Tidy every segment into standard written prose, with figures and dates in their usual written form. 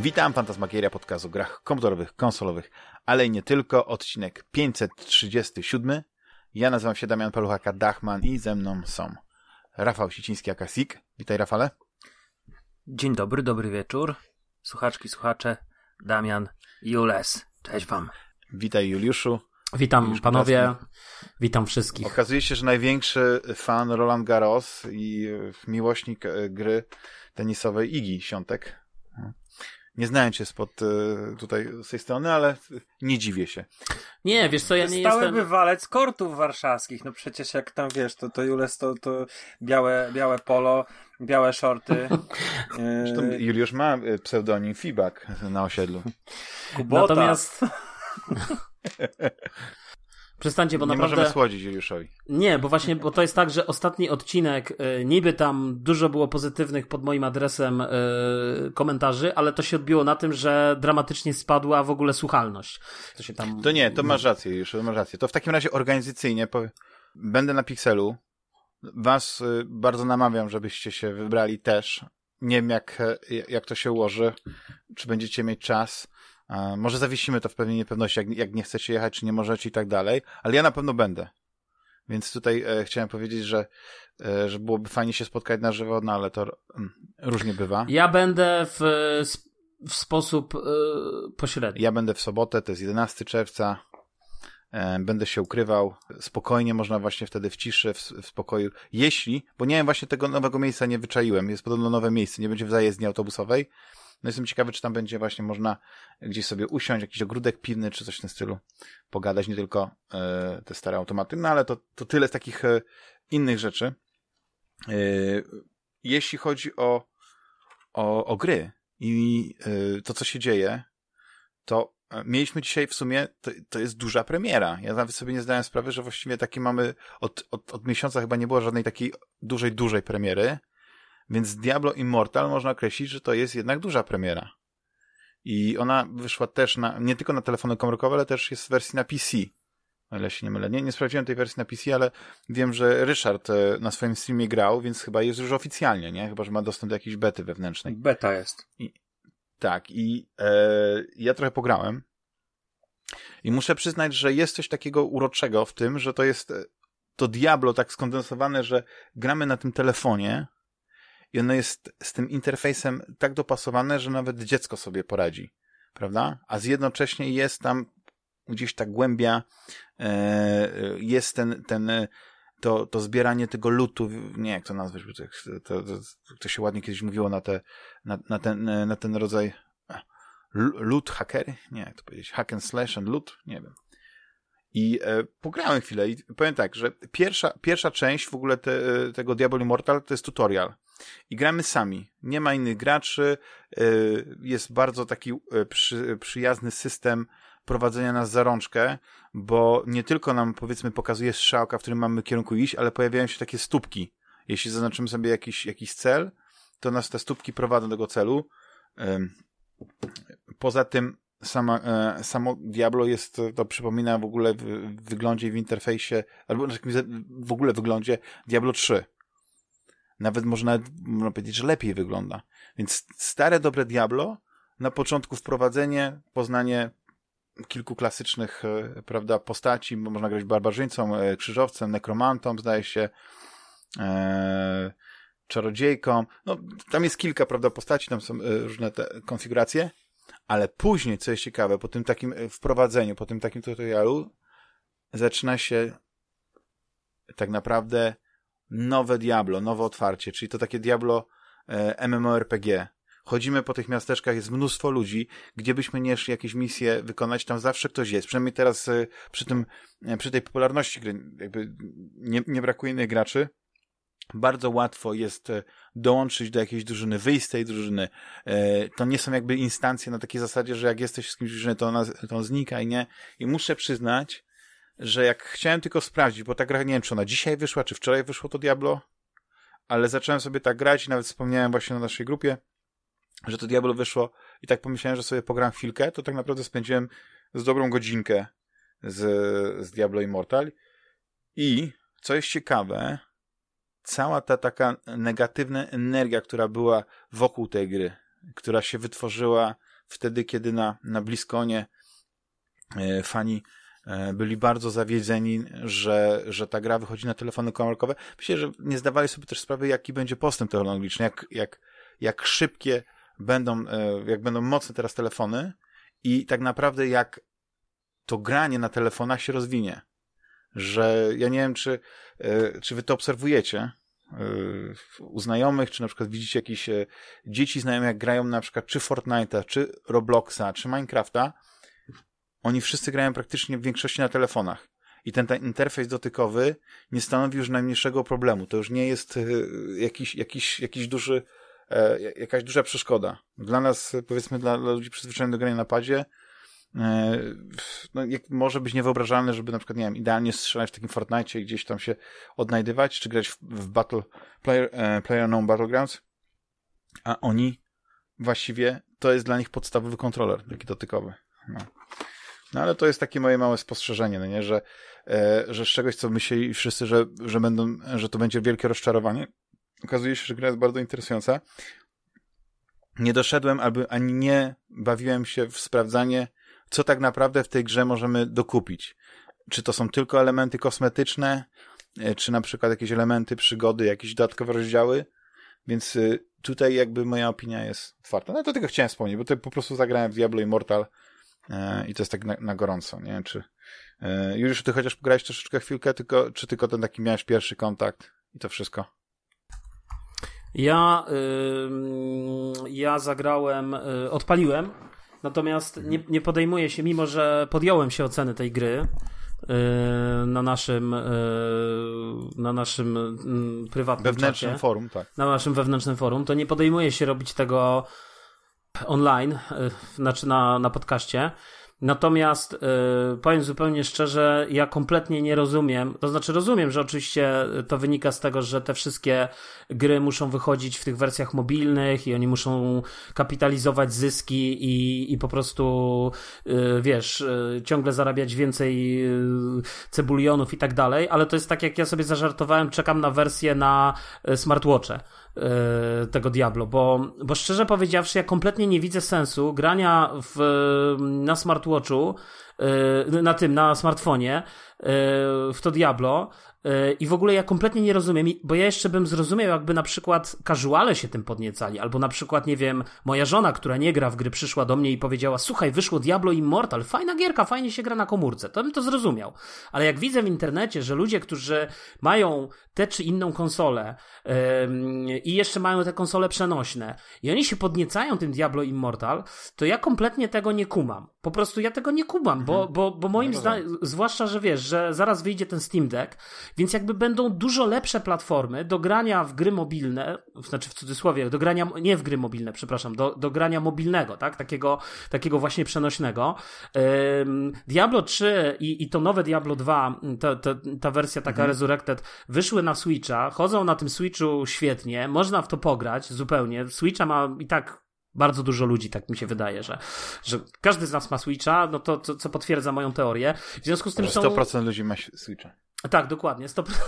Witam, Fantasmagieria, podcast o grach komputerowych, konsolowych, ale i nie tylko, odcinek 537. Ja nazywam się Damian Paluchaka-Dachman i ze mną są Rafał Siciński-Akasik. Witaj, Rafale. Dzień dobry, dobry wieczór. Słuchaczki, słuchacze, Damian, Jules. Cześć wam. Witaj, Juliuszu. Witam panowie, witam wszystkich. Okazuje się, że największy fan Roland Garros i miłośnik gry tenisowej Igi Świątek. Nie znając się spod tutaj z tej strony, ale nie dziwię się. Nie, wiesz co, ja nie Stały jestem... bywalec kortów warszawskich. No przecież jak tam wiesz, to Jules to białe polo, białe szorty. Zresztą Juliusz ma pseudonim Feedback na osiedlu. Kubota. Natomiast... Przestańcie, bo nie naprawdę... możemy słodzić Juliuszowi. Nie, bo właśnie, bo to jest tak, że ostatni odcinek, niby tam dużo było pozytywnych pod moim adresem komentarzy, ale to się odbiło na tym, że dramatycznie spadła w ogóle słuchalność. To się tam... To nie, to masz rację, Juliuszu, masz rację. To w takim razie organizacyjnie będę na Pixelu. Was bardzo namawiam, żebyście się wybrali też. Nie wiem, jak to się ułoży, czy będziecie mieć czas. Może zawiesimy to w pewnej niepewności, jak nie chcecie jechać, czy nie możecie i tak dalej, ale ja na pewno będę. Więc tutaj chciałem powiedzieć, że byłoby fajnie się spotkać na żywo, no ale to różnie bywa. Ja będę w sposób pośredni. Ja będę w sobotę, to jest 11 czerwca. Będę się ukrywał. Spokojnie można właśnie wtedy w ciszy, w spokoju. Bo nie wiem, właśnie tego nowego miejsca nie wyczaiłem. Jest podobno nowe miejsce, nie będzie w zajezdni autobusowej. No jestem ciekawy, czy tam będzie właśnie można gdzieś sobie usiąść, jakiś ogródek piwny, czy coś w tym stylu, pogadać, nie tylko te stare automaty. No ale to tyle z takich innych rzeczy. Jeśli chodzi o gry i to, co się dzieje, to mieliśmy dzisiaj w sumie, to jest duża premiera. Ja nawet sobie nie zdałem sprawy, że właściwie takie mamy, od miesiąca chyba nie było żadnej takiej dużej premiery. Więc Diablo Immortal można określić, że to jest jednak duża premiera. I ona wyszła też nie tylko na telefony komórkowe, ale też jest w wersji na PC. O ile się nie mylę. Nie sprawdziłem tej wersji na PC, ale wiem, że Ryszard na swoim streamie grał, więc chyba jest już oficjalnie, nie? Chyba że ma dostęp do jakiejś bety wewnętrznej. Beta jest. Ja trochę pograłem. I muszę przyznać, że jest coś takiego uroczego w tym, że to Diablo tak skondensowane, że gramy na tym telefonie, i ono jest z tym interfejsem tak dopasowane, że nawet dziecko sobie poradzi, prawda? A jednocześnie jest tam gdzieś ta głębia, jest to zbieranie tego lootu, nie jak to nazwać, bo to się ładnie kiedyś mówiło na ten rodzaj loot hackery? Nie, jak to powiedzieć? Hack and slash and loot? Nie wiem. I pograłem chwilę i powiem tak, że pierwsza część w ogóle tego Diablo Immortal to jest tutorial. I gramy sami. Nie ma innych graczy. Jest bardzo taki przyjazny system prowadzenia nas za rączkę, bo nie tylko nam, powiedzmy, pokazuje strzałka, w którym mamy kierunku iść, ale pojawiają się takie stópki. Jeśli zaznaczymy sobie jakiś cel, to nas te stópki prowadzą do tego celu. Poza tym samo Diablo to przypomina w ogóle w wyglądzie i w interfejsie, albo w ogóle w wyglądzie Diablo 3. Nawet można powiedzieć, że lepiej wygląda. Więc stare, dobre Diablo, na początku wprowadzenie, poznanie kilku klasycznych, prawda, postaci, bo można grać barbarzyńcą, krzyżowcem, nekromantą, zdaje się, czarodziejką. No, tam jest kilka, prawda, postaci, tam są różne te konfiguracje, ale później, co jest ciekawe, po tym takim wprowadzeniu, po tym takim tutorialu, zaczyna się tak naprawdę nowe Diablo, nowe otwarcie, czyli to takie Diablo MMORPG. Chodzimy po tych miasteczkach, jest mnóstwo ludzi, gdzie byśmy nie szli jakieś misje wykonać, tam zawsze ktoś jest. Przynajmniej teraz przy tej popularności gry jakby nie brakuje innych graczy. Bardzo łatwo jest dołączyć do jakiejś drużyny, wyjść z tej drużyny. To nie są jakby instancje na takiej zasadzie, że jak jesteś z kimś w drużynie, to on znika i nie. I muszę przyznać, że jak chciałem tylko sprawdzić, bo ta gra, nie wiem, czy ona dzisiaj wyszła, czy wczoraj wyszło to Diablo, ale zacząłem sobie tak grać i nawet wspomniałem właśnie na naszej grupie, że to Diablo wyszło i tak pomyślałem, że sobie pogram chwilkę, to tak naprawdę spędziłem z dobrą godzinkę z Diablo Immortal i co jest ciekawe, cała ta taka negatywna energia, która była wokół tej gry, która się wytworzyła wtedy, kiedy na BlizzConie fani byli bardzo zawiedzeni, że ta gra wychodzi na telefony komórkowe. Myślę, że nie zdawali sobie też sprawy, jaki będzie postęp technologiczny, jak szybkie jak będą mocne teraz telefony i tak naprawdę jak to granie na telefonach się rozwinie. Że ja nie wiem, czy wy to obserwujecie u znajomych, czy na przykład widzicie jakieś dzieci znajome, jak grają na przykład czy Fortnite'a, czy Robloxa, czy Minecrafta. Oni wszyscy grają praktycznie w większości na telefonach. I ten interfejs dotykowy nie stanowi już najmniejszego problemu. To już nie jest jakiś duży, jakaś duża przeszkoda. Dla nas, powiedzmy, dla ludzi przyzwyczajonych do grania na padzie, może być niewyobrażalne, żeby na przykład, nie wiem, idealnie strzelać w takim Fortnite i gdzieś tam się odnajdywać, czy grać w PlayerUnknown's Battlegrounds, a oni właściwie, to jest dla nich podstawowy kontroler, taki dotykowy. No ale to jest takie moje małe spostrzeżenie, no nie? Że z czegoś, co myśleli wszyscy, że to będzie wielkie rozczarowanie, okazuje się, że gra jest bardzo interesująca. Nie doszedłem, ani nie bawiłem się w sprawdzanie, co tak naprawdę w tej grze możemy dokupić. Czy to są tylko elementy kosmetyczne, czy na przykład jakieś elementy przygody, jakieś dodatkowe rozdziały. Więc tutaj jakby moja opinia jest otwarta. No to tylko chciałem wspomnieć, bo to po prostu zagrałem w Diablo Immortal i to jest tak na gorąco. Nie wiem, czy Juliuszu, ty chociaż pograłeś troszeczkę chwilkę, czy tylko ten taki miałeś pierwszy kontakt i to wszystko? Ja zagrałem, odpaliłem, natomiast nie podejmuję się, mimo że podjąłem się oceny tej gry na naszym prywatnym wewnętrznym czacie, forum, tak. na naszym wewnętrznym forum, to nie podejmuję się robić tego online, znaczy na podcaście. Natomiast powiem zupełnie szczerze, ja kompletnie nie rozumiem, to znaczy rozumiem, że oczywiście to wynika z tego, że te wszystkie gry muszą wychodzić w tych wersjach mobilnych i oni muszą kapitalizować zyski i po prostu wiesz, ciągle zarabiać więcej cebulionów i tak dalej, ale to jest tak, jak ja sobie zażartowałem, czekam na wersję na smartwatche tego Diablo, bo szczerze powiedziawszy, ja kompletnie nie widzę sensu grania na smartwatchu, na smartfonie w to Diablo i w ogóle ja kompletnie nie rozumiem, bo ja jeszcze bym zrozumiał, jakby na przykład casuale się tym podniecali, albo na przykład, nie wiem, moja żona, która nie gra w gry, przyszła do mnie i powiedziała: słuchaj, wyszło Diablo Immortal, fajna gierka, fajnie się gra na komórce, to bym to zrozumiał. Ale jak widzę w internecie, że ludzie, którzy mają tę czy inną konsolę i jeszcze mają te konsole przenośne i oni się podniecają tym Diablo Immortal, to ja kompletnie tego nie kumam. Po prostu ja tego nie kumam, bo moim zdaniem, zwłaszcza, że wiesz, że zaraz wyjdzie ten Steam Deck, więc jakby będą dużo lepsze platformy do grania w gry mobilne, znaczy w cudzysłowie, do grania, nie w gry mobilne, przepraszam, do grania mobilnego, tak? Takiego właśnie przenośnego. Diablo 3 i to nowe Diablo 2, ta wersja taka Resurrected, wyszły na Switcha, chodzą na tym Switchu świetnie, można w to pograć zupełnie. Switcha ma i tak bardzo dużo ludzi, tak mi się wydaje, że każdy z nas ma Switcha, no to co potwierdza moją teorię. W związku z tym 100% ludzi ma Switcha. Tak, dokładnie.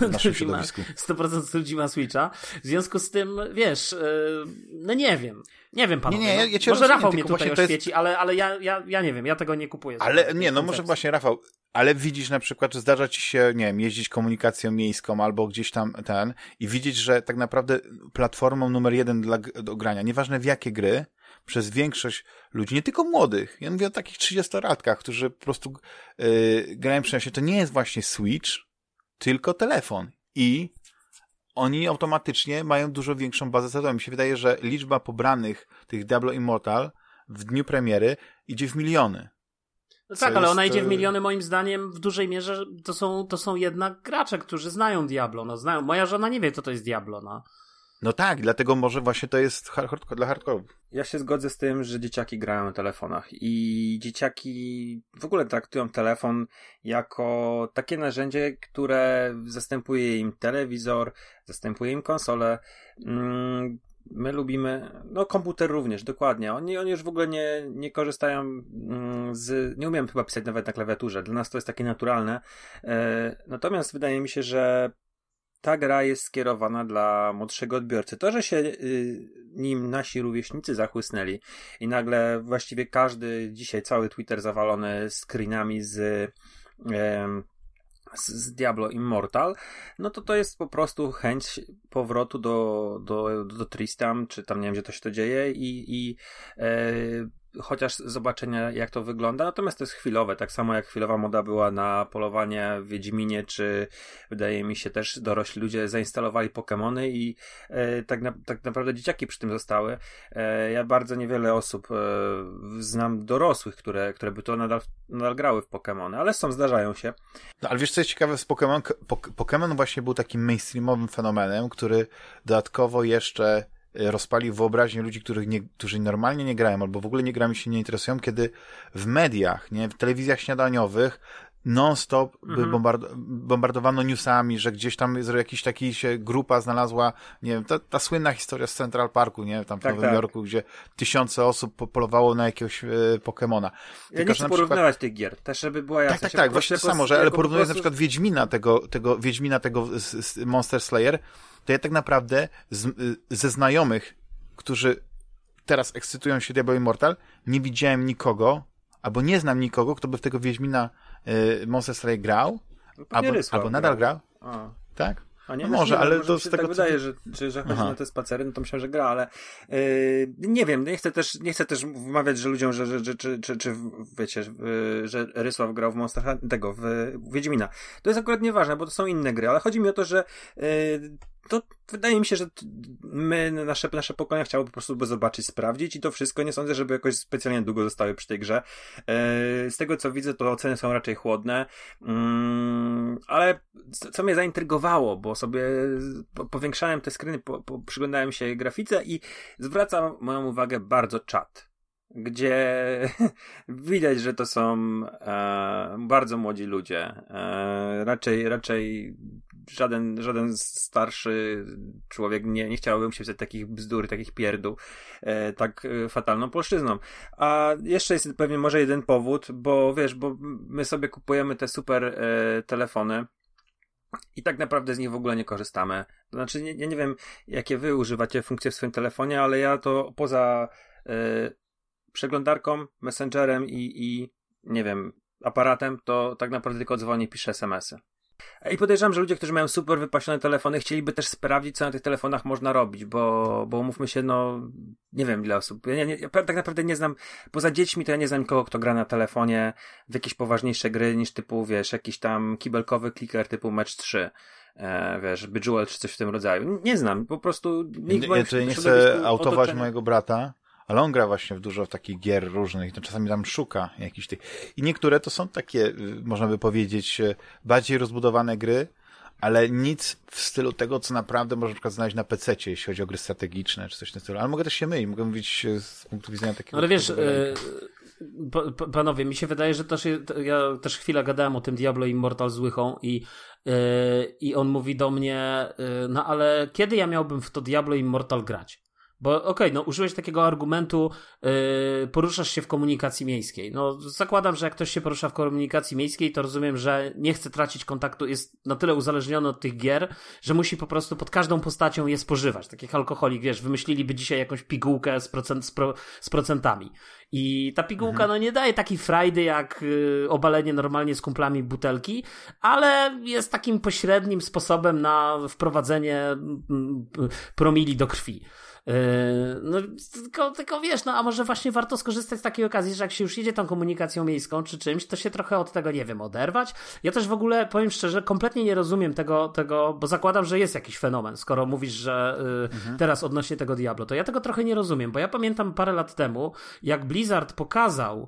100% ludzi ma Switcha. W związku z tym, wiesz, no nie wiem. Nie wiem, panowie. Nie, ja cię może rozumiem, Rafał mnie tutaj oświeci, ale ja nie wiem, ja tego nie kupuję. Ale nie, no może właśnie Rafał, ale widzisz na przykład, że zdarza ci się, nie wiem, jeździć komunikacją miejską albo gdzieś tam i widzieć, że tak naprawdę platformą numer 1 do grania, nieważne w jakie gry, przez większość ludzi, nie tylko młodych, ja mówię o takich 30-latkach, którzy po prostu grają przenośnie, to nie jest właśnie Switch, tylko telefon. I oni automatycznie mają dużo większą bazę statystyczną. Mi się wydaje, że liczba pobranych tych Diablo Immortal w dniu premiery idzie w miliony. No tak, ale ona idzie w miliony moim zdaniem w dużej mierze. To są jednak gracze, którzy znają Diablo. No, znają. Moja żona nie wie, co to jest Diablo. No tak, dlatego może właśnie to jest dla hardkorów. Ja się zgodzę z tym, że dzieciaki grają na telefonach i dzieciaki w ogóle traktują telefon jako takie narzędzie, które zastępuje im telewizor, zastępuje im konsolę. My lubimy, no komputer również, dokładnie. Oni już w ogóle nie korzystają nie umiem chyba pisać nawet na klawiaturze. Dla nas to jest takie naturalne. Natomiast wydaje mi się, że ta gra jest skierowana dla młodszego odbiorcy. To, że się nim nasi rówieśnicy zachłysnęli i nagle właściwie każdy, dzisiaj cały Twitter zawalony screenami z Diablo Immortal, no to jest po prostu chęć powrotu do Tristam, czy tam nie wiem, gdzie to się to dzieje i chociaż zobaczenia, jak to wygląda, natomiast to jest chwilowe, tak samo jak chwilowa moda była na polowanie w Wiedźminie, czy wydaje mi się też dorośli ludzie zainstalowali Pokemony i tak naprawdę dzieciaki przy tym zostały. Ja bardzo niewiele osób znam dorosłych, które by to nadal grały w Pokemony, ale zdarzają się. No, ale wiesz, co jest ciekawe z Pokemon? Pokemon właśnie był takim mainstreamowym fenomenem, który dodatkowo jeszcze rozpalił wyobraźnię ludzi, którzy normalnie nie grają, albo w ogóle nie grami się nie interesują, kiedy w mediach, nie, w telewizjach śniadaniowych non-stop bombardowano newsami, że gdzieś tam jakiś taki się grupa znalazła, nie wiem, ta słynna historia z Central Parku, nie, tam w Nowym Jorku, gdzie tysiące osób polowało na jakiegoś Pokemona. Ja nie chcę porównywać tych gier, też żeby była jasność. Tak, właśnie to samo, ale porównując na przykład Wiedźmina tego z Monster Slayer, to ja tak naprawdę ze znajomych, którzy teraz ekscytują się Diablo Immortal, nie widziałem nikogo, albo nie znam nikogo, kto by w tego Wiedźmina Monster Slayer grał, albo nadal grał. Tak? A nie, no może, ale to z tego tak wydaje, że chodzi na te spacery, no to myślę, że gra, ale nie wiem, nie chcę też wmawiać, że ludziom, że wiecie, że Rysław grał w Monster tego, w Wiedźmina. To jest akurat nieważne, bo to są inne gry, ale chodzi mi o to, że to wydaje mi się, że nasze pokolenia chciały po prostu zobaczyć, sprawdzić i to wszystko nie sądzę, żeby jakoś specjalnie długo zostały przy tej grze. Z tego co widzę, to oceny są raczej chłodne, ale co mnie zaintrygowało, bo sobie powiększałem te screeny, przyglądałem się grafice i zwraca moją uwagę bardzo czat, gdzie widać, że to są bardzo młodzi ludzie. Raczej żaden starszy człowiek nie chciałbym się wstać takich bzdur, takich pierdół tak fatalną polszczyzną. A jeszcze jest pewnie może jeden powód, bo wiesz, bo my sobie kupujemy te super telefony i tak naprawdę z nich w ogóle nie korzystamy. To znaczy, ja nie wiem, jakie wy używacie funkcje w swoim telefonie, ale ja to poza przeglądarką, messengerem i nie wiem, aparatem, to tak naprawdę tylko dzwonię i piszę SMS-y. I podejrzewam, że ludzie, którzy mają super wypasione telefony, chcieliby też sprawdzić, co na tych telefonach można robić, bo umówmy się, no nie wiem ile osób. Ja tak naprawdę nie znam, poza dziećmi to ja nie znam nikogo, kto gra na telefonie w jakieś poważniejsze gry niż typu, wiesz, jakiś tam kibelkowy kliker typu Match 3. Wiesz, Bejeweled czy coś w tym rodzaju. Nie znam, po prostu nikt nie chcę autować mojego brata, ale on gra właśnie dużo takich gier różnych, to czasami tam szuka jakichś tych. I niektóre to są takie, można by powiedzieć, bardziej rozbudowane gry, ale nic w stylu tego, co naprawdę można na przykład znaleźć na PC-cie, jeśli chodzi o gry strategiczne, czy coś w tym stylu. Ale mogę też się mylić, mogę mówić z punktu widzenia takiego... Ale wiesz, panowie, mi się wydaje, że ja też chwilę gadałem o tym Diablo Immortal z Łychą i on mówi do mnie, no ale kiedy ja miałbym w to Diablo Immortal grać? Bo okej, no użyłeś takiego argumentu, poruszasz się w komunikacji miejskiej. No zakładam, że jak ktoś się porusza w komunikacji miejskiej, to rozumiem, że nie chce tracić kontaktu, jest na tyle uzależniony od tych gier, że musi po prostu pod każdą postacią je spożywać. Tak jak alkoholik, wiesz, wymyśliliby dzisiaj jakąś pigułkę z procentami. I ta pigułka no nie daje takiej frajdy jak obalenie normalnie z kumplami butelki, ale jest takim pośrednim sposobem na wprowadzenie promili do krwi. No tylko wiesz, no a może właśnie warto skorzystać z takiej okazji, że jak się już jedzie tą komunikacją miejską czy czymś, to się trochę od tego, nie wiem, oderwać. Ja też w ogóle, powiem szczerze, kompletnie nie rozumiem tego, bo zakładam, że jest jakiś fenomen, skoro mówisz, że teraz odnośnie tego Diablo, to ja tego trochę nie rozumiem, bo ja pamiętam parę lat temu, jak Blizzard pokazał,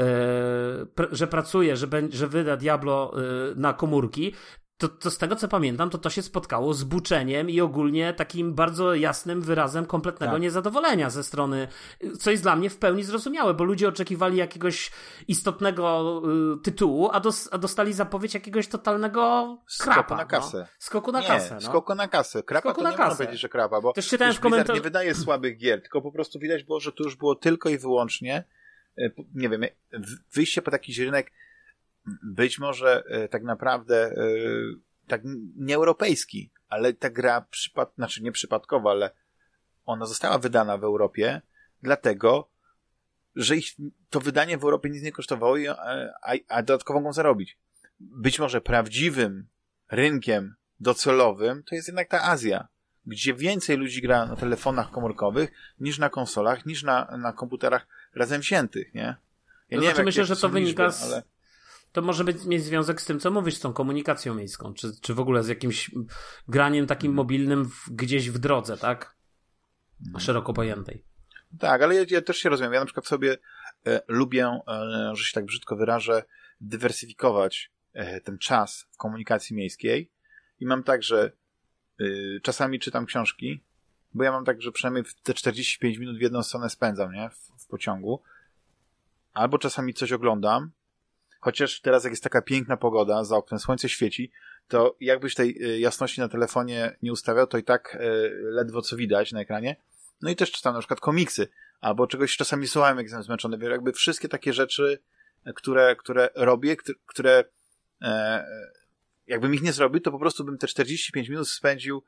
że pracuje, że wyda Diablo na komórki, to z tego co pamiętam, to się spotkało z buczeniem i ogólnie takim bardzo jasnym wyrazem kompletnego niezadowolenia ze strony, co jest dla mnie w pełni zrozumiałe, bo ludzie oczekiwali jakiegoś istotnego tytułu, a dostali zapowiedź jakiegoś totalnego krapa. Skoku na kasę. No. Skoku na kasę. No. Skoku na kasę. Krapa skoku to na nie kasę. można powiedzieć, że krapa, bo też czytałem w Blizzard nie wydaje słabych gier, tylko po prostu widać było, że to już było tylko i wyłącznie, nie wiem, wyjście pod jakiś rynek. Być może tak naprawdę tak nieeuropejski, ale ta gra znaczy nie przypadkowo, ale ona została wydana w Europie dlatego, że to wydanie w Europie nic nie kosztowało, a dodatkowo mogą zarobić. Być może prawdziwym rynkiem docelowym to jest jednak ta Azja, gdzie więcej ludzi gra na telefonach komórkowych niż na konsolach, niż na komputerach razem wziętych, nie? Ja to nie znaczy wiem, myślę, że to wynika liczby, ale... To może mieć związek z tym, co mówisz, z tą komunikacją miejską, czy w ogóle z jakimś graniem takim mobilnym gdzieś w drodze, tak? Szeroko pojętej. Tak, ale ja też się rozumiem. Ja na przykład sobie lubię, że się tak brzydko wyrażę, dywersyfikować ten czas w komunikacji miejskiej i mam tak, że czasami czytam książki, bo ja mam tak, że przynajmniej te 45 minut w jedną stronę spędzam, nie? W pociągu. Albo czasami coś oglądam, chociaż teraz jak jest taka piękna pogoda, za oknem słońce świeci, to jakbyś tej jasności na telefonie nie ustawiał, to i tak ledwo co widać na ekranie. No i też czytam na przykład komiksy, albo czegoś czasami słuchałem, jak jestem zmęczony. Jakby wszystkie takie rzeczy, które robię, które jakbym ich nie zrobił, to po prostu bym te 45 minut spędził,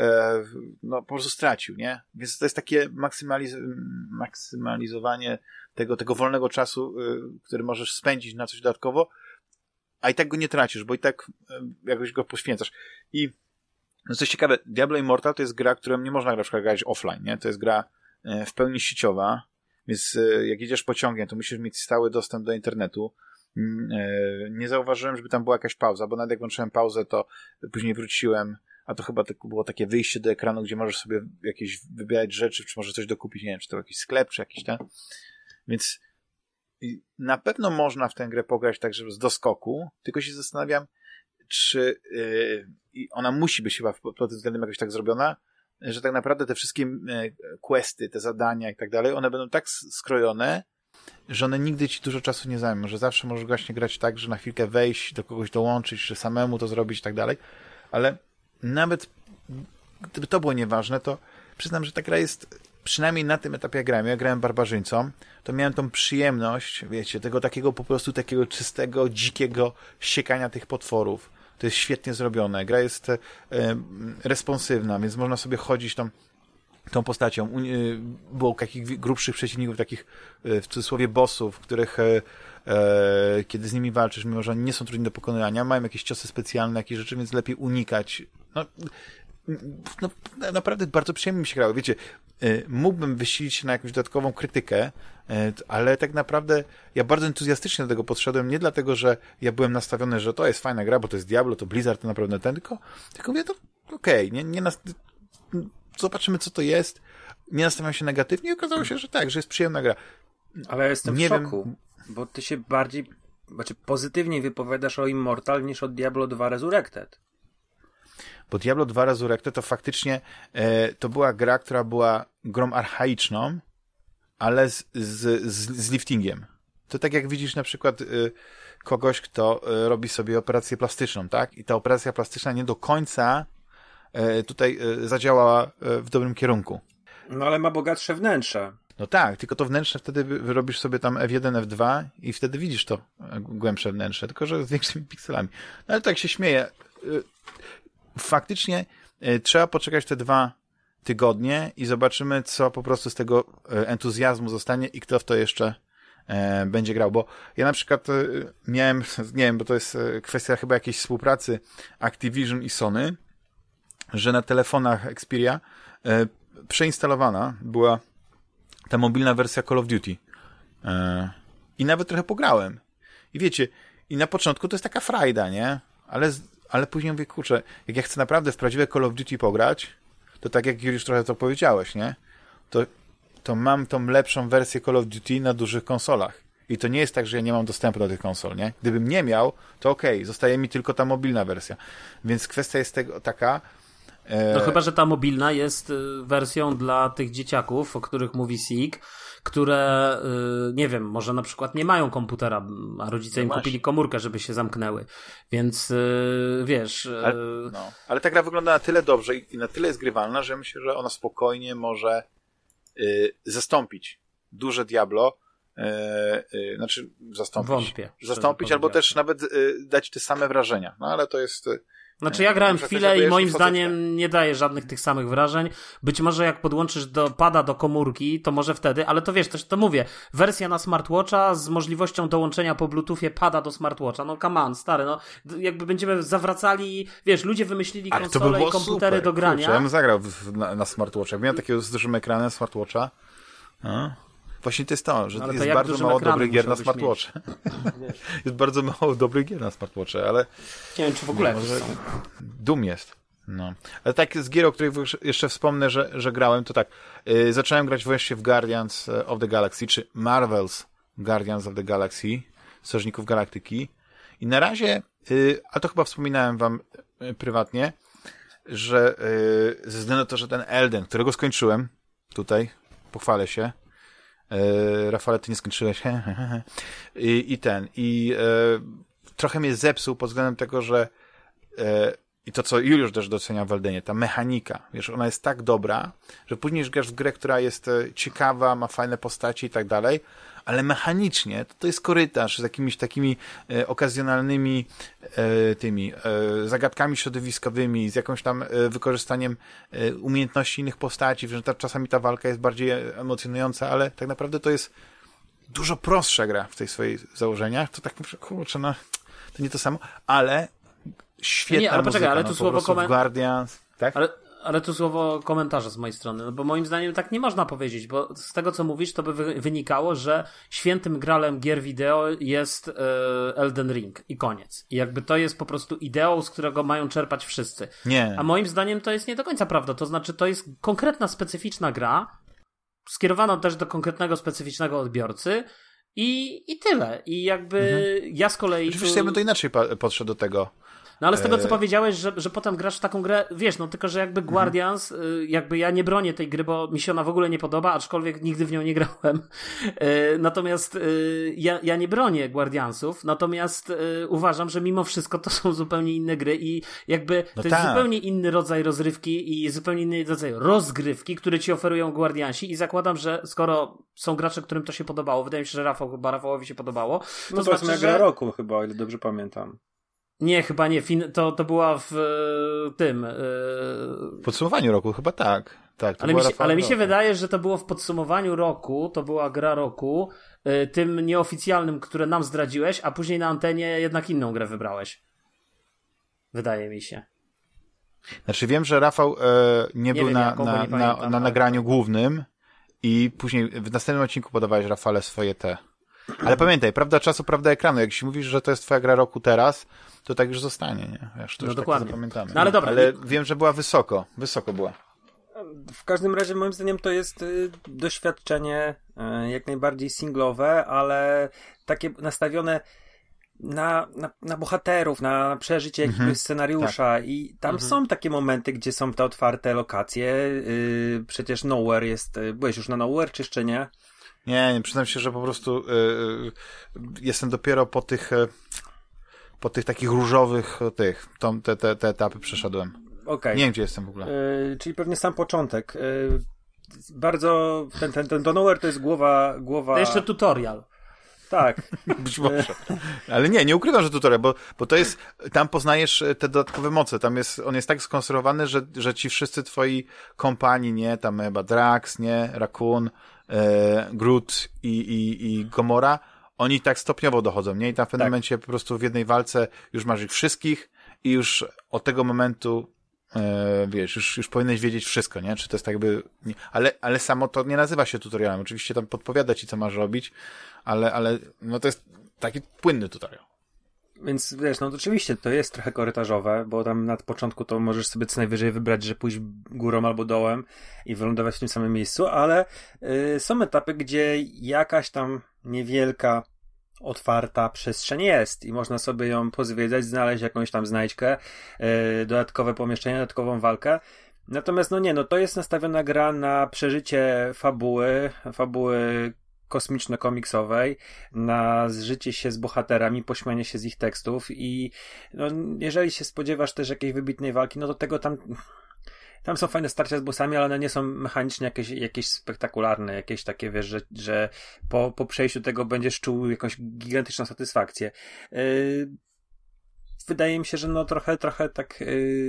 no po prostu stracił, nie? Więc to jest takie maksymalizowanie tego wolnego czasu, który możesz spędzić na coś dodatkowo, a i tak go nie tracisz, bo i tak jakoś go poświęcasz. I no coś ciekawe, Diablo Immortal to jest gra, którą nie można na przykład grać offline, nie? To jest gra w pełni sieciowa, więc jak jedziesz pociągiem, to musisz mieć stały dostęp do internetu. Nie zauważyłem, żeby tam była jakaś pauza, bo nawet jak włączyłem pauzę, to później wróciłem, a to chyba było takie wyjście do ekranu, gdzie możesz sobie jakieś wybierać rzeczy, czy może coś dokupić, nie wiem, czy to jakiś sklep, czy jakiś ten. Więc na pewno można w tę grę pograć tak, żeby z doskoku, tylko się zastanawiam, czy ona musi być chyba pod tym względem jakoś tak zrobiona, że tak naprawdę te wszystkie questy, te zadania i tak dalej, one będą tak skrojone, że one nigdy ci dużo czasu nie zajmą, że zawsze możesz właśnie grać tak, że na chwilkę wejść, do kogoś dołączyć, czy samemu to zrobić i tak dalej, ale nawet gdyby to było nieważne, to przyznam, że ta gra jest, przynajmniej na tym etapie ja grałem barbarzyńcą, to miałem tą przyjemność, wiecie, tego takiego po prostu takiego czystego, dzikiego siekania tych potworów. To jest świetnie zrobione. Gra jest responsywna, więc można sobie chodzić tą postacią. Było takich grubszych przeciwników, takich w cudzysłowie bossów, których kiedy z nimi walczysz, mimo że oni nie są trudni do pokonania, mają jakieś ciosy specjalne, jakieś rzeczy, więc lepiej unikać. No, naprawdę bardzo przyjemnie mi się grało. Wiecie, mógłbym wysilić się na jakąś dodatkową krytykę, ale tak naprawdę ja bardzo entuzjastycznie do tego podszedłem, nie dlatego, że ja byłem nastawiony, że to jest fajna gra, bo to jest Diablo, to Blizzard, to naprawdę ten, tylko mówię, to okej, zobaczymy, co to jest. Nie nastawiam się negatywnie i okazało się, że tak, że jest przyjemna gra. Ale ja jestem w szoku, bo ty się bardziej, pozytywnie wypowiadasz o Immortal niż o Diablo 2 Resurrected. Bo Diablo 2 Resurrected to faktycznie to była gra, która była grą archaiczną, ale z liftingiem. To tak jak widzisz na przykład kogoś, kto robi sobie operację plastyczną, tak? I ta operacja plastyczna nie do końca tutaj zadziałała w dobrym kierunku. No ale ma bogatsze wnętrze. No tak, tylko to wnętrze wtedy wyrobisz sobie tam F1, F2 i wtedy widzisz to głębsze wnętrze, tylko że z większymi pikselami. No ale tak się śmieję. Faktycznie trzeba poczekać te 2 tygodnie i zobaczymy, co po prostu z tego entuzjazmu zostanie i kto w to jeszcze będzie grał, bo ja na przykład miałem, nie wiem, bo to jest kwestia chyba jakiejś współpracy Activision i Sony, że na telefonach Xperia przeinstalowana była ta mobilna wersja Call of Duty i nawet trochę pograłem. I wiecie, i na początku to jest taka frajda, nie? Ale później mówię, kurczę, jak ja chcę naprawdę w prawdziwe Call of Duty pograć, to tak jak już trochę to powiedziałeś, nie? To mam tą lepszą wersję Call of Duty na dużych konsolach. I to nie jest tak, że ja nie mam dostępu do tych konsol, nie? Gdybym nie miał, to okej, zostaje mi tylko ta mobilna wersja. Więc kwestia jest taka... No chyba, że ta mobilna jest wersją dla tych dzieciaków, o których mówi Sig, które, nie wiem, może na przykład nie mają komputera, a rodzice im kupili komórkę, żeby się zamknęły. Więc wiesz... Ale ta gra wygląda na tyle dobrze i na tyle jest grywalna, że myślę, że ona spokojnie może zastąpić duże Diablo, Wątpię. Zastąpić albo też nawet dać te same wrażenia. No ale to jest Znaczy ja grałem Może chwilę też i moim jakby zdaniem nie daje żadnych tych samych wrażeń. Być może jak podłączysz pada do komórki, to może wtedy, ale to wiesz, to mówię, wersja na smartwatcha z możliwością dołączenia po bluetoothie pada do smartwatcha. No come on, stary, no jakby będziemy zawracali, wiesz, ludzie wymyślili konsole i komputery super. do grania. Kurczę, ja bym zagrał na smartwatcha. Miałem takiego z dużym ekranem smartwatcha. Właśnie to jest to, że Ale jest to bardzo mało dobrych gier na musiałbyś smartwatche. Jest bardzo mało dobrych gier na smartwatche, ale Nie wiem, czy w ogóle może są. Doom jest. No. Ale tak z gier, o których jeszcze wspomnę, że grałem, to tak. Zacząłem grać właśnie w Guardians of the Galaxy, czy Marvel's Guardians of the Galaxy, Strażników Galaktyki. I na razie, a to chyba wspominałem wam prywatnie, że ze względu na to, że ten Elden, którego skończyłem, tutaj, pochwalę się, Rafale, ty nie skończyłeś, i trochę mnie zepsuł pod względem tego, że i to, co Juliusz też docenia w Eldenie, ta mechanika, wiesz, ona jest tak dobra, że później grasz w grę, która jest ciekawa, ma fajne postaci i tak dalej, ale mechanicznie to jest korytarz z jakimiś takimi okazjonalnymi zagadkami środowiskowymi, z jakąś tam wykorzystaniem umiejętności innych postaci, że czasami ta walka jest bardziej emocjonująca, ale tak naprawdę to jest dużo prostsza gra w tej swojej założeniach. To tak muszę, kurczę, no, to nie to samo, ale świetna Nie, ale poczekaj, muzyka, ale tu słowo Guardians, tak? Ale tu słowo komentarza z mojej strony, no bo moim zdaniem tak nie można powiedzieć, bo z tego, co mówisz, to by wynikało, że świętym gralem gier wideo jest Elden Ring i koniec. I jakby to jest po prostu ideał, z którego mają czerpać wszyscy. Nie. A moim zdaniem to jest nie do końca prawda, to znaczy to jest konkretna, specyficzna gra, skierowana też do konkretnego, specyficznego odbiorcy i tyle. I jakby ja z kolei... Oczywiście ja bym to inaczej podszedł do tego. No ale z tego, co powiedziałeś, że potem grasz w taką grę, wiesz, no tylko, że jakby Guardians, jakby ja nie bronię tej gry, bo mi się ona w ogóle nie podoba, aczkolwiek nigdy w nią nie grałem. Natomiast ja nie bronię Guardiansów, natomiast uważam, że mimo wszystko to są zupełnie inne gry i jakby to jest zupełnie inny rodzaj rozrywki i zupełnie inny rodzaj rozgrywki, które ci oferują Guardiansi i zakładam, że skoro są gracze, którym to się podobało, wydaje mi się, że Rafałowi się podobało, to no znaczy, że... gra roku chyba, o ile dobrze pamiętam. Nie, chyba nie. To była w tym... W podsumowaniu roku chyba tak. Tak, ale mi się wydaje, że to było w podsumowaniu roku, to była gra roku, tym nieoficjalnym, które nam zdradziłeś, a później na antenie jednak inną grę wybrałeś. Wydaje mi się. Znaczy wiem, że Rafał nie był na nagraniu głównym i później w następnym odcinku podawałeś, Rafale, swoje te... Ale pamiętaj, prawda czasu, prawda ekranu. Jak się mówisz, że to jest twoja gra roku teraz, to tak już zostanie, nie? Wiesz, to no już dokładnie. tak zapamiętamy. No ale dobra. Ale wiem, że była wysoko była. W każdym razie moim zdaniem to jest doświadczenie jak najbardziej singlowe, ale takie nastawione na bohaterów, na przeżycie jakiegoś scenariusza i tam są takie momenty, gdzie są te otwarte lokacje. Przecież Nowhere jest... Byłeś już na Nowhere, czy jeszcze nie? Nie, przyznam się, że po prostu jestem dopiero po tych takich różowych te etapy przeszedłem. Okay. Nie wiem, gdzie jestem w ogóle. Czyli pewnie sam początek. Bardzo ten Nowhere to jest głowa... To jeszcze tutorial. Tak. Być może. Ale nie ukrywam, że tutorial, bo to jest, tam poznajesz te dodatkowe moce, on jest tak skonstruowany, że ci wszyscy twoi kompanii, nie, tam chyba Drax, nie, Raccoon, Groot i Gamora, oni tak stopniowo dochodzą, nie, i tam w pewnym momencie po prostu w jednej walce już masz ich wszystkich i już od tego momentu wiesz, już powinieneś wiedzieć wszystko, nie? Czy to jest tak jakby... Ale samo to nie nazywa się tutorialem. Oczywiście tam podpowiada ci, co masz robić, ale no to jest taki płynny tutorial. Więc wiesz, no oczywiście to jest trochę korytarzowe, bo tam na początku to możesz sobie co najwyżej wybrać, że pójść górą albo dołem i wylądować w tym samym miejscu, ale są etapy, gdzie jakaś tam niewielka otwarta przestrzeń jest i można sobie ją pozwiedzać, znaleźć jakąś tam znajdźkę, dodatkowe pomieszczenie, dodatkową walkę. Natomiast to jest nastawiona gra na przeżycie fabuły kosmiczno-komiksowej, na zżycie się z bohaterami, pośmianie się z ich tekstów i jeżeli się spodziewasz też jakiejś wybitnej walki, no to tego tam są fajne starcia z bossami, ale one nie są mechanicznie jakieś spektakularne, jakieś takie, wiesz, że po przejściu tego będziesz czuł jakąś gigantyczną satysfakcję. wydaje mi się, że no trochę tak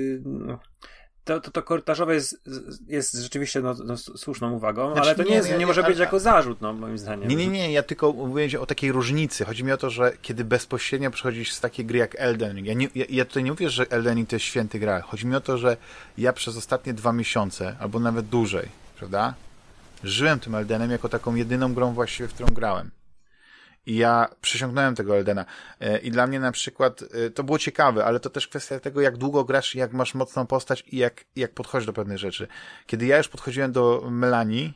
to korytarzowe jest rzeczywiście słuszną uwagą, znaczy, ale to nie może być jako zarzut, moim zdaniem. Nie, ja tylko mówię o takiej różnicy. Chodzi mi o to, że kiedy bezpośrednio przychodzisz z takiej gry jak Elden Ring, ja tutaj nie mówię, że Elden Ring to jest święty gra. Chodzi mi o to, że ja przez ostatnie 2 miesiące, albo nawet dłużej, prawda, żyłem tym Eldenem jako taką jedyną grą właściwie, w którą grałem. I ja przesiągnąłem tego Eldena. I dla mnie na przykład to było ciekawe, ale to też kwestia tego, jak długo grasz, jak masz mocną postać i jak podchodzisz do pewnych rzeczy. Kiedy ja już podchodziłem do Melanii,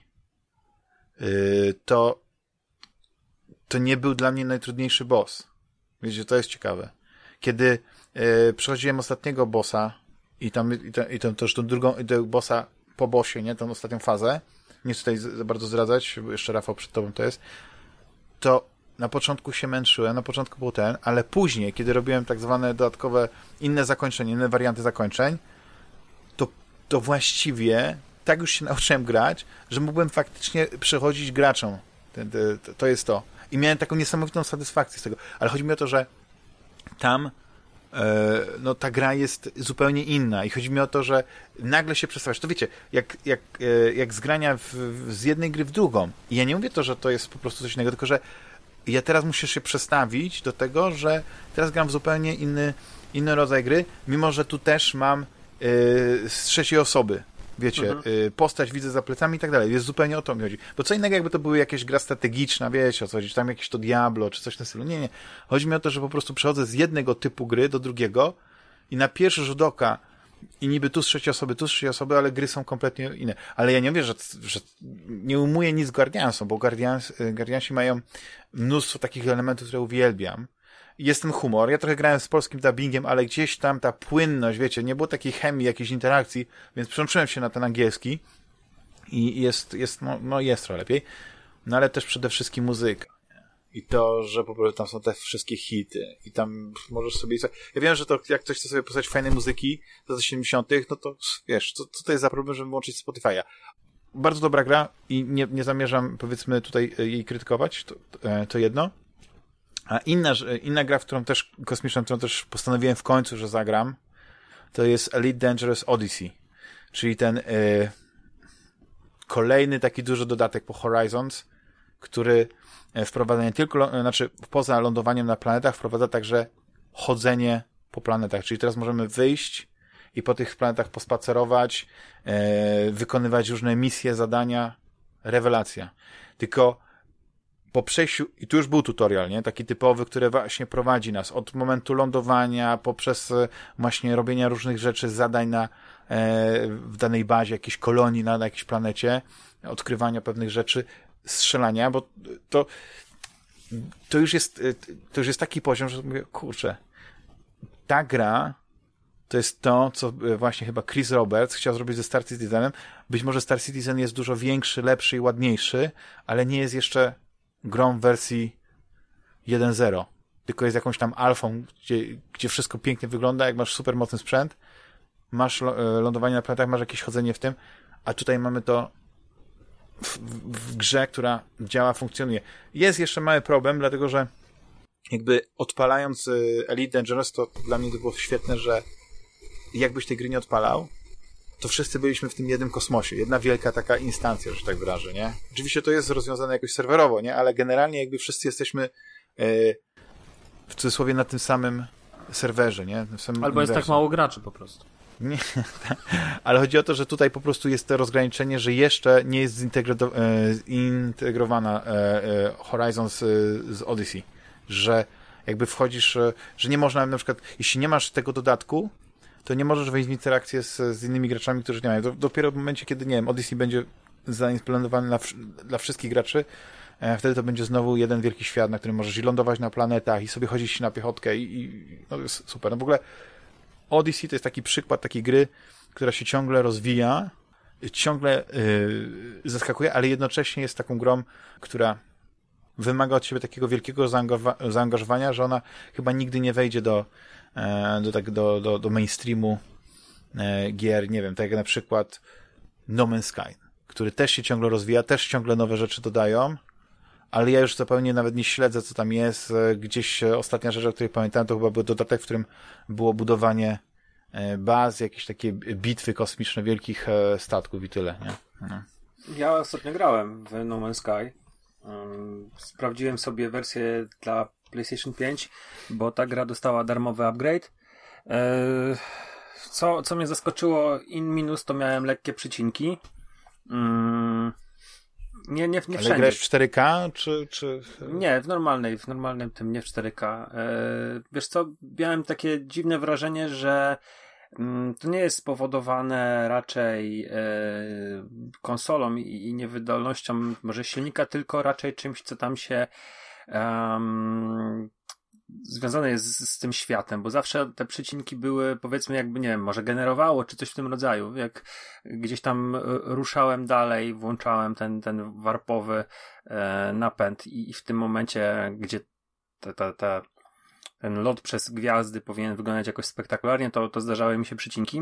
to nie był dla mnie najtrudniejszy boss. Wiecie, to jest ciekawe. Kiedy przechodziłem ostatniego bossa i też tą drugą bossa po bossie, nie, tą ostatnią fazę, nie chcę tutaj za bardzo zdradzać, bo jeszcze Rafał przed tobą to jest, to na początku się męczyłem, na początku był ale później, kiedy robiłem tak zwane dodatkowe inne zakończenia, inne warianty zakończeń, to właściwie tak już się nauczyłem grać, że mógłbym faktycznie przechodzić graczom. To jest to. I miałem taką niesamowitą satysfakcję z tego. Ale chodzi mi o to, że tam ta gra jest zupełnie inna i chodzi mi o to, że nagle się przestawiasz. To wiecie, jak z grania z jednej gry w drugą. I ja nie mówię to, że to jest po prostu coś innego, tylko że ja teraz muszę się przestawić do tego, że teraz gram w zupełnie inny rodzaj gry, mimo że tu też mam z trzeciej osoby. Wiecie, postać widzę za plecami i tak dalej. Jest zupełnie o to mi chodzi. Bo co innego, jakby to były jakieś gra strategiczna, wiecie o co chodzi, czy tam jakieś to Diablo, czy coś w tym stylu. Nie. Chodzi mi o to, że po prostu przechodzę z jednego typu gry do drugiego i na pierwszy rzut oka i niby tu z trzeciej osoby, ale gry są kompletnie inne. Ale ja nie mówię, że nie umuję nic Guardiansom, bo Guardiansi mają mnóstwo takich elementów, które uwielbiam. Jest ten humor. Ja trochę grałem z polskim dubbingiem, ale gdzieś tam ta płynność, wiecie, nie było takiej chemii, jakiejś interakcji, więc przełączyłem się na ten angielski i jest trochę lepiej. No ale też przede wszystkim muzyka. I to, że po prostu tam są te wszystkie hity i tam możesz sobie... Ja wiem, że to jak ktoś chce sobie posłuchać fajnej muzyki z lat 70., no to wiesz, co to jest za problem, żeby włączyć Spotify'a. Bardzo dobra gra i nie zamierzam, powiedzmy, tutaj jej krytykować, to jedno. A inna gra, kosmiczną, którą też postanowiłem w końcu, że zagram, to jest Elite Dangerous Odyssey. Czyli ten kolejny taki duży dodatek po Horizons, który wprowadza nie tylko, poza lądowaniem na planetach, wprowadza także chodzenie po planetach. Czyli teraz możemy wyjść i po tych planetach pospacerować, wykonywać różne misje, zadania. Rewelacja. Tylko po przejściu, i tu już był tutorial, nie? Taki typowy, który właśnie prowadzi nas od momentu lądowania, poprzez właśnie robienia różnych rzeczy, zadań w danej bazie, jakiejś kolonii na jakiejś planecie, odkrywania pewnych rzeczy, strzelania, bo to już jest taki poziom, że mówię, kurczę, ta gra to jest to, co właśnie chyba Chris Roberts chciał zrobić ze Star Citizenem. Być może Star Citizen jest dużo większy, lepszy i ładniejszy, ale nie jest jeszcze grą w wersji 1.0, tylko jest jakąś tam alfą, gdzie wszystko pięknie wygląda, jak masz super mocny sprzęt, masz lądowanie na planetach, masz jakieś chodzenie w tym, a tutaj mamy to w grze, która działa, funkcjonuje. Jest jeszcze mały problem, dlatego że jakby odpalając Elite Dangerous, to dla mnie to było świetne, że jakbyś tej gry nie odpalał, to wszyscy byliśmy w tym jednym kosmosie. Jedna wielka taka instancja, że tak wyrażę, nie? Oczywiście to jest rozwiązane jakoś serwerowo, nie? Ale generalnie jakby wszyscy jesteśmy w cudzysłowie na tym samym serwerze, nie? Albo jest tak mało graczy po prostu. Nie, ale chodzi o to, że tutaj po prostu jest to rozgraniczenie, że jeszcze nie jest zintegrowana Horizon z Odyssey. Że jakby wchodzisz, że nie można na przykład, jeśli nie masz tego dodatku, to nie możesz wejść w interakcję z innymi graczami, którzy nie mają. Dopiero w momencie, kiedy, nie wiem, Odyssey będzie zainstalowany dla wszystkich graczy, wtedy to będzie znowu jeden wielki świat, na którym możesz i lądować na planetach i sobie chodzić na piechotkę i no jest super. No w ogóle Odyssey to jest taki przykład takiej gry, która się ciągle rozwija, ciągle zaskakuje, ale jednocześnie jest taką grą, która wymaga od siebie takiego wielkiego zaangażowania, że ona chyba nigdy nie wejdzie do mainstreamu gier, nie wiem, tak jak na przykład No Man's Sky, który też się ciągle rozwija, też ciągle nowe rzeczy dodają, ale ja już zupełnie nawet nie śledzę, co tam jest. Gdzieś ostatnia rzecz, o której pamiętałem, to chyba był dodatek, w którym było budowanie baz, jakieś takie bitwy kosmiczne wielkich statków i tyle, nie? No. Ja ostatnio grałem w No Man's Sky. Sprawdziłem sobie wersję dla PlayStation 5, bo ta gra dostała darmowy upgrade. Co mnie zaskoczyło in minus, to miałem lekkie przycinki. Nie wszędzie. Ale grałeś w 4K, czy... Nie, w normalnym tym, nie w 4K. Wiesz co, miałem takie dziwne wrażenie, że to nie jest spowodowane raczej konsolą i niewydolnością może silnika, tylko raczej czymś, co tam się związane jest z tym światem, bo zawsze te przycinki były, powiedzmy, jakby, nie wiem, może generowało, czy coś w tym rodzaju. Jak gdzieś tam ruszałem dalej, włączałem ten warpowy napęd i w tym momencie, gdzie ten lot przez gwiazdy powinien wyglądać jakoś spektakularnie, to zdarzały mi się przycinki.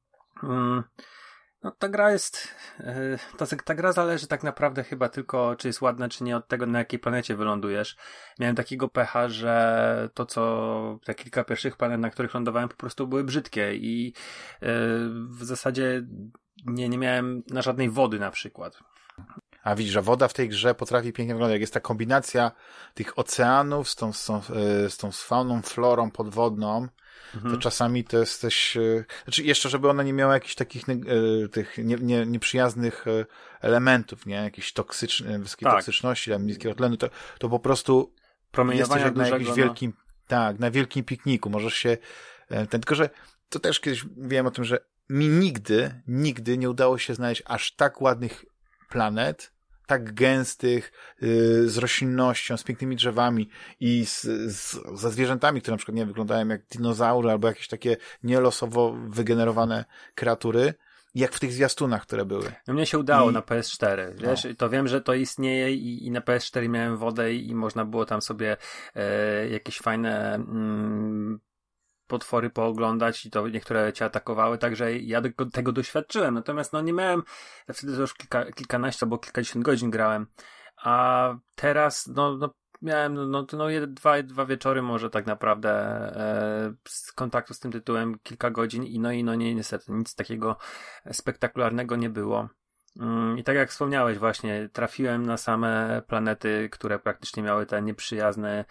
No, ta gra jest... Ta gra zależy tak naprawdę chyba tylko, czy jest ładna, czy nie, od tego, na jakiej planecie wylądujesz. Miałem takiego pecha, że te kilka pierwszych planet, na których lądowałem, po prostu były brzydkie i w zasadzie nie miałem na żadnej wody na przykład. A widzisz, że woda w tej grze potrafi pięknie wyglądać. Jak jest ta kombinacja tych oceanów z tą fauną, florą podwodną, to czasami to jesteś... Znaczy jeszcze, żeby ona nie miała jakichś takich tych nieprzyjaznych elementów, nie? Jakiejś wysokiej toksyczności, tam niskiego tlenu, to po prostu jesteś jak na jakimś wielkim... Tak, na wielkim pikniku. Możesz się... Tylko, że to też kiedyś mówiłem o tym, że mi nigdy nie udało się znaleźć aż tak ładnych planet, tak gęstych, z roślinnością, z pięknymi drzewami i ze zwierzętami, które na przykład nie wyglądają jak dinozaury albo jakieś takie nielosowo wygenerowane kreatury, jak w tych zwiastunach, które były. No mnie się udało na PS4, wiesz, to wiem, że to istnieje i na PS4 miałem wodę i można było tam sobie jakieś fajne potwory pooglądać i to niektóre cię atakowały, także ja tego doświadczyłem. Natomiast nie miałem, wtedy to już kilkanaście albo kilkadziesiąt godzin grałem, a teraz miałem dwa wieczory może tak naprawdę z kontaktu z tym tytułem, kilka godzin i niestety nic takiego spektakularnego nie było. I tak jak wspomniałeś właśnie, trafiłem na same planety, które praktycznie miały te nieprzyjazne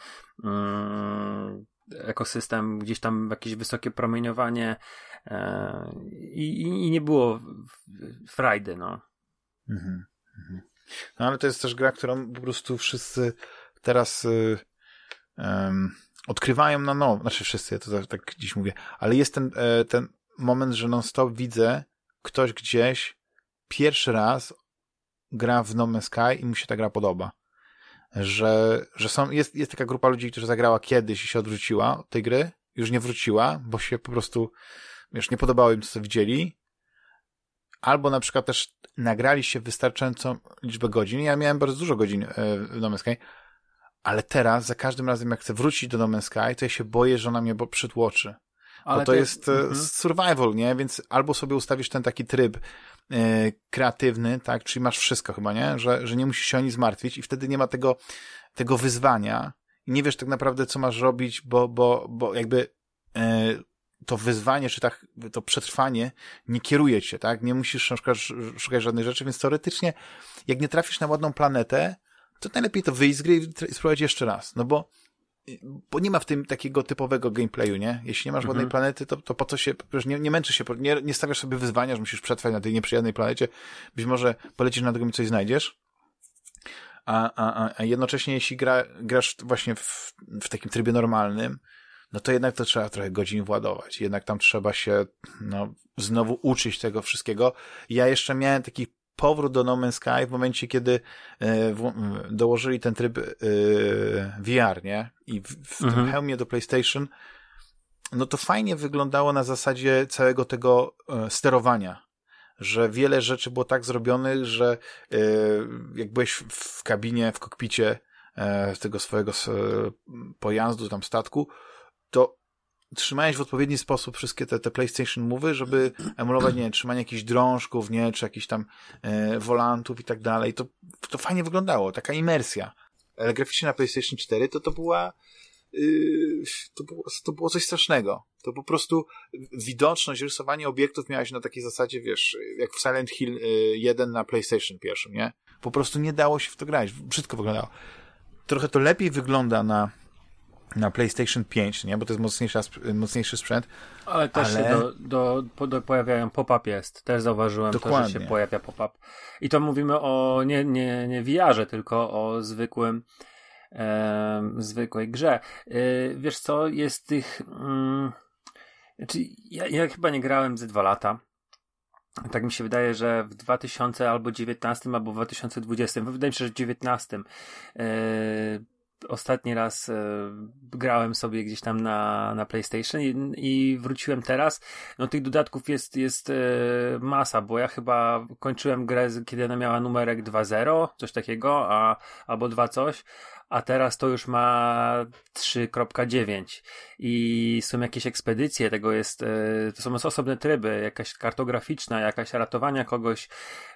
ekosystem, gdzieś tam jakieś wysokie promieniowanie i nie było frajdy, no. No ale to jest też gra, którą po prostu wszyscy teraz odkrywają na nowo, znaczy wszyscy, ja to tak dziś mówię, ale jest ten moment, że non-stop widzę, ktoś gdzieś pierwszy raz gra w No Man's Sky i mu się ta gra podoba. Że jest taka grupa ludzi, która zagrała kiedyś i się odwróciła od tej gry, już nie wróciła, bo się po prostu, wiesz, nie podobało im to, co widzieli, albo na przykład też nagrali się wystarczającą liczbę godzin. Ja miałem bardzo dużo godzin w No Man's Sky, ale teraz za każdym razem, jak chcę wrócić do No Man's Sky, to ja się boję, że ona mnie przytłoczy. Bo to jest survival, nie? Więc albo sobie ustawisz ten taki tryb kreatywny, tak? Czyli masz wszystko chyba, nie? Że nie musisz się o nic zmartwić i wtedy nie ma tego wyzwania i nie wiesz tak naprawdę, co masz robić, bo jakby to wyzwanie, czy to przetrwanie nie kieruje cię, tak? Nie musisz na przykład szukać żadnej rzeczy, więc teoretycznie jak nie trafisz na ładną planetę, to najlepiej to wyjść z gry i spróbować jeszcze raz, no bo nie ma w tym takiego typowego gameplayu, nie? Jeśli nie masz ładnej planety, to po co się, nie męczysz się, nie stawiasz sobie wyzwania, że musisz przetrwać na tej nieprzyjemnej planecie, być może polecisz na drugą i coś znajdziesz, a jednocześnie jeśli grasz właśnie w takim trybie normalnym, no to jednak to trzeba trochę godzin władować, jednak tam trzeba się znowu uczyć tego wszystkiego. Ja jeszcze miałem taki powrót do No Man's Sky w momencie, kiedy dołożyli ten tryb VR, nie? I w tym hełmie do PlayStation, no to fajnie wyglądało na zasadzie całego tego sterowania, że wiele rzeczy było tak zrobionych, że jak byłeś w kabinie, w kokpicie tego swojego pojazdu, tam statku, to trzymałeś w odpowiedni sposób wszystkie te PlayStation Move'y, żeby emulować, nie wiem, trzymanie jakichś drążków, nie, czy jakichś tam volantów i tak dalej. To fajnie wyglądało, taka imersja. ale graficznie na PlayStation 4 to była to było coś strasznego. To po prostu widoczność, rysowanie obiektów miałaś na takiej zasadzie, wiesz, jak w Silent Hill 1 na PlayStation 1, nie? Po prostu nie dało się w to grać. Brzydko wyglądało. Trochę to lepiej wygląda na PlayStation 5, nie? Bo to jest mocniejszy sprzęt. Ale też się pojawiają pop-up jest. Też zauważyłem to, że się pojawia pop-up. I to mówimy o nie VR-ze, tylko o zwykłej grze. Wiesz co, jest tych... ja chyba nie grałem ze 2 lata. Tak mi się wydaje, że w 2019 albo w 2020, wydaje mi się, że w 2019 ostatni raz grałem sobie gdzieś tam na PlayStation i wróciłem teraz. No tych dodatków jest masa, bo ja chyba kończyłem grę, kiedy ona miała numerek 2.0, coś takiego, albo 2 coś, a teraz to już ma 3.9 i są jakieś ekspedycje, to są osobne tryby, jakaś kartograficzna, jakaś ratowania kogoś,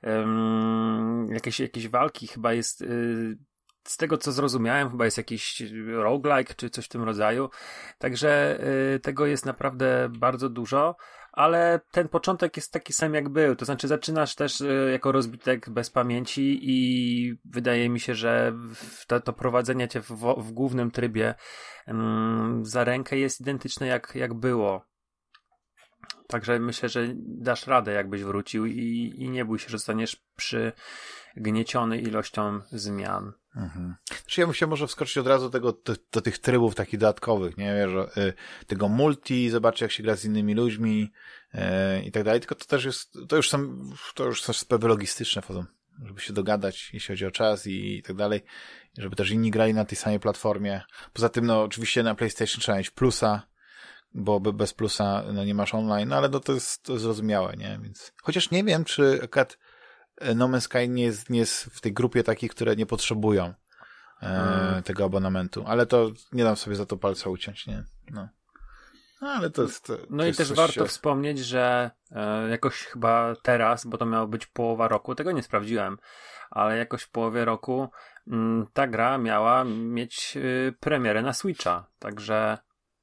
jakieś walki chyba jest... Z tego, co zrozumiałem, chyba jest jakiś roguelike, czy coś w tym rodzaju. Także tego jest naprawdę bardzo dużo, ale ten początek jest taki sam jak był. To znaczy zaczynasz też jako rozbitek bez pamięci i wydaje mi się, że to prowadzenie cię w głównym trybie za rękę jest identyczne jak było. Także myślę, że dasz radę, jakbyś wrócił i nie bój się, że zostaniesz przygnieciony ilością zmian. Mhm. Czy ja bym chciał może wskoczyć od razu do tych trybów takich dodatkowych, nie wiem, że tego multi, zobaczyć jak się gra z innymi ludźmi i tak dalej, tylko to już są sprawy logistyczne wchodzą, żeby się dogadać, jeśli chodzi o czas i tak dalej, żeby też inni grali na tej samej platformie. Poza tym, no oczywiście na PlayStation trzeba mieć plusa, bo bez plusa no, nie masz online, no ale to jest zrozumiałe, nie? Więc chociaż nie wiem, czy akurat No Man's Sky nie jest w tej grupie takich, które nie potrzebują tego abonamentu, ale to nie dam sobie za to palca uciąć, nie? No ale to jest... No i też warto wspomnieć, że jakoś chyba teraz, bo to miało być połowa roku, tego nie sprawdziłem, ale jakoś w połowie roku ta gra miała mieć premierę na Switcha, także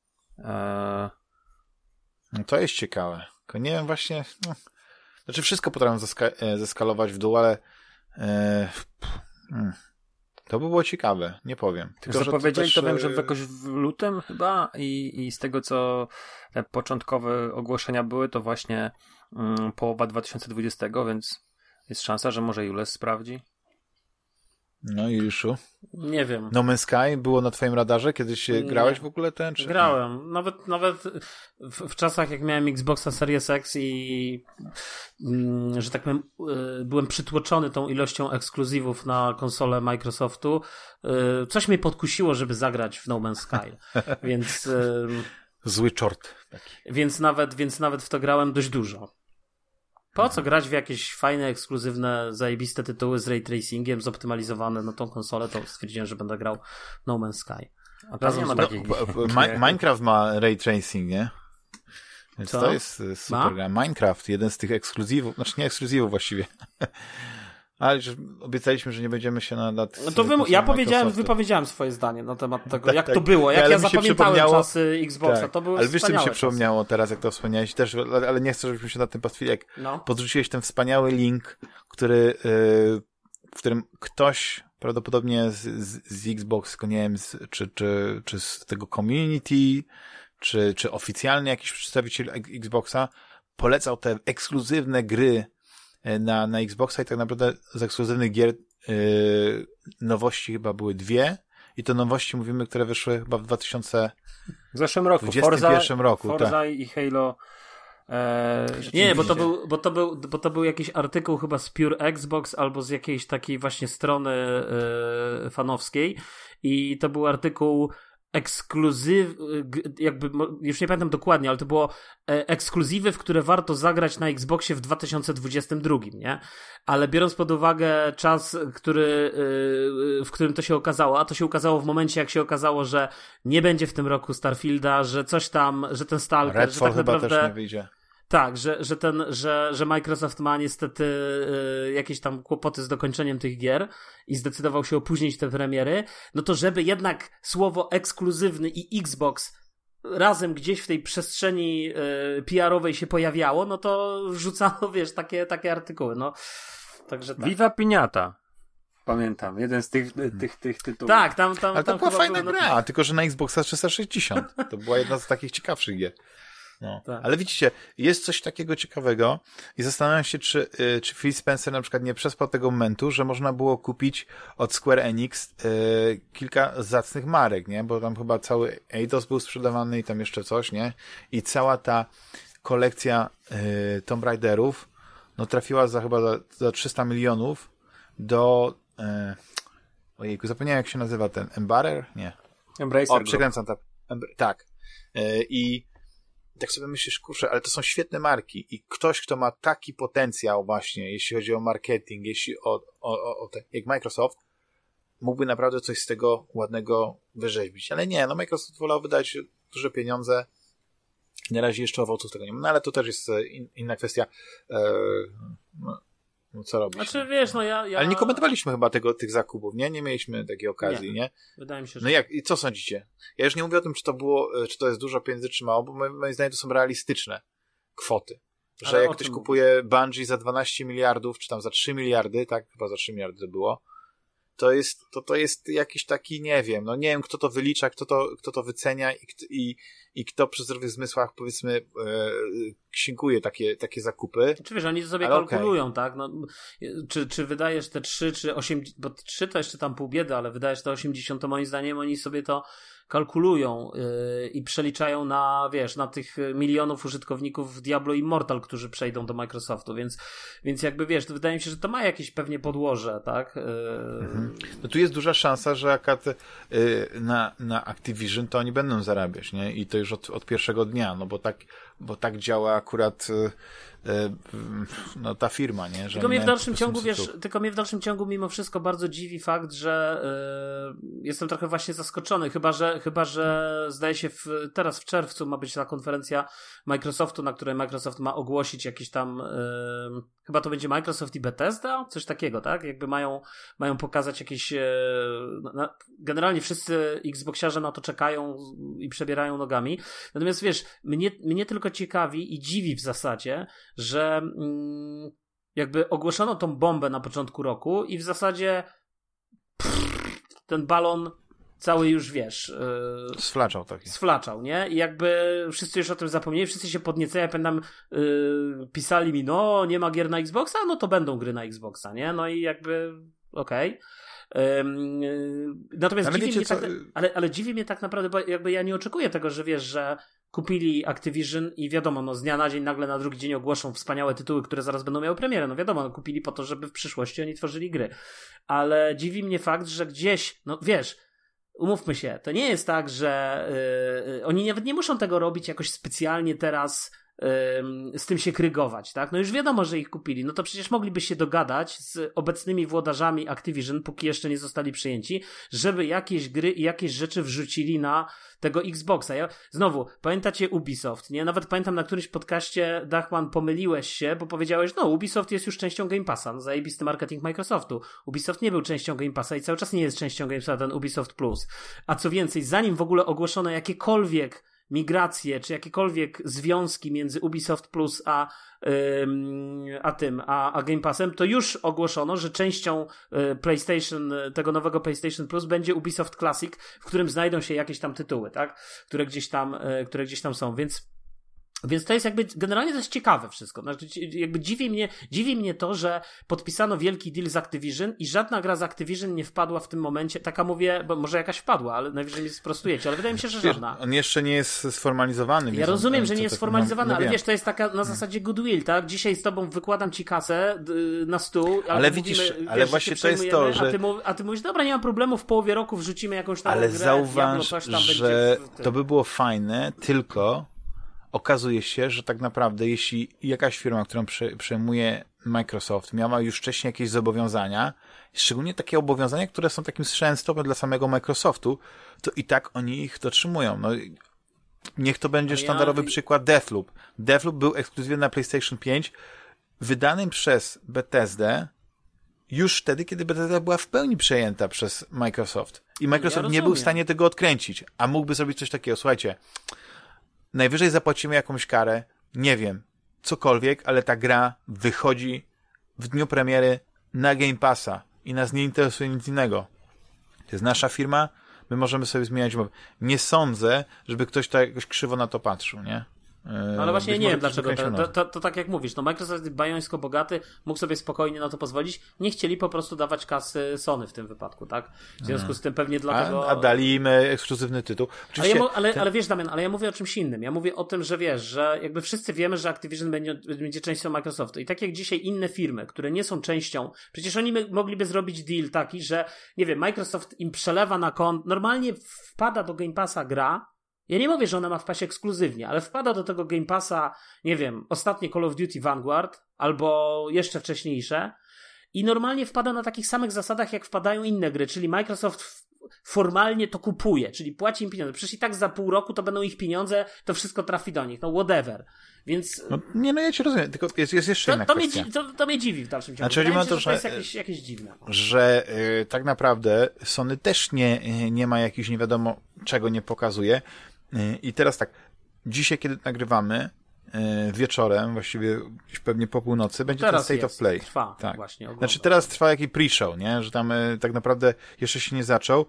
no to jest ciekawe. Tylko nie wiem właśnie... No. Znaczy wszystko potrafią zeskalować w dół, ale to by było ciekawe, nie powiem. Tylko, zapowiedzieli to wiem, że jakoś w lutym chyba i z tego, co te początkowe ogłoszenia były, to właśnie połowa 2020, więc jest szansa, że może Jules sprawdzi. No i Juszu? Nie wiem. No Man's Sky było na twoim radarze? Kiedyś grałeś w ogóle ten? Czy... Grałem. Nawet w czasach, jak miałem Xboxa Series X i że tak powiem, byłem przytłoczony tą ilością ekskluzywów na konsolę Microsoftu. Coś mnie podkusiło, żeby zagrać w No Man's Sky. Więc... Zły czort. Taki. Więc nawet w to grałem dość dużo. Po co grać w jakieś fajne, ekskluzywne, zajebiste tytuły z ray tracingiem, zoptymalizowane na tą konsolę, to stwierdziłem, że będę grał No Man's Sky. Minecraft ma ray tracing, nie? Więc co? To jest super gra. Minecraft, jeden z tych ekskluzywów, znaczy nie ekskluzywów właściwie. Ale już obiecaliśmy, że nie będziemy się nadać. No to ja wypowiedziałem swoje zdanie na temat tego, jak to było, jak ja zapamiętałem czasy Xboxa. Tak. To były ale wiesz, co mi się przypomniało czasy. teraz, jak to wspomniałeś też, ale nie chcę, żebyśmy się na tym pastwili, jak podrzuciłeś ten wspaniały link, w którym ktoś prawdopodobnie z Xbox, nie wiem, czy z tego community, czy oficjalny jakiś przedstawiciel Xboxa polecał te ekskluzywne gry na Xboxa i tak naprawdę z ekskluzywnych gier nowości chyba były 2 i to nowości mówimy, które wyszły chyba w 2021 roku. Forza tak. I Halo. Nie, bo to był jakiś artykuł chyba z Pure Xbox albo z jakiejś takiej właśnie strony fanowskiej i to był artykuł jakby, już nie pamiętam dokładnie, ale to było ekskluzywy, w które warto zagrać na Xboxie w 2022, nie? Ale biorąc pod uwagę czas, w którym to się okazało, a to się okazało w momencie, jak się okazało, że nie będzie w tym roku Starfielda, że coś tam, że ten Stalker, Redfall że tak naprawdę... chyba też nie wyjdzie. Tak, że Microsoft ma niestety jakieś tam kłopoty z dokończeniem tych gier i zdecydował się opóźnić te premiery, no to żeby jednak słowo ekskluzywny i Xbox razem gdzieś w tej przestrzeni PR-owej się pojawiało, no to wrzucano, wiesz, takie artykuły, no. Także tak. Viva Piñata. Pamiętam, jeden z tych tytułów. Tak, tam ale to była fajna było, gra, tylko że na Xboxa 360. To była jedna z takich ciekawszych gier. No. Tak. Ale widzicie, jest coś takiego ciekawego i zastanawiam się, czy Phil Spencer na przykład nie przespał tego momentu, że można było kupić od Square Enix kilka zacnych marek, nie? Bo tam chyba cały Eidos był sprzedawany i tam jeszcze coś, nie? I cała ta kolekcja Tomb Raiderów no trafiła chyba za 300 milionów do ojejku, zapomniałem jak się nazywa ten Embracer? Nie. Embracer. Przekręcam tak. I tak sobie myślisz, kurczę, ale to są świetne marki i ktoś, kto ma taki potencjał właśnie, jeśli chodzi o marketing, jeśli jak Microsoft, mógłby naprawdę coś z tego ładnego wyrzeźbić. Ale nie, no Microsoft wolał wydać duże pieniądze. Na razie jeszcze owoców tego nie ma, no ale to też jest inna kwestia. No co robisz? Znaczy, wiesz, no ja... Ale nie komentowaliśmy chyba tych zakupów, nie? Nie mieliśmy takiej okazji, nie? Wydaje mi się, że... No jak? I co sądzicie? Ja już nie mówię o tym, czy to jest dużo pieniędzy, czy mało, bo moim zdaniem to są realistyczne kwoty. Że ale jak ktoś kupuje Bungie za 12 miliardów, czy tam za 3 miliardy, tak? Chyba za 3 miliardy to było, to jest jakiś taki, nie wiem, no nie wiem, kto to wylicza, kto to wycenia i kto przy zdrowych zmysłach, powiedzmy, księguje takie zakupy. Czy wiesz, oni to sobie kalkulują, tak? No, czy wydajesz te 3, czy 8, bo 3 to jeszcze tam pół biedy, ale wydajesz te 80, to moim zdaniem oni sobie to kalkulują i przeliczają na, wiesz, na tych milionów użytkowników Diablo Immortal, którzy przejdą do Microsoftu, więc jakby, wiesz, to wydaje mi się, że to ma jakieś pewnie podłoże, tak? No tu jest duża szansa, że akad na Activision to oni będą zarabiać, nie? I to już od pierwszego dnia, no bo tak działa akurat no ta firma, nie? Że tylko mnie w dalszym ciągu mimo wszystko bardzo dziwi fakt, że jestem trochę właśnie zaskoczony, chyba że zdaje się teraz w czerwcu ma być ta konferencja Microsoftu, na której Microsoft ma ogłosić jakieś tam chyba to będzie Microsoft i Bethesda? Coś takiego, tak? Jakby mają pokazać jakieś generalnie wszyscy Xboxiarze na to czekają i przebierają nogami. Natomiast wiesz, mnie tylko ciekawi i dziwi w zasadzie, że jakby ogłoszono tą bombę na początku roku i w zasadzie ten balon cały już, wiesz... Sflaczał, nie? I jakby wszyscy już o tym zapomnieli, wszyscy się podniecają, ja pamiętam, pisali mi, no nie ma gier na Xboxa, no to będą gry na Xboxa, nie? No i jakby okej. Natomiast ale dziwi mnie tak naprawdę, bo jakby ja nie oczekuję tego, że wiesz, że kupili Activision i wiadomo, no z dnia na dzień nagle na drugi dzień ogłoszą wspaniałe tytuły, które zaraz będą miały premierę. No wiadomo, no, kupili po to, żeby w przyszłości oni tworzyli gry. Ale dziwi mnie fakt, że gdzieś, no wiesz, umówmy się, to nie jest tak, że oni nawet nie muszą tego robić jakoś specjalnie teraz z tym się krygować, tak? No już wiadomo, że ich kupili, no to przecież mogliby się dogadać z obecnymi włodarzami Activision, póki jeszcze nie zostali przyjęci, żeby jakieś gry i jakieś rzeczy wrzucili na tego Xboxa. Znowu, pamiętacie Ubisoft, nie? Nawet pamiętam na którymś podcaście, Dachman, pomyliłeś się, bo powiedziałeś, no Ubisoft jest już częścią Game Passa, no zajebisty marketing Microsoftu. Ubisoft nie był częścią Game Passa i cały czas nie jest częścią Game Passa, ten Ubisoft Plus. A co więcej, zanim w ogóle ogłoszono jakiekolwiek migracje, czy jakiekolwiek związki między Ubisoft Plus a Game Passem, to już ogłoszono, że częścią PlayStation, tego nowego PlayStation Plus będzie Ubisoft Classic, w którym znajdą się jakieś tam tytuły, tak? Które gdzieś tam są, więc to jest jakby, generalnie to jest ciekawe wszystko. Znaczy, jakby dziwi mnie to, że podpisano wielki deal z Activision i żadna gra z Activision nie wpadła w tym momencie, taka mówię, bo może jakaś wpadła, ale najwyżej mnie sprostujecie, ale wydaje mi się, że żadna. On jeszcze nie jest sformalizowany. Ja rozumiem, że nie jest sformalizowany, ale wiesz, to jest taka na zasadzie goodwill, tak? Dzisiaj z tobą wykładam ci kasę na stół, ale widzisz, ale wiesz, właśnie to jest to, że... A ty mówisz, dobra, nie ma problemu, w połowie roku wrzucimy jakąś tam grę, zauważ, że to by było fajne, tylko okazuje się, że tak naprawdę jeśli jakaś firma, którą przejmuje Microsoft, miała już wcześniej jakieś zobowiązania, szczególnie takie obowiązania, które są takim strzałem stopem dla samego Microsoftu, to i tak oni ich dotrzymują. No, Niech to będzie sztandarowy przykład Deathloop. Deathloop był ekskluzywny na PlayStation 5, wydanym przez Bethesdę już wtedy, kiedy Bethesda była w pełni przejęta przez Microsoft. I Microsoft nie był w stanie tego odkręcić. A mógłby zrobić coś takiego. Słuchajcie, najwyżej zapłacimy jakąś karę, nie wiem, cokolwiek, ale ta gra wychodzi w dniu premiery na Game Passa i nas nie interesuje nic innego. To jest nasza firma, my możemy sobie zmieniać umowę. Nie sądzę, żeby ktoś tak jakoś krzywo na to patrzył, nie? No ale właśnie nie wiem dlaczego. To tak jak mówisz, no Microsoft jest bajońsko bogaty, mógł sobie spokojnie na to pozwolić. Nie chcieli po prostu dawać kasy Sony w tym wypadku, tak? W związku z tym pewnie dlatego... A dali im ekskluzywny tytuł. Ale wiesz, Damian, ale ja mówię o czymś innym. Ja mówię o tym, że wiesz, że jakby wszyscy wiemy, że Activision będzie częścią Microsoftu. I tak jak dzisiaj inne firmy, które nie są częścią, przecież oni mogliby zrobić deal taki, że nie wiem, Microsoft im przelewa na kont, normalnie wpada do Game Passa gra. Ja nie mówię, że ona ma wpaść ekskluzywnie, ale wpada do tego Game Passa, nie wiem, ostatnie Call of Duty Vanguard, albo jeszcze wcześniejsze i normalnie wpada na takich samych zasadach, jak wpadają inne gry, czyli Microsoft formalnie to kupuje, czyli płaci im pieniądze. Przecież i tak za pół roku to będą ich pieniądze, to wszystko trafi do nich, no whatever. Więc... No ja cię rozumiem, tylko jest jeszcze inna kwestia. To mnie dziwi w dalszym ciągu. Znaczy, to jest jakieś dziwne. Że tak naprawdę Sony też nie ma jakichś nie wiadomo czego nie pokazuje. I teraz tak, dzisiaj kiedy nagrywamy wieczorem, właściwie pewnie po północy, będzie teraz ten State of Play. Trwa tak. właśnie. Znaczy teraz trwa jakiś pre-show, nie? Że tam tak naprawdę jeszcze się nie zaczął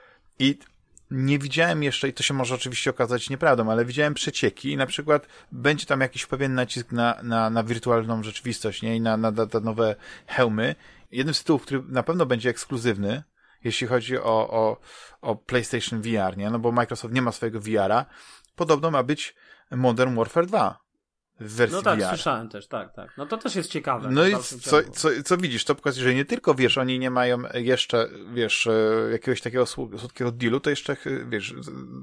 i nie widziałem jeszcze, i to się może oczywiście okazać nieprawdą, ale widziałem przecieki i na przykład będzie tam jakiś pewien nacisk na wirtualną rzeczywistość, nie? I na nowe hełmy. Jednym z tytułów, który na pewno będzie ekskluzywny, jeśli chodzi o PlayStation VR, nie? No bo Microsoft nie ma swojego VR-a. Podobno ma być Modern Warfare 2 w wersji VR. No tak, VR. Słyszałem też, tak. No to też jest ciekawe. No i co widzisz? To pokazuje, że nie tylko, wiesz, oni nie mają jeszcze, wiesz, jakiegoś takiego słodkiego dealu, to jeszcze, wiesz,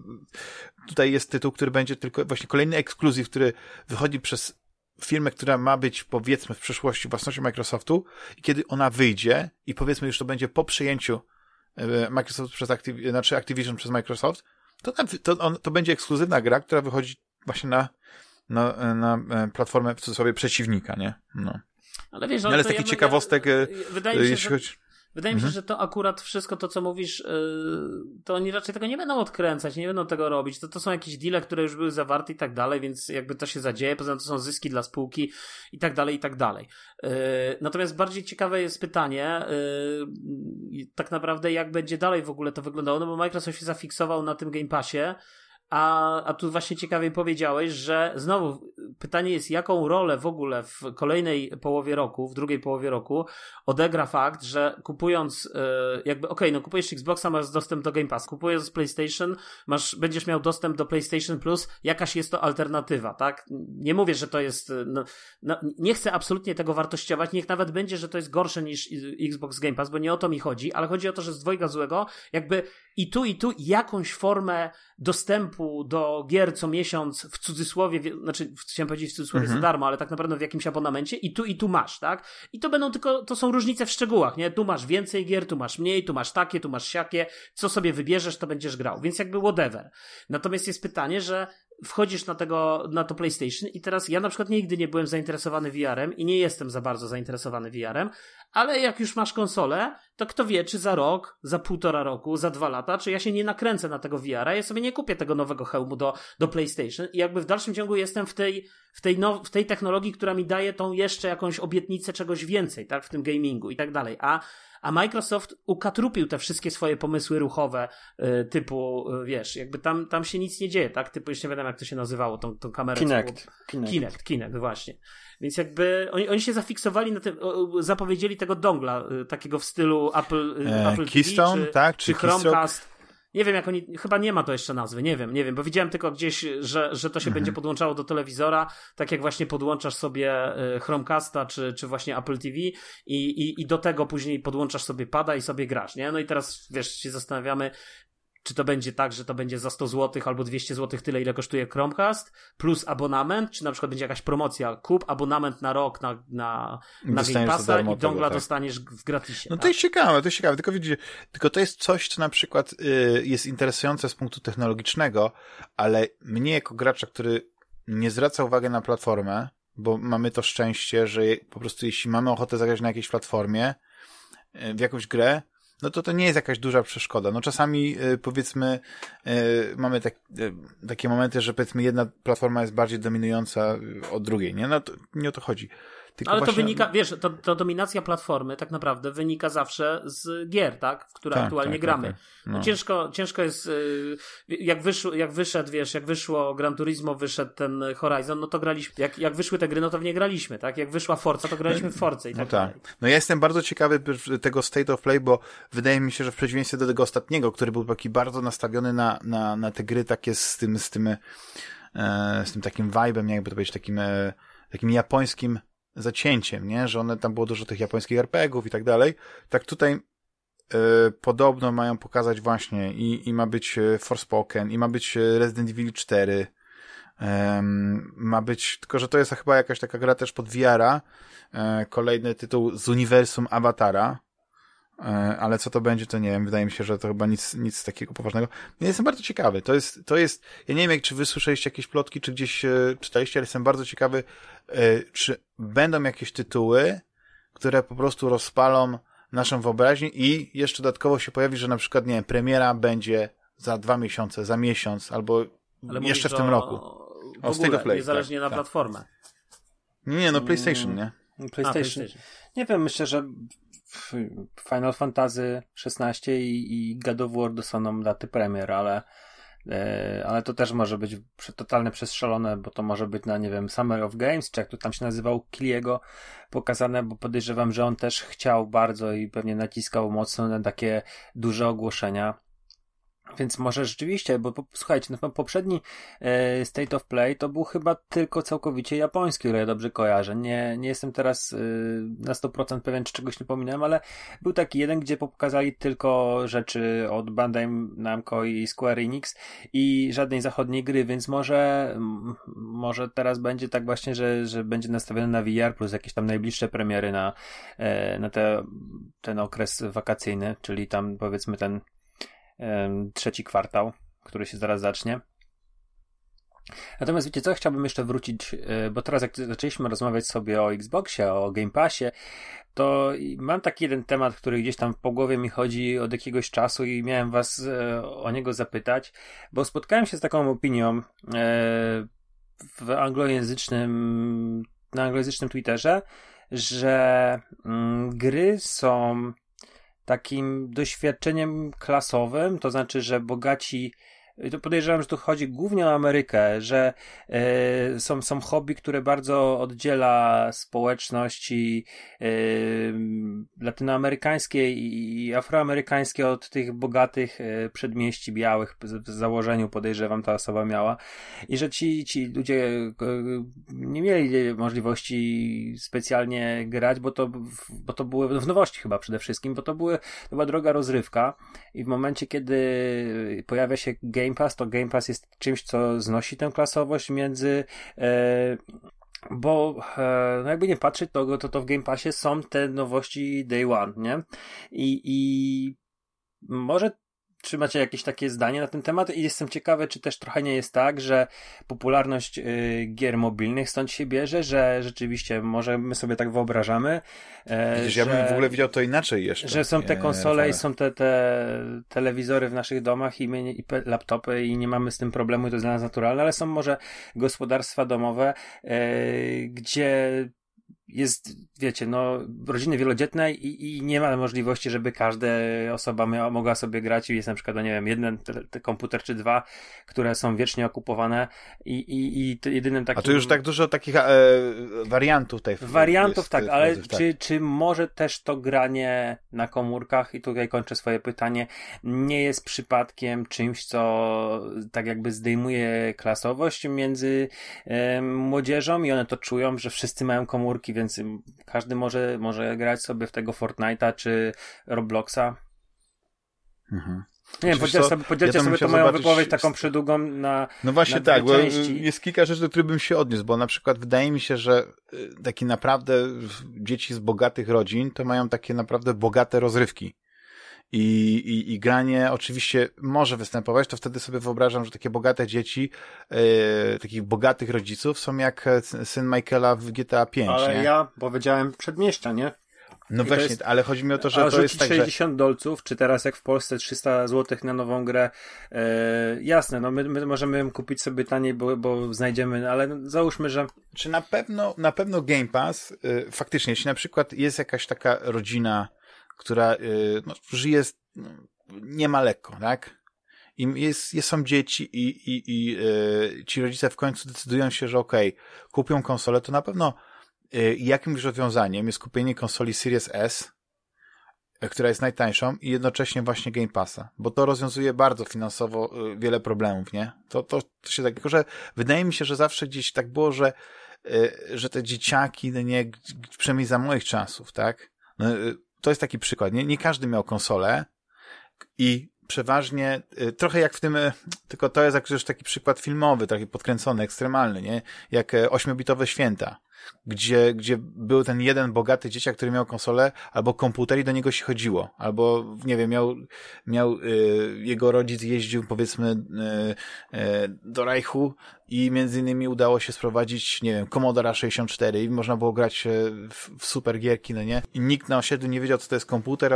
tutaj jest tytuł, który będzie tylko właśnie kolejny ekskluzyw, który wychodzi przez firmę, która ma być, powiedzmy, w przyszłości własnością Microsoftu i kiedy ona wyjdzie i powiedzmy już to będzie po przejęciu Microsoft Activision przez Microsoft, to będzie ekskluzywna gra, która wychodzi właśnie na platformę w cudzysłowie przeciwnika, nie? No. Ale wiesz, ale z takich ciekawostek, jeśli chodzi... Wydaje mi się, że to akurat wszystko to, co mówisz, to oni raczej tego nie będą odkręcać, nie będą tego robić. To są jakieś deale, które już były zawarte i tak dalej, więc jakby to się zadzieje. Poza tym to są zyski dla spółki i tak dalej, i tak dalej. Natomiast bardziej ciekawe jest pytanie, tak naprawdę jak będzie dalej w ogóle to wyglądało, no bo Microsoft się zafiksował na tym Game Passie, a tu właśnie ciekawie powiedziałeś, że znowu pytanie jest, jaką rolę w ogóle w kolejnej połowie roku, w drugiej połowie roku odegra fakt, że kupując jakby, no kupujesz Xboxa, masz dostęp do Game Pass, kupując PlayStation, będziesz miał dostęp do PlayStation Plus, jakaś jest to alternatywa, tak? Nie mówię, że to jest, nie chcę absolutnie tego wartościować, niech nawet będzie, że to jest gorsze niż Xbox Game Pass, bo nie o to mi chodzi, ale chodzi o to, że z dwojga złego jakby i tu jakąś formę dostępu do gier co miesiąc w cudzysłowie, znaczy chciałem powiedzieć w cudzysłowie za darmo, ale tak naprawdę w jakimś abonamencie i tu masz, tak? I to będą to są różnice w szczegółach, nie? Tu masz więcej gier, tu masz mniej, tu masz takie, tu masz siakie, co sobie wybierzesz, to będziesz grał, więc jakby whatever. Natomiast jest pytanie, że wchodzisz na to PlayStation i teraz ja na przykład nigdy nie byłem zainteresowany VR-em i nie jestem za bardzo zainteresowany VR-em, ale jak już masz konsolę, to kto wie, czy za rok, za 1,5 roku, za 2 lata, czy ja się nie nakręcę na tego VR-a, ja sobie nie kupię tego nowego hełmu do PlayStation i jakby w dalszym ciągu jestem w tej technologii, która mi daje tą jeszcze jakąś obietnicę czegoś więcej, tak, w tym gamingu i tak dalej, a Microsoft ukatrupił te wszystkie swoje pomysły ruchowe typu, wiesz, jakby tam się nic nie dzieje, tak? Typu, jeszcze nie wiem jak to się nazywało, tą kamerę. Kinect, właśnie. Więc jakby oni się zafiksowali na tym, zapowiedzieli tego dongla, takiego w stylu Apple Keystone, TV, tak? czy Chromecast. Nie wiem, jak oni, chyba nie ma to jeszcze nazwy, nie wiem, bo widziałem tylko gdzieś, że to się będzie podłączało do telewizora, tak jak właśnie podłączasz sobie Chromecasta, czy właśnie Apple TV i do tego później podłączasz sobie pada i sobie grasz, nie? No i teraz, wiesz, się zastanawiamy, czy to będzie tak, że to będzie za 100 zł albo 200 zł tyle, ile kosztuje Chromecast, plus abonament, czy na przykład będzie jakaś promocja, kup abonament na rok na Game Passa i dongla dostaniesz w gratisie. No tak? to jest ciekawe, tylko widzicie, tylko to jest coś, co na przykład jest interesujące z punktu technologicznego, ale mnie jako gracza, który nie zwraca uwagi na platformę, bo mamy to szczęście, że po prostu jeśli mamy ochotę zagrać na jakiejś platformie w jakąś grę, no to nie jest jakaś duża przeszkoda. No czasami powiedzmy mamy takie momenty, że powiedzmy jedna platforma jest bardziej dominująca od drugiej, nie? No to nie o to chodzi. Tylko ale właśnie... to wynika, wiesz, to dominacja platformy tak naprawdę wynika zawsze z gier, tak? W które aktualnie gramy. No. Ciężko jest, jak wyszło Gran Turismo, wyszedł ten Horizon, no to graliśmy, jak wyszły te gry, no to w nie graliśmy, tak? Jak wyszła Forza, to graliśmy w Force i tak dalej. No ja jestem bardzo ciekawy tego State of Play, bo wydaje mi się, że w przeciwieństwie do tego ostatniego, który był taki bardzo nastawiony na te gry takie z tym takim vibe'em, jakby to powiedzieć, takim japońskim zacięciem, nie? Że one tam było dużo tych japońskich RPGów i tak dalej. Tak tutaj podobno mają pokazać właśnie i ma być Forspoken, i ma być Resident Evil 4, ma być, tylko że to jest chyba jakaś taka gra też pod VR-a, kolejny tytuł z uniwersum Awatara, ale co to będzie, to nie wiem. Wydaje mi się, że to chyba nic takiego poważnego. Ja jestem bardzo ciekawy. To jest, ja nie wiem, czy wy słyszeliście jakieś plotki, czy gdzieś czytaliście, ale jestem bardzo ciekawy, czy będą jakieś tytuły, które po prostu rozpalą naszą wyobraźnię i jeszcze dodatkowo się pojawi, że na przykład, nie wiem, premiera będzie za 2 miesiące, za miesiąc, albo ale jeszcze w tym roku. O State of Play, niezależnie na platformę. Nie, no PlayStation, nie? PlayStation. Nie wiem, myślę, że Final Fantasy XVI i God of War dostaną daty premier, ale to też może być totalnie przestrzelone, bo to może być na, nie wiem, Summer of Games, czy jak to tam się nazywał, Kiliego pokazane, bo podejrzewam, że on też chciał bardzo i pewnie naciskał mocno na takie duże ogłoszenia. Więc może rzeczywiście, bo słuchajcie, no, poprzedni State of Play to był chyba tylko całkowicie japoński, o ile ja dobrze kojarzę. Nie jestem teraz na 100% pewien, czy czegoś nie pominąłem, ale był taki jeden, gdzie pokazali tylko rzeczy od Bandai Namco i Square Enix i żadnej zachodniej gry, więc może teraz będzie tak właśnie, że będzie nastawiony na VR plus jakieś tam najbliższe premiery na ten okres wakacyjny, czyli tam powiedzmy ten trzeci kwartał, który się zaraz zacznie. Natomiast wiecie co, chciałbym jeszcze wrócić, bo teraz jak zaczęliśmy rozmawiać sobie o Xboxie, o Game Passie, to mam taki jeden temat, który gdzieś tam po głowie mi chodzi od jakiegoś czasu i miałem was o niego zapytać, bo spotkałem się z taką opinią na anglojęzycznym Twitterze, że gry są takim doświadczeniem klasowym, to znaczy, że bogaci, to podejrzewam, że tu chodzi głównie o Amerykę, że są hobby, które bardzo oddziela społeczności latynoamerykańskie i afroamerykańskie od tych bogatych przedmieści białych, w założeniu podejrzewam ta osoba miała, i że ci ludzie nie mieli możliwości specjalnie grać, bo to były w nowości chyba przede wszystkim, bo to była droga rozrywka i w momencie, kiedy pojawia się Game Pass, to Game Pass jest czymś, co znosi tę klasowość między bo no jakby nie patrzeć, to w Game Passie są te nowości Day One, nie? I może czy macie jakieś takie zdanie na ten temat? I jestem ciekawy, czy też trochę nie jest tak, że popularność gier mobilnych stąd się bierze, że rzeczywiście może my sobie tak wyobrażamy. Ja bym w ogóle widział to inaczej jeszcze. Że są te konsole i są te telewizory w naszych domach i laptopy i nie mamy z tym problemu i to jest dla nas naturalne, ale są może gospodarstwa domowe, gdzie jest, wiecie, no, rodziny wielodzietne i nie ma możliwości, żeby każda osoba mogła sobie grać i jest na przykład, no nie wiem, jeden komputer czy dwa, które są wiecznie okupowane i jedynym takim... A tu już tak dużo takich wariantów tutaj. Wariantów, tak, ale czy może też to granie na komórkach, i tutaj kończę swoje pytanie, nie jest przypadkiem czymś, co tak jakby zdejmuje klasowość między młodzieżą i one to czują, że wszyscy mają komórki, więc każdy może grać sobie w tego Fortnite'a czy Robloxa. Mhm. Nie wiem, podzielcie sobie tą moją wypowiedź taką przydługą na no właśnie na tak, bo części. jest kilka rzeczy, do których bym się odniósł, bo na przykład wydaje mi się, że taki naprawdę dzieci z bogatych rodzin to mają takie naprawdę bogate rozrywki. I granie oczywiście może występować, to wtedy sobie wyobrażam, że takie bogate dzieci, takich bogatych rodziców są jak syn Michaela w GTA 5. Ale nie? ja powiedziałem przedmieścia, nie? No właśnie, jest, ale chodzi mi o to, że a to jest tak, 60 dolców, czy teraz jak w Polsce 300 zł na nową grę, jasne, no my możemy ją kupić sobie taniej, bo znajdziemy, ale załóżmy, że... Czy na pewno Game Pass, faktycznie, jeśli na przykład jest jakaś taka rodzina, która żyje, nie ma lekko, tak? I są dzieci i ci rodzice w końcu decydują się, że okej, kupią konsolę, to na pewno jakimś rozwiązaniem jest kupienie konsoli Series S, która jest najtańszą i jednocześnie właśnie Game Passa, bo to rozwiązuje bardzo finansowo wiele problemów, nie? To się tak, tylko że wydaje mi się, że zawsze gdzieś tak było, że te dzieciaki, no nie, przynajmniej za moich czasów, tak? No, to jest taki przykład, nie każdy miał konsolę i przeważnie, trochę jak w tym, tylko to jest już taki przykład filmowy, taki podkręcony, ekstremalny, nie? Jak 8-bitowe święta, gdzie był ten jeden bogaty dzieciak, który miał konsolę albo komputer i do niego się chodziło, albo, nie wiem, miał jego rodzic jeździł, powiedzmy, do Reichu i między innymi udało się sprowadzić, nie wiem, Commodore 64 i można było grać w super gierki, no nie? I nikt na osiedlu nie wiedział, co to jest komputer,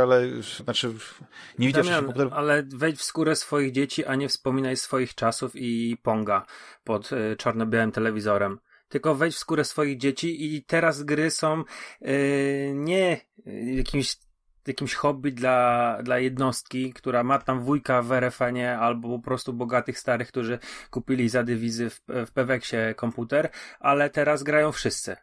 nie widział, Damian, że komputer... ale wejdź w skórę swoich dzieci, a nie wspominaj swoich czasów i Ponga pod czarno-białym telewizorem. Tylko wejdź w skórę swoich dzieci i teraz gry są nie jakimś hobby dla jednostki, która ma tam wujka w RFN-ie albo po prostu bogatych starych, którzy kupili za dywizy w Peweksie komputer, ale teraz grają wszyscy.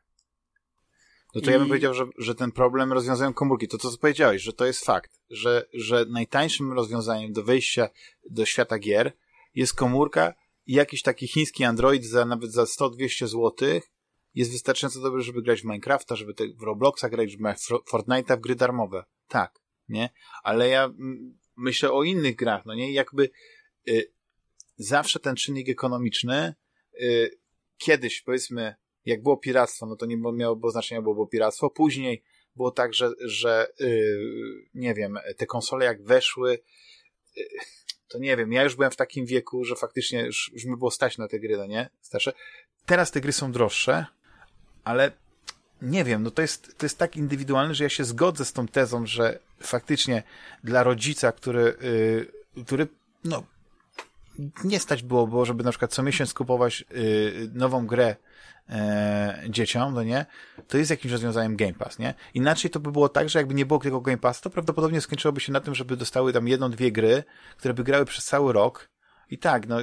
No to ja bym powiedział, że ten problem rozwiązują komórki. To co powiedziałeś, że to jest fakt, że najtańszym rozwiązaniem do wejścia do świata gier jest komórka i jakiś taki chiński Android nawet za 100-200 zł jest wystarczająco dobry, żeby grać w Minecrafta, żeby w Robloxa grać, żeby w Fortnite'a, w gry darmowe. Tak, nie? Ale ja myślę o innych grach, no nie? Jakby zawsze ten czynnik ekonomiczny kiedyś, powiedzmy, jak było piractwo, no to nie miało znaczenia, było piractwo. Później było tak, że nie wiem, te konsole jak weszły, to nie wiem, ja już byłem w takim wieku, że faktycznie już mi było stać na te gry, no nie? Starsze. Teraz te gry są droższe, ale nie wiem, no to jest tak indywidualne, że ja się zgodzę z tą tezą, że faktycznie dla rodzica, który no nie stać było, żeby na przykład co miesiąc kupować nową grę dzieciom, no nie? To jest jakimś rozwiązaniem Game Pass, nie? Inaczej to by było tak, że jakby nie było tego Game Pass, to prawdopodobnie skończyłoby się na tym, żeby dostały tam 1-2 gry, które by grały przez cały rok. I tak, no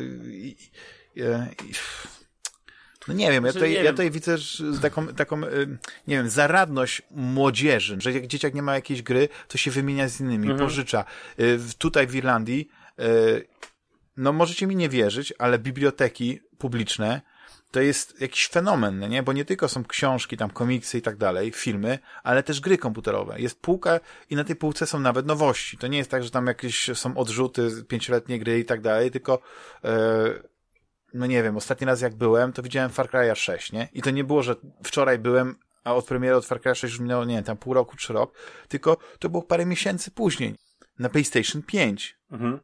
no nie wiem, ja tutaj widzę taką nie wiem, zaradność młodzieży, że jak dzieciak nie ma jakiejś gry, to się wymienia z innymi, pożycza. Tutaj w Irlandii no możecie mi nie wierzyć, ale biblioteki publiczne to jest jakiś fenomen, no nie? Bo nie tylko są książki, tam komiksy i tak dalej, filmy, ale też gry komputerowe. Jest półka i na tej półce są nawet nowości. To nie jest tak, że tam jakieś są odrzuty, 5-letnie gry i tak dalej, tylko no nie wiem, ostatni raz jak byłem, to widziałem Far Cry'a 6, nie? I to nie było, że wczoraj byłem, a od premiery od Far Cry'a 6 już minęło, nie wiem, tam pół roku czy rok, tylko to było parę miesięcy później na PlayStation 5.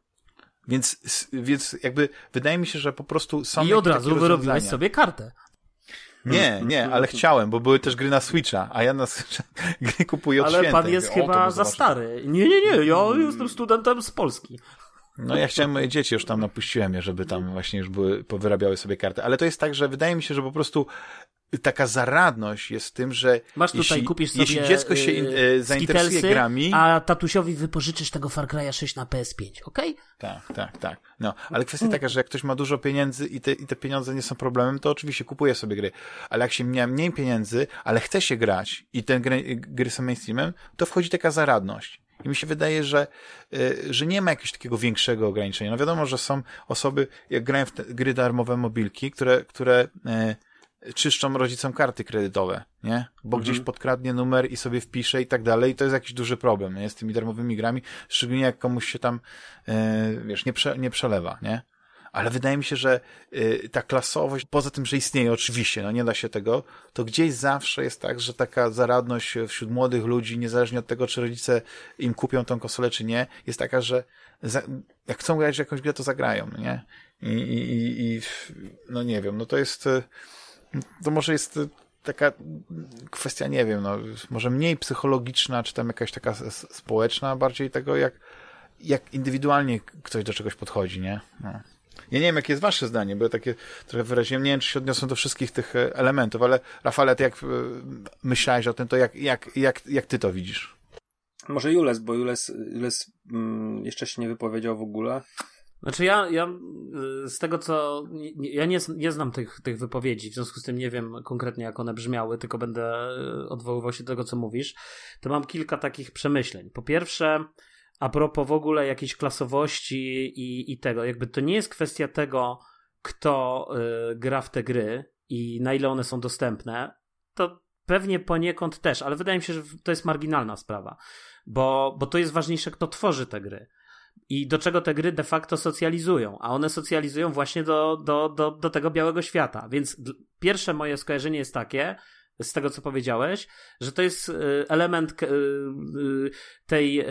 Więc jakby wydaje mi się, że po prostu są... I od razu wyrobiłeś sobie kartę. Nie, ale chciałem, bo były też gry na Switcha, a ja na Switcha gry kupuję od święta. Ale pan jest chyba za stary. Nie, ja jestem studentem z Polski. No ja chciałem, moje dzieci już tam napuściłem je, żeby tam właśnie już powyrabiały sobie karty. Ale to jest tak, że wydaje mi się, że po prostu taka zaradność jest w tym, że masz tutaj, kupisz sobie jeśli dziecko się zainteresuje grami... A tatusiowi wypożyczysz tego Far Cry'a 6 na PS5, okej? Tak. No, ale kwestia taka, że jak ktoś ma dużo pieniędzy i te pieniądze nie są problemem, to oczywiście kupuje sobie gry. Ale jak się ma mniej pieniędzy, ale chce się grać i te gry są mainstreamem, to wchodzi taka zaradność. I mi się wydaje, że nie ma jakiegoś takiego większego ograniczenia. No wiadomo, że są osoby, jak grają w te gry darmowe mobilki, które czyszczą rodzicom karty kredytowe, nie? Bo gdzieś podkradnie numer i sobie wpisze i tak dalej i to jest jakiś duży problem, nie? Z tymi darmowymi grami, szczególnie jak komuś się tam, wiesz, nie przelewa, nie? Ale wydaje mi się, że ta klasowość, poza tym, że istnieje oczywiście, no nie da się tego, to gdzieś zawsze jest tak, że taka zaradność wśród młodych ludzi, niezależnie od tego, czy rodzice im kupią tą konsolę, czy nie, jest taka, że jak chcą grać w jakąś grę, to zagrają, no nie? I no nie wiem, no to jest, to może jest taka kwestia, nie wiem, no może mniej psychologiczna, czy tam jakaś taka społeczna, bardziej tego, jak indywidualnie ktoś do czegoś podchodzi, nie? No. Ja nie wiem, jakie jest wasze zdanie, bo ja takie trochę wyraziłem, nie wiem, czy się odniosą do wszystkich tych elementów, ale Rafale, ty jak myślałeś o tym, to jak ty to widzisz? Może Jules, bo Jules jeszcze się nie wypowiedział w ogóle. Znaczy ja z tego co... Ja nie znam tych wypowiedzi, w związku z tym nie wiem konkretnie jak one brzmiały, tylko będę odwoływał się do tego, co mówisz. To mam kilka takich przemyśleń. Po pierwsze, a propos w ogóle jakiejś klasowości i tego, jakby to nie jest kwestia tego, kto gra w te gry i na ile one są dostępne, to pewnie poniekąd też, ale wydaje mi się, że to jest marginalna sprawa, bo to jest ważniejsze, kto tworzy te gry i do czego te gry de facto socjalizują, a one socjalizują właśnie do tego białego świata, więc pierwsze moje skojarzenie jest takie, z tego, co powiedziałeś, że to jest element tej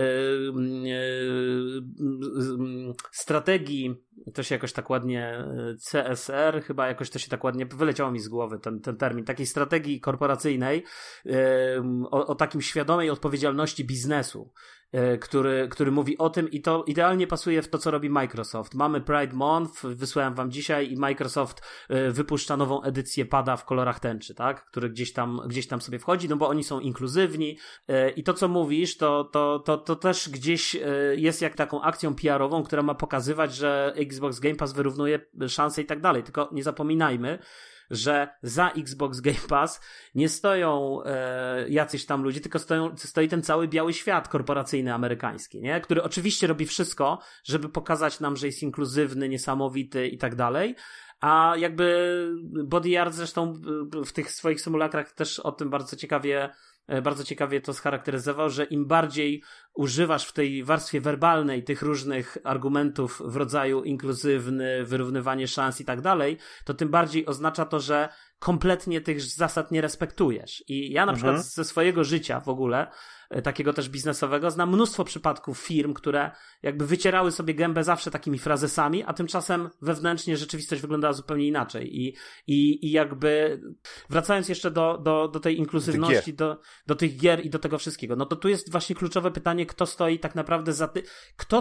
strategii, to się jakoś tak ładnie CSR, chyba jakoś to się tak ładnie wyleciało mi z głowy ten termin, takiej strategii korporacyjnej o takim świadomej odpowiedzialności biznesu, który mówi o tym i to idealnie pasuje w to, co robi Microsoft. Mamy Pride Month, wysłałem wam dzisiaj i Microsoft wypuszcza nową edycję pada w kolorach tęczy, tak? Który gdzieś tam sobie wchodzi, no bo oni są inkluzywni i to, co mówisz, to też gdzieś jest jak taką akcją PR-ową, która ma pokazywać, że Xbox Game Pass wyrównuje szanse i tak dalej, tylko nie zapominajmy, że za Xbox Game Pass nie stoją jacyś tam ludzie, tylko stoi ten cały biały świat korporacyjny amerykański, nie? Który oczywiście robi wszystko, żeby pokazać nam, że jest inkluzywny, niesamowity i tak dalej, a jakby Body Art zresztą w tych swoich symulakrach też o tym bardzo ciekawie to scharakteryzował, że im bardziej używasz w tej warstwie werbalnej tych różnych argumentów w rodzaju inkluzywny, wyrównywanie szans i tak dalej, to tym bardziej oznacza to, że kompletnie tych zasad nie respektujesz. I ja na przykład ze swojego życia w ogóle, takiego też biznesowego, znam mnóstwo przypadków firm, które jakby wycierały sobie gębę zawsze takimi frazesami, a tymczasem wewnętrznie rzeczywistość wyglądała zupełnie inaczej. I jakby wracając jeszcze do tej inkluzywności, do tych gier i do tego wszystkiego, no to tu jest właśnie kluczowe pytanie, kto stoi tak naprawdę za tym, kto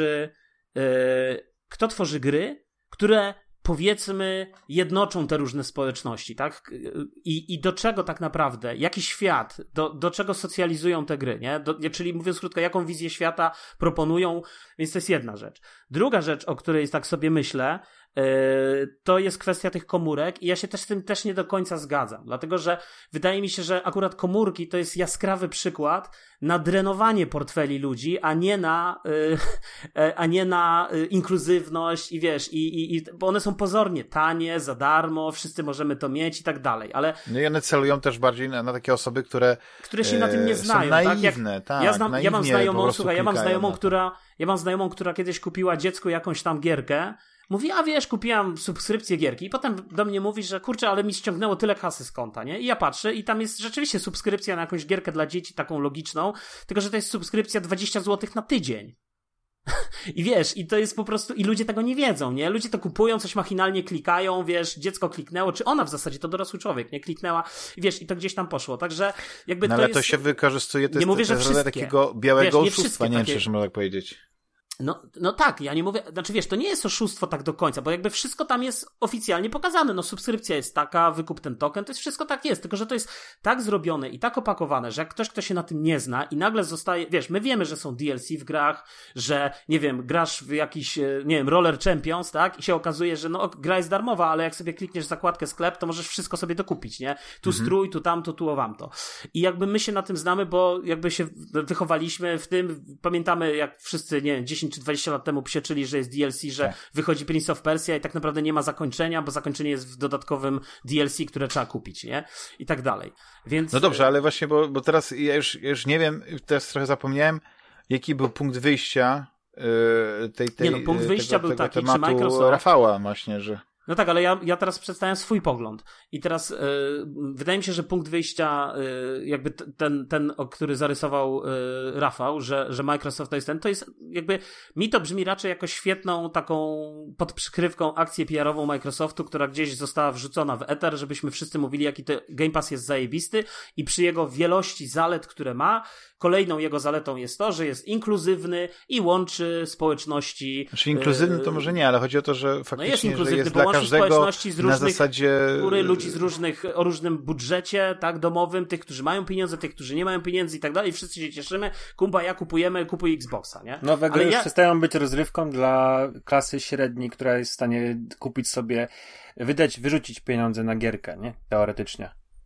tworzy gry, które powiedzmy jednoczą te różne społeczności, tak? I do czego tak naprawdę, jaki świat, do czego socjalizują te gry, nie? Czyli mówiąc krótko, jaką wizję świata proponują, więc to jest jedna rzecz. Druga rzecz, o której tak sobie myślę, to jest kwestia tych komórek i ja się też z tym też nie do końca zgadzam, dlatego że wydaje mi się, że akurat komórki to jest jaskrawy przykład na drenowanie portfeli ludzi, a nie na inkluzywność i wiesz, bo one są pozornie tanie, za darmo, wszyscy możemy to mieć i tak dalej, ale... No i one celują też bardziej na takie osoby, które się na tym nie znają, są naiwne, tak? Ja mam znajomą, która kiedyś kupiła dziecku jakąś tam gierkę. Mówi, a wiesz, kupiłam subskrypcję gierki i potem do mnie mówi, że kurczę, ale mi ściągnęło tyle kasy z konta, nie? I ja patrzę i tam jest rzeczywiście subskrypcja na jakąś gierkę dla dzieci, taką logiczną, tylko że to jest subskrypcja 20 zł na tydzień. I wiesz, i to jest po prostu, i ludzie tego nie wiedzą, nie? Ludzie to kupują, coś machinalnie klikają, wiesz, dziecko kliknęło, czy ona w zasadzie, to dorosły człowiek, nie? Kliknęła, i wiesz, i to gdzieś tam poszło, także jakby to ale jest... to się wykorzystuje, to nie mówię, że rodzaj takiego białego oszustwa, nie wiem, takie... czy można tak powiedzieć. No tak, ja nie mówię, znaczy wiesz, to nie jest oszustwo tak do końca, bo jakby wszystko tam jest oficjalnie pokazane, no subskrypcja jest taka, wykup ten token, to jest wszystko tak jest, tylko że to jest tak zrobione i tak opakowane, że jak ktoś, kto się na tym nie zna i nagle zostaje, wiesz, my wiemy, że są DLC w grach, że, nie wiem, grasz w jakiś, nie wiem, Roller Champions, tak, i się okazuje, że no gra jest darmowa, ale jak sobie klikniesz zakładkę sklep, to możesz wszystko sobie dokupić, nie? Tu strój, tu tamto, tu owamto. I jakby my się na tym znamy, bo jakby się wychowaliśmy w tym, pamiętamy jak wszyscy, nie wiem, 10 czy 20 lat temu psioczyli, że jest DLC, że wychodzi Prince of Persia i tak naprawdę nie ma zakończenia, bo zakończenie jest w dodatkowym DLC, które trzeba kupić, nie? I tak dalej. Więc... No dobrze, ale właśnie, bo teraz ja już nie wiem, teraz trochę zapomniałem, jaki był punkt wyjścia punkt wyjścia był taki, czy tematu Microsoft... Rafała właśnie, że... No tak, ale ja teraz przedstawiam swój pogląd. I teraz wydaje mi się, że punkt wyjścia, jakby ten, który zarysował Rafał, że Microsoft to jest to jest jakby, mi to brzmi raczej jako świetną taką pod przykrywką akcję PR-ową Microsoftu, która gdzieś została wrzucona w eter, żebyśmy wszyscy mówili, jaki to Game Pass jest zajebisty i przy jego wielości zalet, które ma, kolejną jego zaletą jest to, że jest inkluzywny i łączy społeczności. Znaczy inkluzywny to może nie, ale chodzi o to, że faktycznie jest inkluzywny, że jest bo dla każdego społeczności z różnych, na zasadzie... ludzi z różnych, o różnym budżecie, tak, domowym, tych, którzy mają pieniądze, tych, którzy nie mają pieniędzy i tak dalej, wszyscy się cieszymy, kupuj Xboxa, nie? Nowe gry już przestają być rozrywką dla klasy średniej, która jest w stanie kupić sobie, wyrzucić pieniądze na gierkę, nie? Teoretycznie.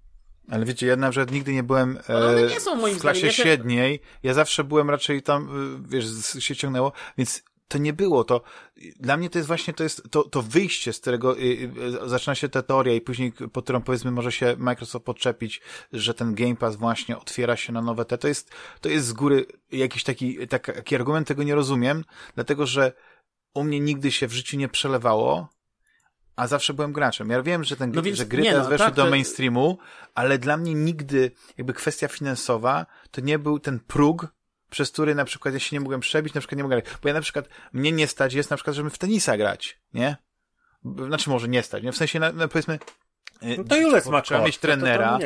Ale wiecie, ja na przykład nigdy nie byłem nie są moim w klasie średniej, ja zawsze byłem raczej tam, wiesz, się ciągnęło, więc to nie było to. Dla mnie to jest właśnie to wyjście, z którego zaczyna się ta teoria i później, po którą powiedzmy może się Microsoft podczepić, że ten Game Pass właśnie otwiera się na nowe to jest z góry jakiś taki argument, tego nie rozumiem, dlatego że u mnie nigdy się w życiu nie przelewało, a zawsze byłem graczem. Ja wiem, że że gry teraz weszły do mainstreamu, ale dla mnie nigdy jakby kwestia finansowa to nie był ten próg, przez który na przykład ja się nie mogłem przebić, na przykład nie mogłem grać. Bo ja na przykład, mnie nie stać jest na przykład, żeby w tenisa grać, nie? Znaczy może nie stać, nie? W sensie, powiedzmy, no to Jules ma trzeba mieć trenera,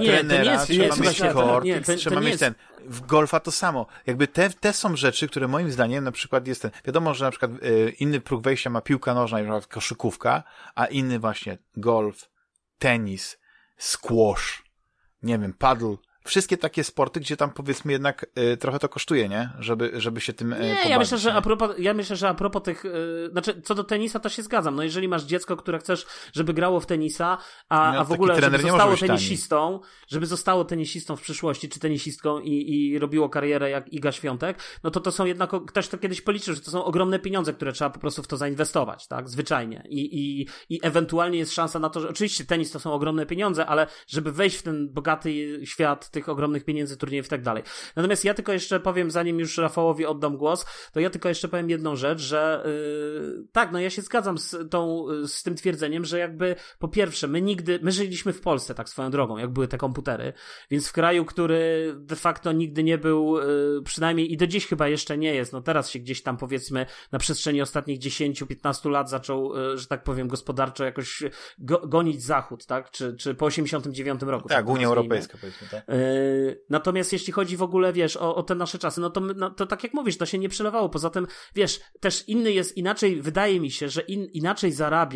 trzeba mieć kort, trzeba mieć ten. W golfa to samo. Jakby te są rzeczy, które moim zdaniem na przykład jest ten. Wiadomo, że na przykład inny próg wejścia ma piłka nożna, na przykład koszykówka, a inny właśnie golf, tenis, squash, nie wiem, paddle. Wszystkie takie sporty, gdzie tam powiedzmy jednak trochę to kosztuje, nie? Żeby się tym pobawić. Ja myślę, że a propos tych, znaczy co do tenisa to się zgadzam. No jeżeli masz dziecko, które chcesz, żeby grało w tenisa, a w ogóle żeby zostało tenisistą w przyszłości, czy tenisistką i robiło karierę jak Iga Świątek, no to są jednak, ktoś to kiedyś policzył, że to są ogromne pieniądze, które trzeba po prostu w to zainwestować, tak? Zwyczajnie. I ewentualnie jest szansa na to, że oczywiście tenis to są ogromne pieniądze, ale żeby wejść w ten bogaty świat tych ogromnych pieniędzy, turniejów i tak dalej. Natomiast ja tylko jeszcze powiem, zanim już Rafałowi oddam głos, to ja tylko jeszcze powiem jedną rzecz, że tak, no ja się zgadzam z tym twierdzeniem, że jakby po pierwsze, my żyliśmy w Polsce tak swoją drogą, jak były te komputery, więc w kraju, który de facto nigdy nie był, przynajmniej i do dziś chyba jeszcze nie jest, no teraz się gdzieś tam powiedzmy na przestrzeni ostatnich 10-15 lat zaczął, że tak powiem, gospodarczo jakoś gonić Zachód, tak? Czy po 89 roku. Tak, Unia Europejska powiedzmy, tak? Natomiast jeśli chodzi w ogóle, wiesz, o te nasze czasy, no to tak jak mówisz, to się nie przelewało. Poza tym, wiesz, też inny jest inaczej, wydaje mi się, że inaczej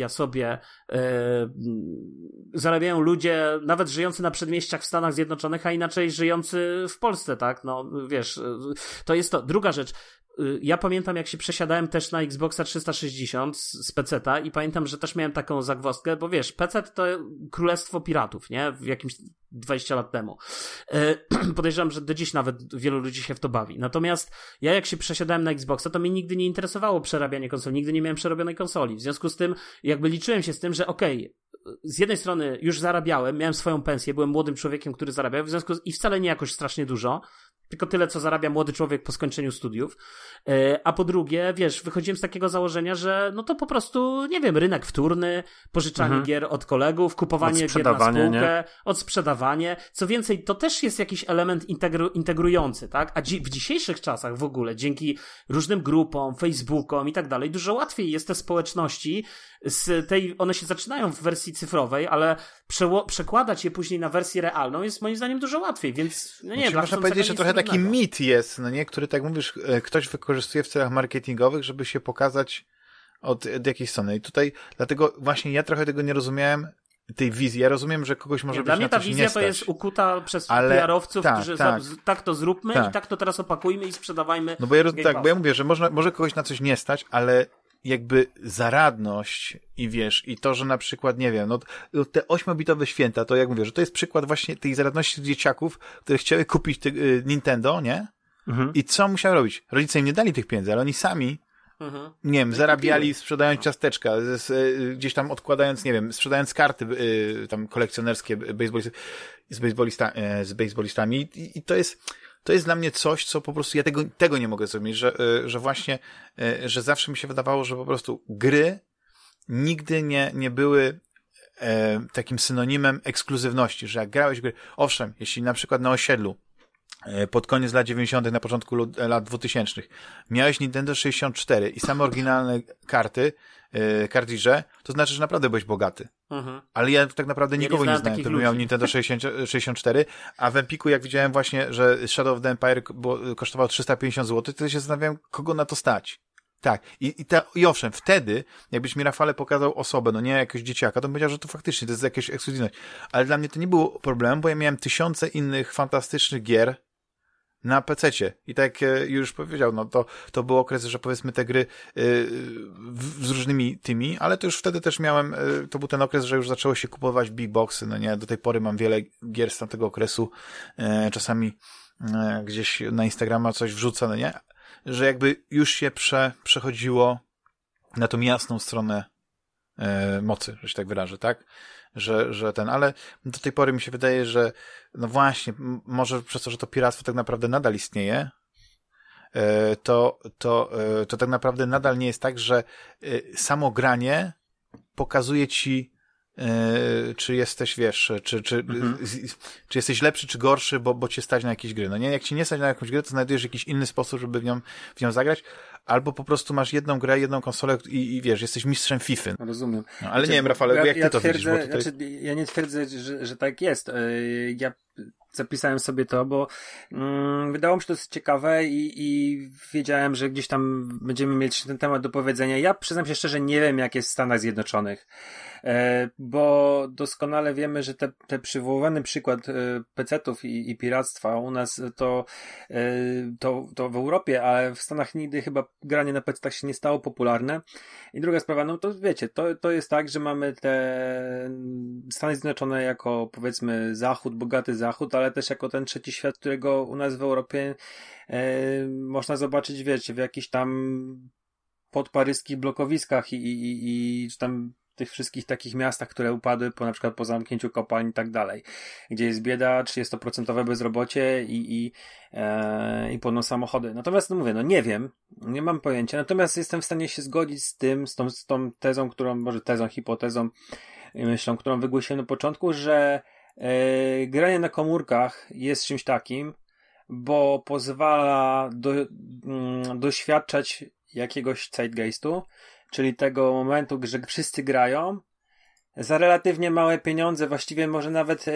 zarabiają ludzie, nawet żyjący na przedmieściach w Stanach Zjednoczonych, a inaczej żyjący w Polsce, tak? No, wiesz, to jest to. Druga rzecz, ja pamiętam, jak się przesiadałem też na Xboxa 360 z PC-ta i pamiętam, że też miałem taką zagwozdkę, bo wiesz, PC to królestwo piratów, nie? W jakimś 20 lat temu. Podejrzewam, że do dziś nawet wielu ludzi się w to bawi. Natomiast ja jak się przesiadałem na Xboxa, to mnie nigdy nie interesowało przerabianie konsoli. Nigdy nie miałem przerobionej konsoli. W związku z tym, jakby liczyłem się z tym, że okej, z jednej strony już zarabiałem, miałem swoją pensję, byłem młodym człowiekiem, który zarabiał, i wcale nie jakoś strasznie dużo, tylko tyle, co zarabia młody człowiek po skończeniu studiów. A po drugie, wiesz, wychodziłem z takiego założenia, że no to po prostu, nie wiem, rynek wtórny, pożyczanie gier od kolegów, kupowanie gier na spółkę, odsprzedawanie. Co więcej, to też jest jakiś element integrujący, tak? A w dzisiejszych czasach w ogóle, dzięki różnym grupom, Facebookom i tak dalej, dużo łatwiej jest te społeczności one się zaczynają w wersji cyfrowej, ale przekładać je później na wersję realną jest moim zdaniem dużo łatwiej, więc no nie, można powiedzieć, że trochę taki mit jest, no nie, który, tak mówisz, ktoś wykorzystuje w celach marketingowych, żeby się pokazać od jakiejś strony. I tutaj, dlatego właśnie ja trochę tego nie rozumiałem, tej wizji. Ja rozumiem, że kogoś może być na coś nie stać. Dla mnie ta wizja to jest ukuta przez PR-owców, którzy tak to zróbmy i tak to teraz opakujmy i sprzedawajmy. No bo ja mówię, że może kogoś na coś nie stać, ale jakby zaradność i wiesz, i to, że na przykład, nie wiem, no te 8-bitowe święta, to jak mówię, że to jest przykład właśnie tej zaradności dzieciaków, które chciały kupić Nintendo, nie? I co musiał robić? Rodzice im nie dali tych pieniędzy, ale oni sami nie wiem, zarabiali sprzedając ciasteczka, gdzieś tam odkładając, nie wiem, sprzedając karty tam kolekcjonerskie z baseballistami i to jest dla mnie coś, co po prostu ja tego nie mogę zrozumieć, że właśnie, że zawsze mi się wydawało, że po prostu gry nigdy nie były takim synonimem ekskluzywności, że jak grałeś gry, owszem, jeśli na przykład na osiedlu pod koniec lat 90., na początku lat 2000 miałeś Nintendo 64 i same oryginalne kartridże, to znaczy, że naprawdę byłeś bogaty. Ale ja tak naprawdę nikogo nie znałem, kto miał Nintendo 64, a w Empiku jak widziałem właśnie, że Shadow of the Empire kosztowało 350 zł, to się zastanawiałem, kogo na to stać. Tak. I owszem, wtedy, jakbyś mi, Rafale, pokazał osobę, no nie jakiegoś dzieciaka, to bym powiedział, że to faktycznie to jest jakaś ekskluzywność. Ale dla mnie to nie było problemem, bo ja miałem tysiące innych fantastycznych gier na PC-cie. I tak jak już powiedział, no to był okres, że powiedzmy te gry z różnymi tymi, ale to już wtedy też miałem, to był ten okres, że już zaczęło się kupować big boxy, no nie, do tej pory mam wiele gier z tamtego okresu, czasami gdzieś na Instagrama coś wrzucę, no nie, że jakby już się przechodziło na tą jasną stronę mocy, że się tak wyrażę, tak? Ale do tej pory mi się wydaje, że no właśnie, może przez to, że to piractwo tak naprawdę nadal istnieje, to tak naprawdę nadal nie jest tak, że samo granie pokazuje ci, czy jesteś, wiesz, czy jesteś lepszy, czy gorszy, bo cię stać na jakieś gry. No nie, jak ci nie stać na jakąś grę, to znajdujesz jakiś inny sposób, żeby w nią zagrać, albo po prostu masz jedną grę, jedną konsolę i wiesz, jesteś mistrzem FIFA. Rozumiem. No, ale nie wiem, Rafale, jak ty to widzisz? Bo tutaj... Ja nie twierdzę, że tak jest. Ja zapisałem sobie to, bo wydało mi się to dosyć ciekawe i wiedziałem, że gdzieś tam będziemy mieć ten temat do powiedzenia. Ja przyznam się szczerze, nie wiem, jak jest w Stanach Zjednoczonych, bo doskonale wiemy, że te przywoływany przykład PC-ów i piractwa u nas to w Europie, ale w Stanach nigdy chyba granie na PC-tach się nie stało popularne. I druga sprawa, no to wiecie, to jest tak, że mamy te Stany Zjednoczone jako, powiedzmy, Zachód, bogaty Zachód, ale też jako ten trzeci świat, którego u nas w Europie można zobaczyć, wiecie, w jakichś tam podparyskich blokowiskach i czy tam tych wszystkich takich miastach, które upadły na przykład po zamknięciu kopalń i tak dalej, gdzie jest bieda, 30% bezrobocie i płonną samochody. Natomiast no mówię, no nie wiem, nie mam pojęcia, natomiast jestem w stanie się zgodzić z tą tezą, hipotezą, myślą, którą wygłosiłem na początku, że granie na komórkach jest czymś takim, bo pozwala doświadczać jakiegoś zeitgeistu, czyli tego momentu, że wszyscy grają za relatywnie małe pieniądze, właściwie może nawet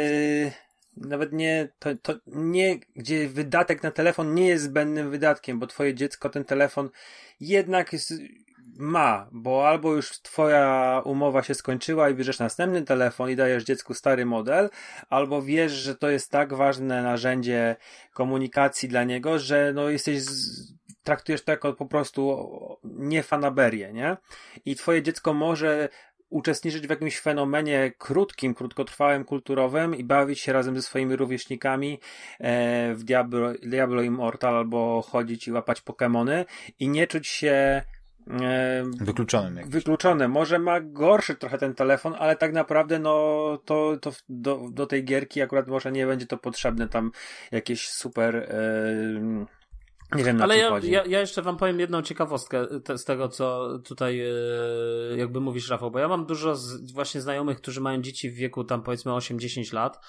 nie, to nie, gdzie wydatek na telefon nie jest zbędnym wydatkiem, bo twoje dziecko ten telefon jednak ma, bo albo już twoja umowa się skończyła i bierzesz następny telefon i dajesz dziecku stary model, albo wiesz, że to jest tak ważne narzędzie komunikacji dla niego, że no traktujesz to jako po prostu nie fanaberię, nie? I twoje dziecko może uczestniczyć w jakimś fenomenie krótkotrwałym, kulturowym i bawić się razem ze swoimi rówieśnikami w Diablo Immortal albo chodzić i łapać Pokemony i nie czuć się wykluczony. Może ma gorszy trochę ten telefon, ale tak naprawdę no to do tej gierki akurat może nie będzie to potrzebne tam jakieś super nie wiem, na co chodzi. Ja jeszcze wam powiem jedną ciekawostkę z tego, co tutaj jakby mówisz, Rafał, bo ja mam dużo właśnie znajomych, którzy mają dzieci w wieku tam powiedzmy 8-10 lat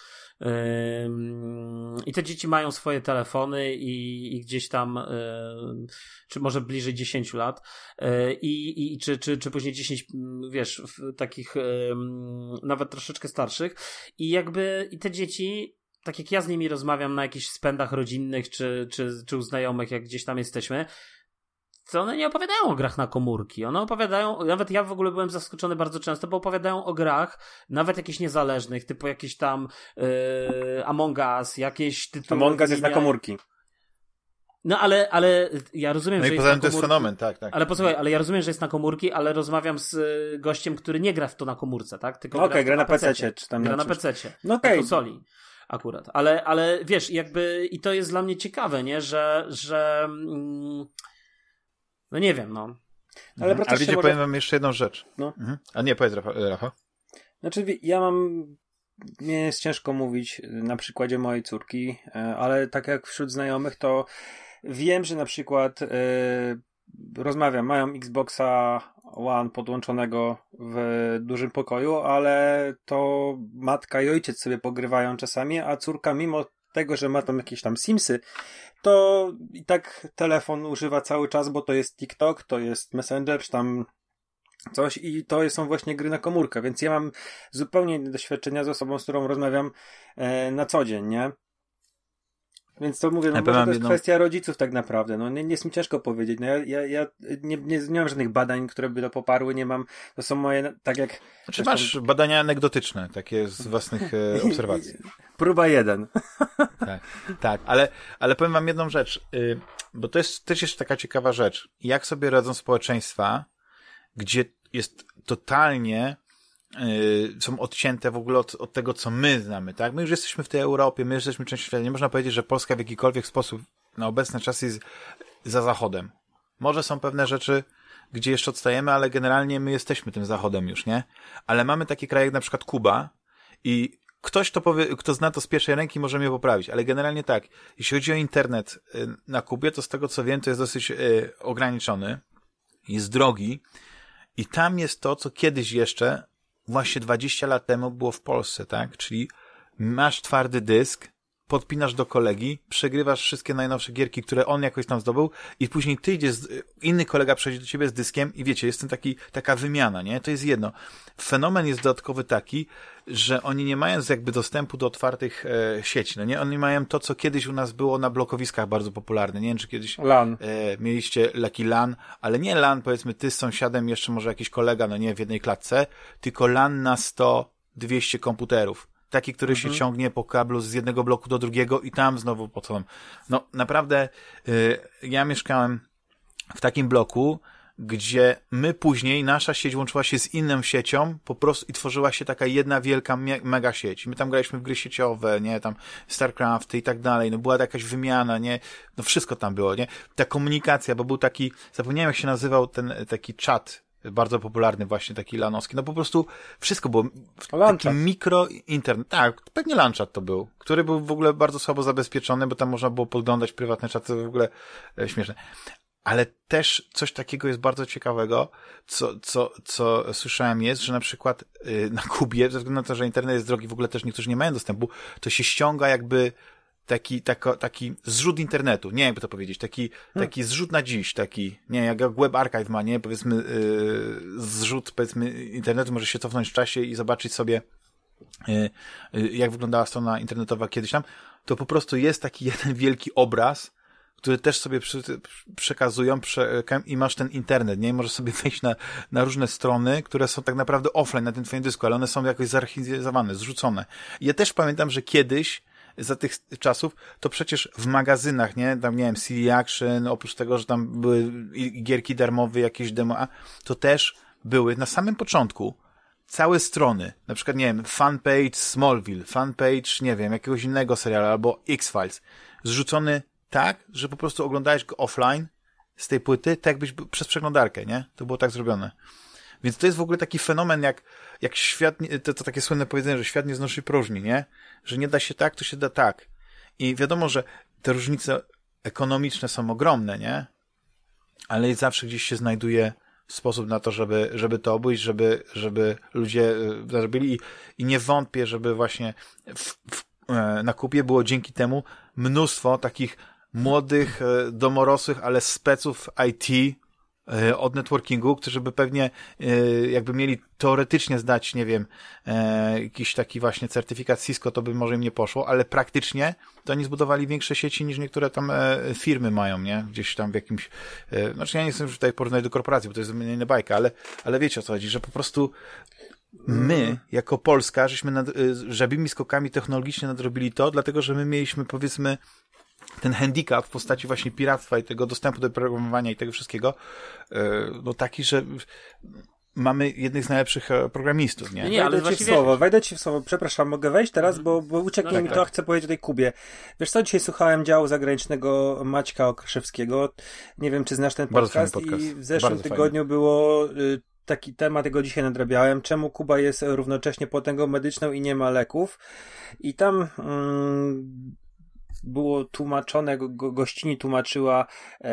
i te dzieci mają swoje telefony i gdzieś tam czy może bliżej 10 lat czy później 10, wiesz, takich nawet troszeczkę starszych i jakby i te dzieci, tak jak ja z nimi rozmawiam na jakichś spędach rodzinnych czy u znajomych, jak gdzieś tam jesteśmy, to one nie opowiadają o grach na komórki. One opowiadają, nawet ja w ogóle byłem zaskoczony bardzo często, bo opowiadają o grach, nawet jakichś niezależnych, typu jakieś tam Among Us, jakieś tytuły. Among Us jest na komórki. No ale ja rozumiem, że jest na komórki. No i poza tym to jest fenomen, tak. Ale posłuchaj, ale ja rozumiem, że jest na komórki, ale rozmawiam z gościem, który nie gra w to na komórce, tak? Tylko gra na PC-cie. Czy tam gra na PC-cie. No okej. Na konsoli. Akurat. Ale wiesz, jakby i to jest dla mnie ciekawe, nie? Że no nie wiem, no. Ale wiecie, powiem wam jeszcze jedną rzecz. No. A nie, powiedz Rafał. Znaczy, mnie jest ciężko mówić na przykładzie mojej córki, ale tak jak wśród znajomych, to wiem, że na przykład rozmawiam, mają Xboxa One podłączonego w dużym pokoju, ale to matka i ojciec sobie pogrywają czasami, a córka mimo tego, że ma tam jakieś tam Simsy, to i tak telefon używa cały czas, bo to jest TikTok, to jest Messenger, czy tam coś i to są właśnie gry na komórkę, więc ja mam zupełnie inne doświadczenia z osobą, z którą rozmawiam na co dzień, nie? Więc to mówię, no może to jest kwestia rodziców tak naprawdę, no nie jest mi ciężko powiedzieć, no ja nie mam żadnych badań, które by to poparły, nie mam, to są moje, tak jak... Znaczy masz badania anegdotyczne, takie z własnych obserwacji. Próba 1. Tak, ale powiem wam jedną rzecz, bo to jest też jeszcze taka ciekawa rzecz, jak sobie radzą społeczeństwa, gdzie jest totalnie są odcięte w ogóle od tego, co my znamy, tak? My już jesteśmy w tej Europie, my już jesteśmy częścią świata. Nie można powiedzieć, że Polska w jakikolwiek sposób na obecne czasy jest za Zachodem. Może są pewne rzeczy, gdzie jeszcze odstajemy, ale generalnie my jesteśmy tym Zachodem już, nie? Ale mamy takie kraje jak na przykład Kuba i ktoś to powie, kto zna to z pierwszej ręki, może mnie poprawić, ale generalnie tak, jeśli chodzi o internet na Kubie, to z tego co wiem, to jest dosyć ograniczony, jest drogi i tam jest to, co kiedyś jeszcze właśnie 20 lat temu było w Polsce, tak? Czyli masz twardy dysk, podpinasz do kolegi, przegrywasz wszystkie najnowsze gierki, które on jakoś tam zdobył i później ty idziesz, inny kolega przejdzie do ciebie z dyskiem i wiecie, jest taka wymiana, nie? To jest jedno. Fenomen jest dodatkowy taki, że oni nie mają jakby dostępu do otwartych sieci, no nie? Oni mają to, co kiedyś u nas było na blokowiskach bardzo popularne. Nie wiem, czy kiedyś LAN. Mieliście taki LAN, ale nie LAN, powiedzmy, ty z sąsiadem, jeszcze może jakiś kolega, no nie, w jednej klatce, tylko LAN na 100-200 komputerów. Taki, który się ciągnie po kablu z jednego bloku do drugiego i tam znowu po co. No naprawdę ja mieszkałem w takim bloku, gdzie my później, nasza sieć łączyła się z inną siecią po prostu i tworzyła się taka jedna wielka mega sieć. My tam graliśmy w gry sieciowe, nie, tam StarCrafty i tak dalej, no była jakaś wymiana, nie, no wszystko tam było, nie, ta komunikacja, bo był taki, zapomniałem jak się nazywał ten taki czat, bardzo popularny właśnie, taki lanowski, no po prostu wszystko było, taki mikrointernet, tak, pewnie LAN-chat to był, który był w ogóle bardzo słabo zabezpieczony, bo tam można było podglądać prywatne czaty, w ogóle śmieszne. Ale też coś takiego jest bardzo ciekawego, co słyszałem jest, że na przykład na Kubie, ze względu na to, że internet jest drogi, w ogóle też niektórzy nie mają dostępu, to się ściąga jakby taki zrzut internetu, nie jakby to powiedzieć, taki zrzut na dziś, taki, nie jak Web Archive ma, nie, powiedzmy zrzut, powiedzmy, internetu, może się cofnąć w czasie i zobaczyć sobie, jak wyglądała strona internetowa kiedyś tam, to po prostu jest taki jeden wielki obraz, który też sobie przekazują i masz ten internet, nie? Możesz sobie wejść na różne strony, które są tak naprawdę offline na tym twoim dysku, ale one są jakoś zarchiwizowane, zrzucone. I ja też pamiętam, że kiedyś za tych czasów, to przecież w magazynach, nie? Tam, nie wiem, CD Action, oprócz tego, że tam były gierki darmowe, jakieś demo, to też były na samym początku całe strony, na przykład, nie wiem, fanpage Smallville, fanpage, nie wiem, jakiegoś innego serialu, albo X-Files, zrzucony tak, że po prostu oglądałeś go offline z tej płyty, tak jakbyś przez przeglądarkę, nie? To było tak zrobione. Więc to jest w ogóle taki fenomen, jak świat, to takie słynne powiedzenie, że świat nie znosi próżni, nie? Że nie da się tak, to się da tak. I wiadomo, że te różnice ekonomiczne są ogromne, nie? Ale zawsze gdzieś się znajduje sposób na to, żeby to obejść, żeby ludzie zarobili i nie wątpię, żeby właśnie na Kubie było dzięki temu mnóstwo takich młodych, domorosłych, ale speców IT od networkingu, którzy by pewnie jakby mieli teoretycznie zdać, nie wiem, jakiś taki właśnie certyfikat Cisco, to by może im nie poszło, ale praktycznie to oni zbudowali większe sieci niż niektóre tam firmy mają, nie? Gdzieś tam w jakimś, znaczy ja nie chcę już tutaj porównać do korporacji, bo to jest inna bajka, ale wiecie o co chodzi, że po prostu my, jako Polska, żeśmy żabimi skokami technologicznie nadrobili to, dlatego, że my mieliśmy, powiedzmy, ten handicap w postaci właśnie piractwa i tego dostępu do programowania i tego wszystkiego, no taki, że mamy jednych z najlepszych programistów, nie? Nie, ale wejdę ci w słowo. Przepraszam, mogę wejść teraz, bo ucieknie mi to, chcę powiedzieć o tej Kubie. Wiesz co, dzisiaj słuchałem działu zagranicznego Maćka Okraszewskiego. Nie wiem, czy znasz ten podcast. I w zeszłym tygodniu było taki temat, jego dzisiaj nadrabiałem, czemu Kuba jest równocześnie potęgą medyczną i nie ma leków. I tam było tłumaczone, gościni tłumaczyła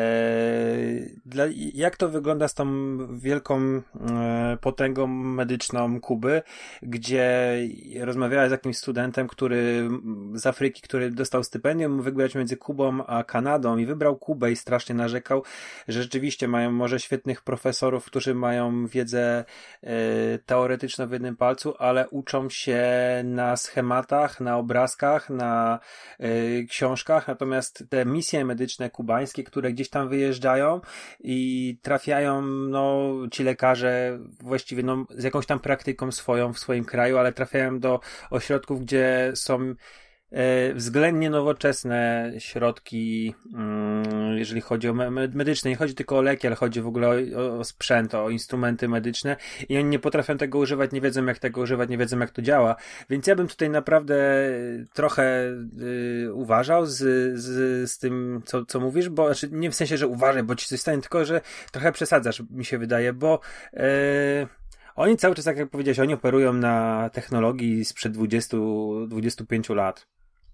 jak to wygląda z tą wielką potęgą medyczną Kuby, gdzie rozmawiała z jakimś studentem, który z Afryki, który dostał stypendium, mógł wybrać między Kubą a Kanadą i wybrał Kubę i strasznie narzekał, że rzeczywiście mają może świetnych profesorów, którzy mają wiedzę teoretyczną w jednym palcu, ale uczą się na schematach, na obrazkach, na książkach, natomiast te misje medyczne kubańskie, które gdzieś tam wyjeżdżają i trafiają, ci lekarze właściwie, z jakąś tam praktyką swoją w swoim kraju, ale trafiają do ośrodków, gdzie są względnie nowoczesne środki, jeżeli chodzi o medyczne. Nie chodzi tylko o leki, ale chodzi w ogóle o sprzęt, o instrumenty medyczne i oni nie potrafią tego używać, nie wiedzą jak tego używać, nie wiedzą jak to działa. Więc ja bym tutaj naprawdę trochę uważał z tym, co mówisz, bo znaczy nie w sensie, że uważaj, bo ci coś stanie, tylko że trochę przesadzasz, mi się wydaje, bo oni cały czas, jak powiedziałeś, oni operują na technologii sprzed 20-25 lat.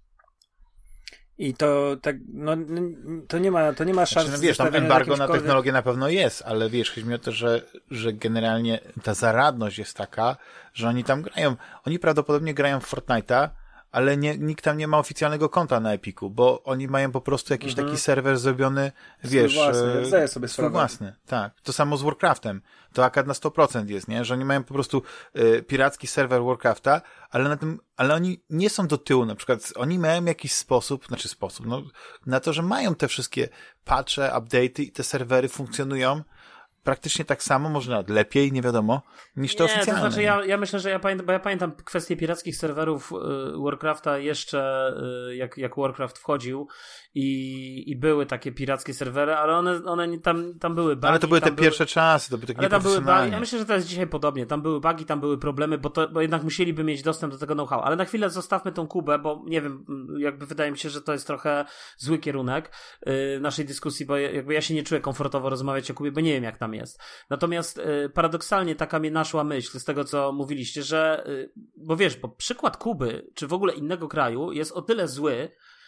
I to tak, to nie ma szans. Znaczy, wiesz, tam embargo na technologię na pewno jest, ale wiesz, chodzi mi o to, że generalnie ta zaradność jest taka, że oni tam grają. Oni prawdopodobnie grają w Fortnite'a, ale nikt tam nie ma oficjalnego konta na Epiku, bo oni mają po prostu jakiś taki serwer zrobiony, wiesz, swój własny. Tak. To samo z Warcraftem. To akad na 100% jest, nie? Że oni mają po prostu piracki serwer Warcrafta, ale oni nie są do tyłu. Na przykład oni mają jakiś sposób, na to, że mają te wszystkie patche, update'y i te serwery funkcjonują praktycznie tak samo, może nawet lepiej, nie wiadomo, niż to oficjalne. To znaczy ja myślę, że ja pamiętam kwestię pirackich serwerów Warcrafta jeszcze jak Warcraft wchodził i były takie pirackie serwery, ale one tam były bugi. Ale to były te pierwsze czasy, to były takie nieprofesjonalne. Ja myślę, że to jest dzisiaj podobnie. Tam były bugi, tam były problemy, bo jednak musieliby mieć dostęp do tego know-how. Ale na chwilę zostawmy tą Kubę, bo nie wiem, jakby wydaje mi się, że to jest trochę zły kierunek naszej dyskusji, bo jakby ja się nie czuję komfortowo rozmawiać o Kubie, bo nie wiem jak tam jest. Natomiast paradoksalnie taka mnie naszła myśl z tego, co mówiliście, że bo przykład Kuby, czy w ogóle innego kraju jest o tyle zły,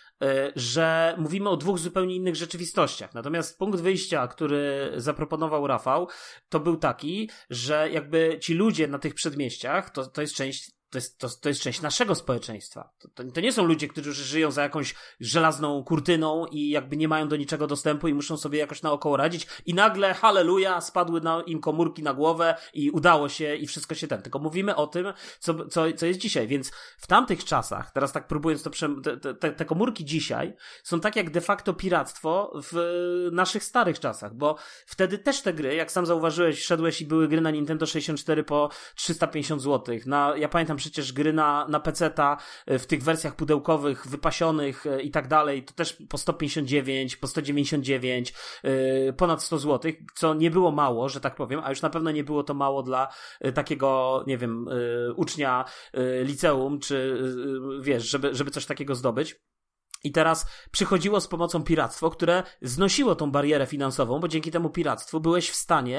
że mówimy o dwóch zupełnie innych rzeczywistościach. Natomiast punkt wyjścia, który zaproponował Rafał, to był taki, że jakby ci ludzie na tych przedmieściach, to jest część to jest część naszego społeczeństwa. To nie są ludzie, którzy żyją za jakąś żelazną kurtyną i jakby nie mają do niczego dostępu i muszą sobie jakoś naokoło radzić i nagle, halleluja, spadły im komórki na głowę i udało się i wszystko się tylko mówimy o tym, co jest dzisiaj, więc w tamtych czasach, teraz tak próbując te komórki dzisiaj są tak jak de facto piractwo w naszych starych czasach, bo wtedy też te gry, jak sam zauważyłeś, szedłeś i były gry na Nintendo 64 po 350 zł, ja pamiętam przecież gry na PC-ta w tych wersjach pudełkowych, wypasionych i tak dalej, to też po 159, po 199, ponad 100 zł, co nie było mało, że tak powiem, a już na pewno nie było to mało dla takiego, nie wiem, ucznia liceum, czy wiesz, żeby coś takiego zdobyć. I teraz przychodziło z pomocą piractwo, które znosiło tą barierę finansową, bo dzięki temu piractwu byłeś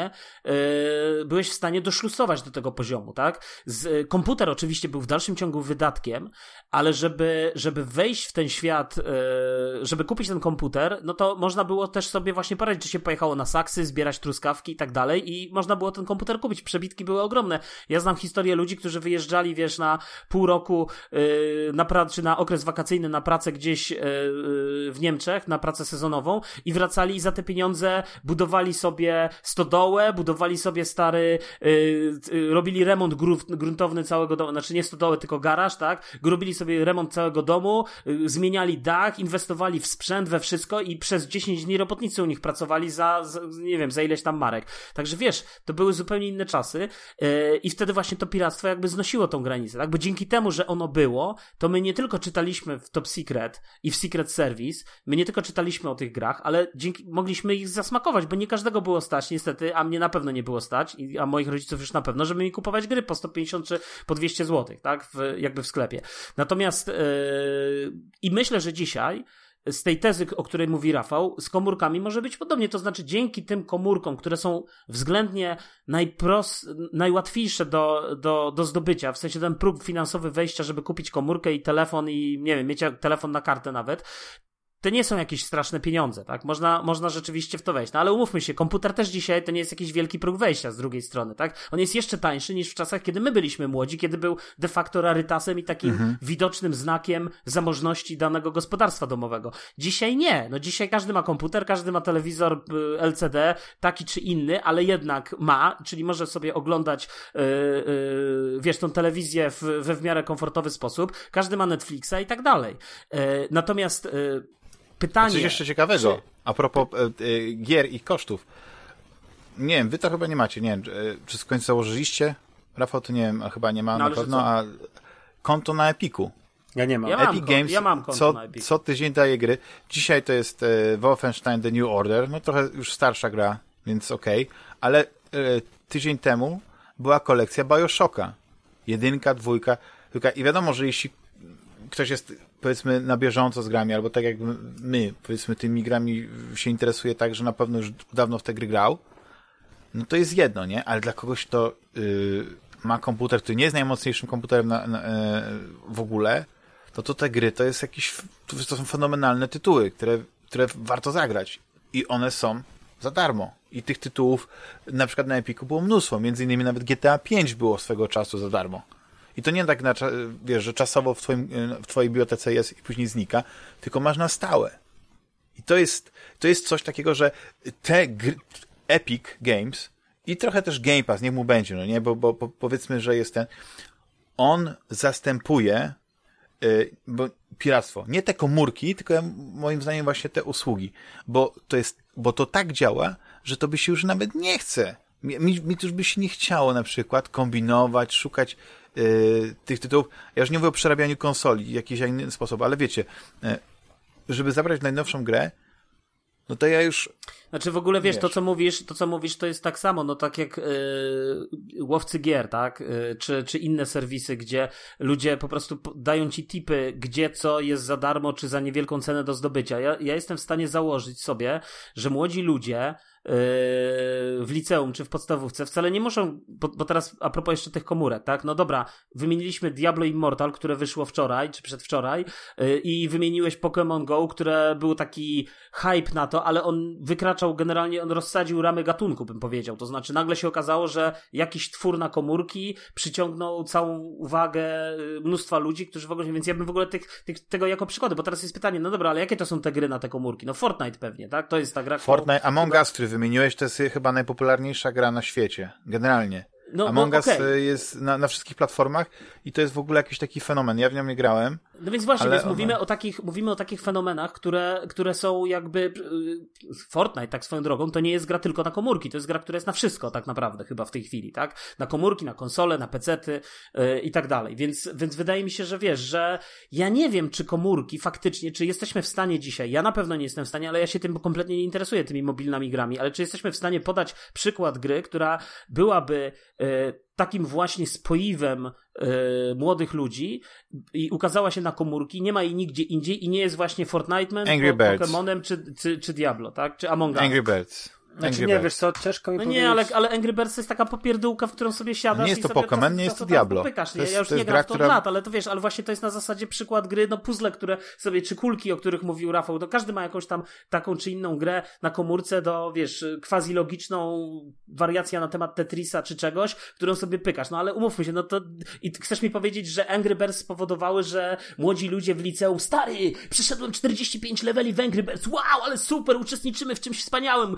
w stanie doszlusować do tego poziomu, tak? Komputer oczywiście był w dalszym ciągu wydatkiem, ale żeby wejść w ten świat, żeby kupić ten komputer, no to można było też sobie właśnie poradzić, że się pojechało na saksy, zbierać truskawki i tak dalej i można było ten komputer kupić. Przebitki były ogromne. Ja znam historię ludzi, którzy wyjeżdżali, wiesz, na pół roku czy na okres wakacyjny na pracę gdzieś w Niemczech, na pracę sezonową i wracali i za te pieniądze budowali sobie stodołę, budowali sobie robili remont gruntowny całego domu, znaczy nie stodołę, tylko garaż, tak? Robili sobie remont całego domu, zmieniali dach, inwestowali w sprzęt, we wszystko i przez 10 dni robotnicy u nich pracowali nie wiem, za ileś tam marek. Także wiesz, to były zupełnie inne czasy i wtedy właśnie to piractwo jakby znosiło tą granicę, tak? Bo dzięki temu, że ono było, to my nie tylko czytaliśmy w Top Secret i w Secret Service my nie tylko czytaliśmy o tych grach, ale mogliśmy ich zasmakować, bo nie każdego było stać niestety, a mnie na pewno nie było stać, a moich rodziców już na pewno, żeby mi kupować gry po 150 czy po 200 zł, tak, jakby w sklepie. Natomiast i myślę, że dzisiaj z tej tezy, o której mówi Rafał, z komórkami może być podobnie. To znaczy dzięki tym komórkom, które są względnie najłatwiejsze do zdobycia, w sensie ten próg finansowy wejścia, żeby kupić komórkę i telefon i nie wiem, mieć telefon na kartę nawet, to nie są jakieś straszne pieniądze, tak? Można rzeczywiście w to wejść. No ale umówmy się, komputer też dzisiaj to nie jest jakiś wielki próg wejścia z drugiej strony, tak? On jest jeszcze tańszy niż w czasach, kiedy my byliśmy młodzi, kiedy był de facto rarytasem i takim widocznym znakiem zamożności danego gospodarstwa domowego. Dzisiaj nie. No dzisiaj każdy ma komputer, każdy ma telewizor LCD, taki czy inny, ale jednak ma, czyli może sobie oglądać tą telewizję we w miarę komfortowy sposób. Każdy ma Netflixa i tak dalej. Natomiast pytanie... Coś jeszcze ciekawego, a propos gier i kosztów. Nie wiem, wy to chyba nie macie, nie wiem, czy w końcu założyliście? Rafał to nie wiem, a chyba nie ma na pewno, a konto na Epiku. Ja nie mam. Epic Games ja mam konto na Epiku. Co tydzień daje gry. Dzisiaj to jest Wolfenstein The New Order, no trochę już starsza gra, więc okej, ale tydzień temu była kolekcja BioShocka. 1, 2, i wiadomo, że jeśli ktoś jest, powiedzmy, na bieżąco z grami, albo tak jak my, powiedzmy, tymi grami się interesuje tak, że na pewno już dawno w te gry grał, no to jest jedno, nie? Ale dla kogoś, kto ma komputer, który nie jest najmocniejszym komputerem w ogóle, to te gry to jest to są fenomenalne tytuły, które warto zagrać. I one są za darmo. I tych tytułów na przykład na Epiku było mnóstwo. Między innymi nawet GTA 5 było swego czasu za darmo. I to nie tak, wiesz, że czasowo w twojej bibliotece jest i później znika, tylko masz na stałe. I to jest coś takiego, że te gry, Epic Games i trochę też Game Pass, niech mu będzie, no nie, bo powiedzmy, że jest on zastępuje piractwo. Nie te komórki, tylko moim zdaniem właśnie te usługi. Bo to tak działa, że to by się już nawet nie chce. Mi już by się nie chciało na przykład kombinować, szukać tych tytułów. Ja już nie mówię o przerabianiu konsoli w jakiś inny sposób, ale wiecie, żeby zabrać najnowszą grę, no to ja już... Znaczy w ogóle wiesz, to co mówisz to jest tak samo, no tak jak łowcy gier, tak? Czy inne serwisy, gdzie ludzie po prostu dają ci tipy, gdzie co jest za darmo, czy za niewielką cenę do zdobycia. Ja jestem w stanie założyć sobie, że młodzi ludzie w liceum czy w podstawówce wcale nie muszą, bo teraz a propos jeszcze tych komórek, tak? No dobra, wymieniliśmy Diablo Immortal, które wyszło wczoraj czy przedwczoraj i wymieniłeś Pokémon Go, które był taki hype na to, ale on wykraczał generalnie, on rozsadził ramy gatunku, bym powiedział. To znaczy nagle się okazało, że jakiś twór na komórki przyciągnął całą uwagę mnóstwa ludzi, którzy w ogóle, więc ja bym w ogóle tego jako przykłady, bo teraz jest pytanie, no dobra, ale jakie to są te gry na te komórki? No Fortnite pewnie, tak? To jest ta gra, Fortnite, Among Us, który wymieniłeś, to jest chyba najpopularniejsza gra na świecie, generalnie. Among Us jest na wszystkich platformach i to jest w ogóle jakiś taki fenomen. Ja w nią nie grałem. No więc właśnie, więc mówimy o takich fenomenach, które są jakby... Fortnite, tak swoją drogą, to nie jest gra tylko na komórki, to jest gra, która jest na wszystko tak naprawdę chyba w tej chwili, tak? Na komórki, na konsole, na pecety i tak dalej. Więc wydaje mi się, że wiesz, że ja nie wiem, czy komórki faktycznie, czy jesteśmy w stanie dzisiaj, ja na pewno nie jestem w stanie, ale ja się tym kompletnie nie interesuję, tymi mobilnymi grami, ale czy jesteśmy w stanie podać przykład gry, która byłaby takim właśnie spoiwem młodych ludzi i ukazała się na komórki, nie ma jej nigdzie indziej i nie jest właśnie Fortnite'em, Pokemonem czy Diablo, tak? Czy Among Us. Angry Birds. Znaczy nie, wiesz co, ciężko mi powiedzieć. Nie, ale Angry Birds to jest taka popierdółka, w którą sobie siadasz nie jest to Pokémon, nie jest to Diablo. Ja już nie gram w to od lat, ale to wiesz, ale właśnie to jest na zasadzie przykład gry, no puzzle, które sobie, czy kulki, o których mówił Rafał, to każdy ma jakąś tam taką czy inną grę na komórce do, wiesz, quasi-logiczną wariację na temat Tetrisa czy czegoś, którą sobie pykasz. No ale umówmy się, no to i chcesz mi powiedzieć, że Angry Birds spowodowały, że młodzi ludzie w liceum, stary, przeszedłem 45 leveli w Angry Birds, wow, ale super, uczestniczymy w czymś wspaniałym, przybijamy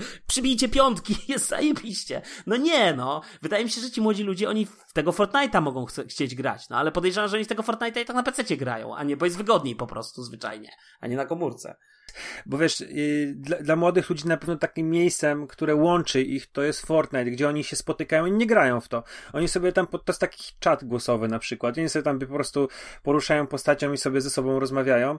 wbijcie 5, jest zajebiście. No nie, no. Wydaje mi się, że ci młodzi ludzie, oni w tego Fortnite'a mogą chcieć grać, no ale podejrzewam, że oni w tego Fortnite'a i tak na PC-cie grają, a nie, bo jest wygodniej po prostu zwyczajnie, a nie na komórce. Bo wiesz, dla młodych ludzi na pewno takim miejscem, które łączy ich, to jest Fortnite, gdzie oni się spotykają i nie grają w to. Oni sobie tam, to jest taki czat głosowy na przykład, oni sobie tam po prostu poruszają postacią i sobie ze sobą rozmawiają.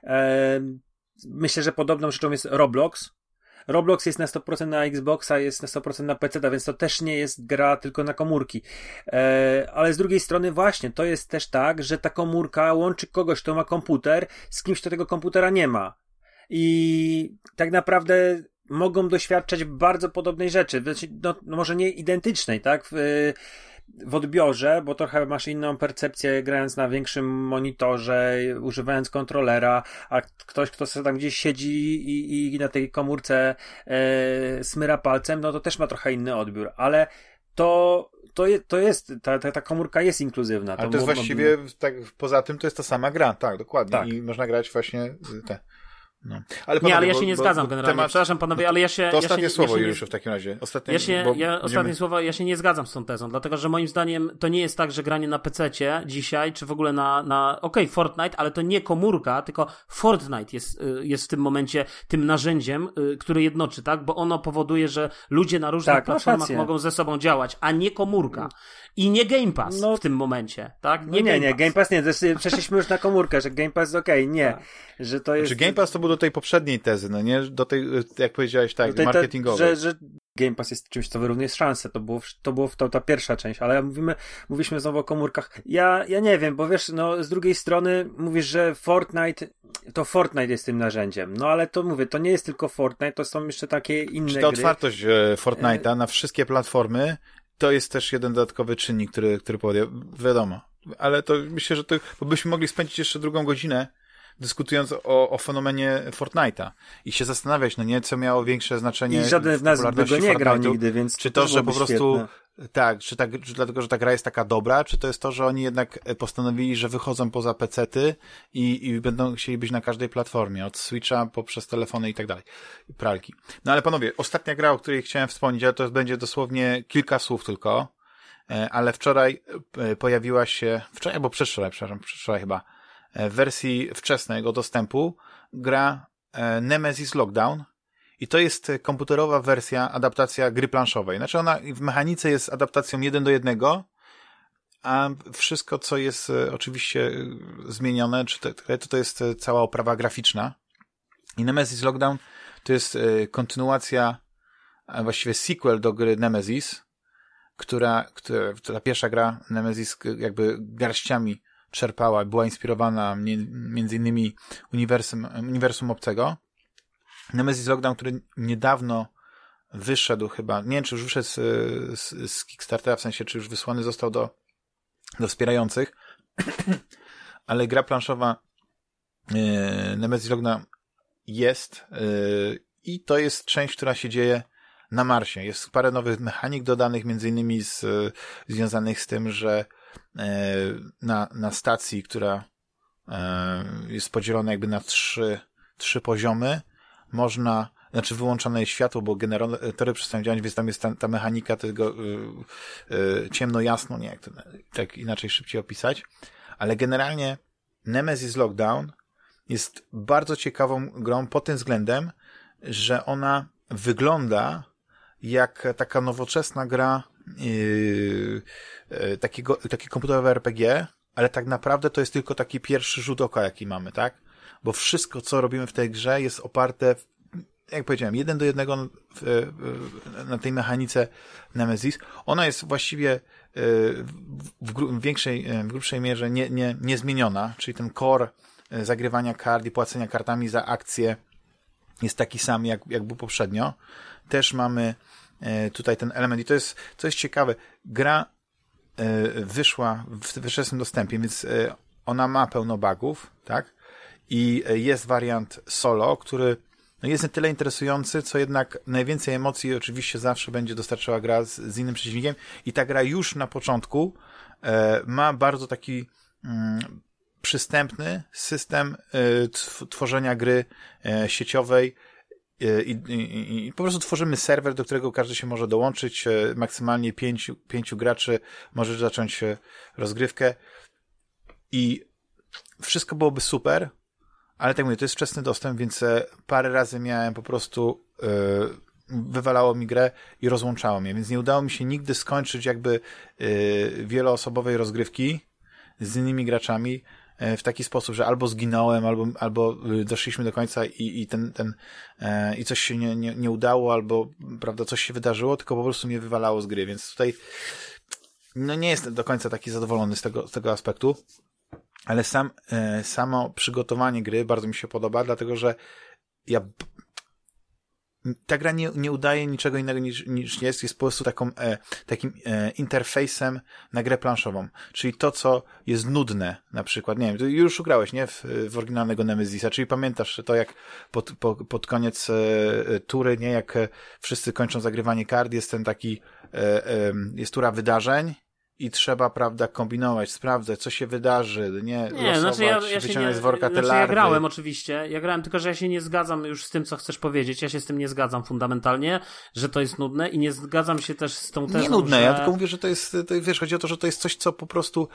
Myślę, że podobną rzeczą jest Roblox. Roblox jest na 100% na Xboxa, jest na 100% na PC, więc to też nie jest gra tylko na komórki. Ale z drugiej strony właśnie, to jest też tak, że ta komórka łączy kogoś, kto ma komputer, z kimś, kto tego komputera nie ma. I tak naprawdę mogą doświadczać bardzo podobnej rzeczy. No, może nie identycznej, tak? W odbiorze, bo trochę masz inną percepcję grając na większym monitorze, używając kontrolera, a ktoś, kto sobie tam gdzieś siedzi i na tej komórce smyra palcem, no to też ma trochę inny odbiór, ale to jest, ta komórka jest inkluzywna. Ale to jest właściwie, tak, poza tym to jest ta sama gra, tak, dokładnie. Tak. I można grać właśnie te... No. Ale panowie, nie, ale ja się nie zgadzam generalnie. Przepraszam panowie, ale ja się... To ostatnie słowo, Juliuszu, w takim razie. Ostatnie słowo, ja się nie zgadzam z tą tezą, dlatego, że moim zdaniem to nie jest tak, że granie na PC-cie dzisiaj, czy w ogóle na Fortnite, ale to nie komórka, tylko Fortnite jest w tym momencie tym narzędziem, który jednoczy, tak? Bo ono powoduje, że ludzie na różnych platformach mogą ze sobą działać, a nie komórka. I nie Game Pass w tym momencie, tak? Nie, Game Pass nie, przeszliśmy już na komórkę, że Game Pass jest nie. Tak. Że to jest... Znaczy Game Pass to był do tej poprzedniej tezy, no nie? Do tej, jak powiedziałeś, tak, marketingowej. Że Game Pass jest czymś, co wyrównuje szanse. To było ta pierwsza część, ale mówiliśmy znowu o komórkach. Ja nie wiem, bo wiesz, no z drugiej strony mówisz, że Fortnite jest tym narzędziem. No ale to mówię, to nie jest tylko Fortnite, to są jeszcze takie inne gry. Ta otwartość Fortnite'a na wszystkie platformy to jest też jeden dodatkowy czynnik, który powoduje, wiadomo. Ale to myślę, że bo byśmy mogli spędzić jeszcze drugą godzinę dyskutując o fenomenie Fortnite'a i się zastanawiać, no nie, co miało większe znaczenie. I żaden z nas by go nie grał nigdy, więc czy to, że po prostu tak, czy dlatego, że ta gra jest taka dobra, czy to jest to, że oni jednak postanowili, że wychodzą poza pecety i będą chcieli być na każdej platformie, od Switcha poprzez telefony i tak dalej, pralki. No ale panowie, ostatnia gra, o której chciałem wspomnieć, ale to będzie dosłownie kilka słów tylko, ale wczoraj pojawiła się, przedwczoraj chyba, w wersji wczesnego dostępu gra Nemesis Lockdown i to jest komputerowa wersja, adaptacja gry planszowej. Znaczy ona w mechanice jest adaptacją 1:1, a wszystko, co jest oczywiście zmienione, to jest cała oprawa graficzna. I Nemesis Lockdown to jest kontynuacja, a właściwie sequel do gry Nemesis, która pierwsza gra Nemesis jakby garściami czerpała, była inspirowana między innymi uniwersum obcego. Nemesis Lockdown, który niedawno wyszedł chyba, nie wiem, czy już wyszedł z Kickstartera, w sensie, czy już wysłany został do wspierających, ale gra planszowa Nemesis Lockdown jest i to jest część, która się dzieje na Marsie. Jest parę nowych mechanik dodanych, między innymi związanych z tym, że na stacji, która jest podzielona jakby na trzy poziomy, wyłączone jest światło, bo generatory przestają działać, więc tam jest ta mechanika tego ciemno-jasno, nie jak to tak inaczej szybciej opisać, ale generalnie Nemesis Lockdown jest bardzo ciekawą grą pod tym względem, że ona wygląda jak taka nowoczesna gra takie komputerowe RPG, ale tak naprawdę to jest tylko taki pierwszy rzut oka, jaki mamy, tak? Bo wszystko, co robimy w tej grze jest oparte, jak powiedziałem, 1:1 na tej mechanice Nemesis. Ona jest właściwie w grubszej mierze niezmieniona, czyli ten core zagrywania kart i płacenia kartami za akcje jest taki sam, jak był poprzednio. Też mamy tutaj ten element i to jest, co jest ciekawe, gra wyszła w wczesnym dostępie, więc ona ma pełno bugów, tak? I jest wariant solo, który jest na tyle interesujący, co jednak najwięcej emocji oczywiście zawsze będzie dostarczała gra z innym przeciwnikiem i ta gra już na początku ma bardzo taki przystępny system tworzenia gry sieciowej i po prostu tworzymy serwer, do którego każdy się może dołączyć, maksymalnie 5 graczy może zacząć rozgrywkę i wszystko byłoby super, ale tak mówię, to jest wczesny dostęp, więc parę razy miałem po prostu wywalało mi grę i rozłączało mnie, więc nie udało mi się nigdy skończyć jakby wieloosobowej rozgrywki z innymi graczami w taki sposób, że albo zginąłem, albo doszliśmy do końca i i coś się nie udało, albo prawda, coś się wydarzyło, tylko po prostu mnie wywalało z gry, więc tutaj no nie jestem do końca taki zadowolony z tego aspektu, ale samo przygotowanie gry bardzo mi się podoba, dlatego że ta gra nie udaje niczego innego niż jest po prostu takim interfejsem na grę planszową. Czyli to, co jest nudne, na przykład, nie wiem, ty już ugrałeś, nie? W oryginalnego Nemezisa, czyli pamiętasz to, jak pod koniec tury, nie? Jak wszyscy kończą zagrywanie kart, jest jest tura wydarzeń, i trzeba, prawda, kombinować, sprawdzać, co się wydarzy, nie losować, wyciągnąć z worka te larwy. Ja grałem oczywiście, tylko że ja się nie zgadzam już z tym, co chcesz powiedzieć, ja się z tym nie zgadzam fundamentalnie, że to jest nudne i nie zgadzam się też z tą tezą, nie nudne, ja tylko mówię, że to jest, wiesz, chodzi o to, że to jest coś, co po prostu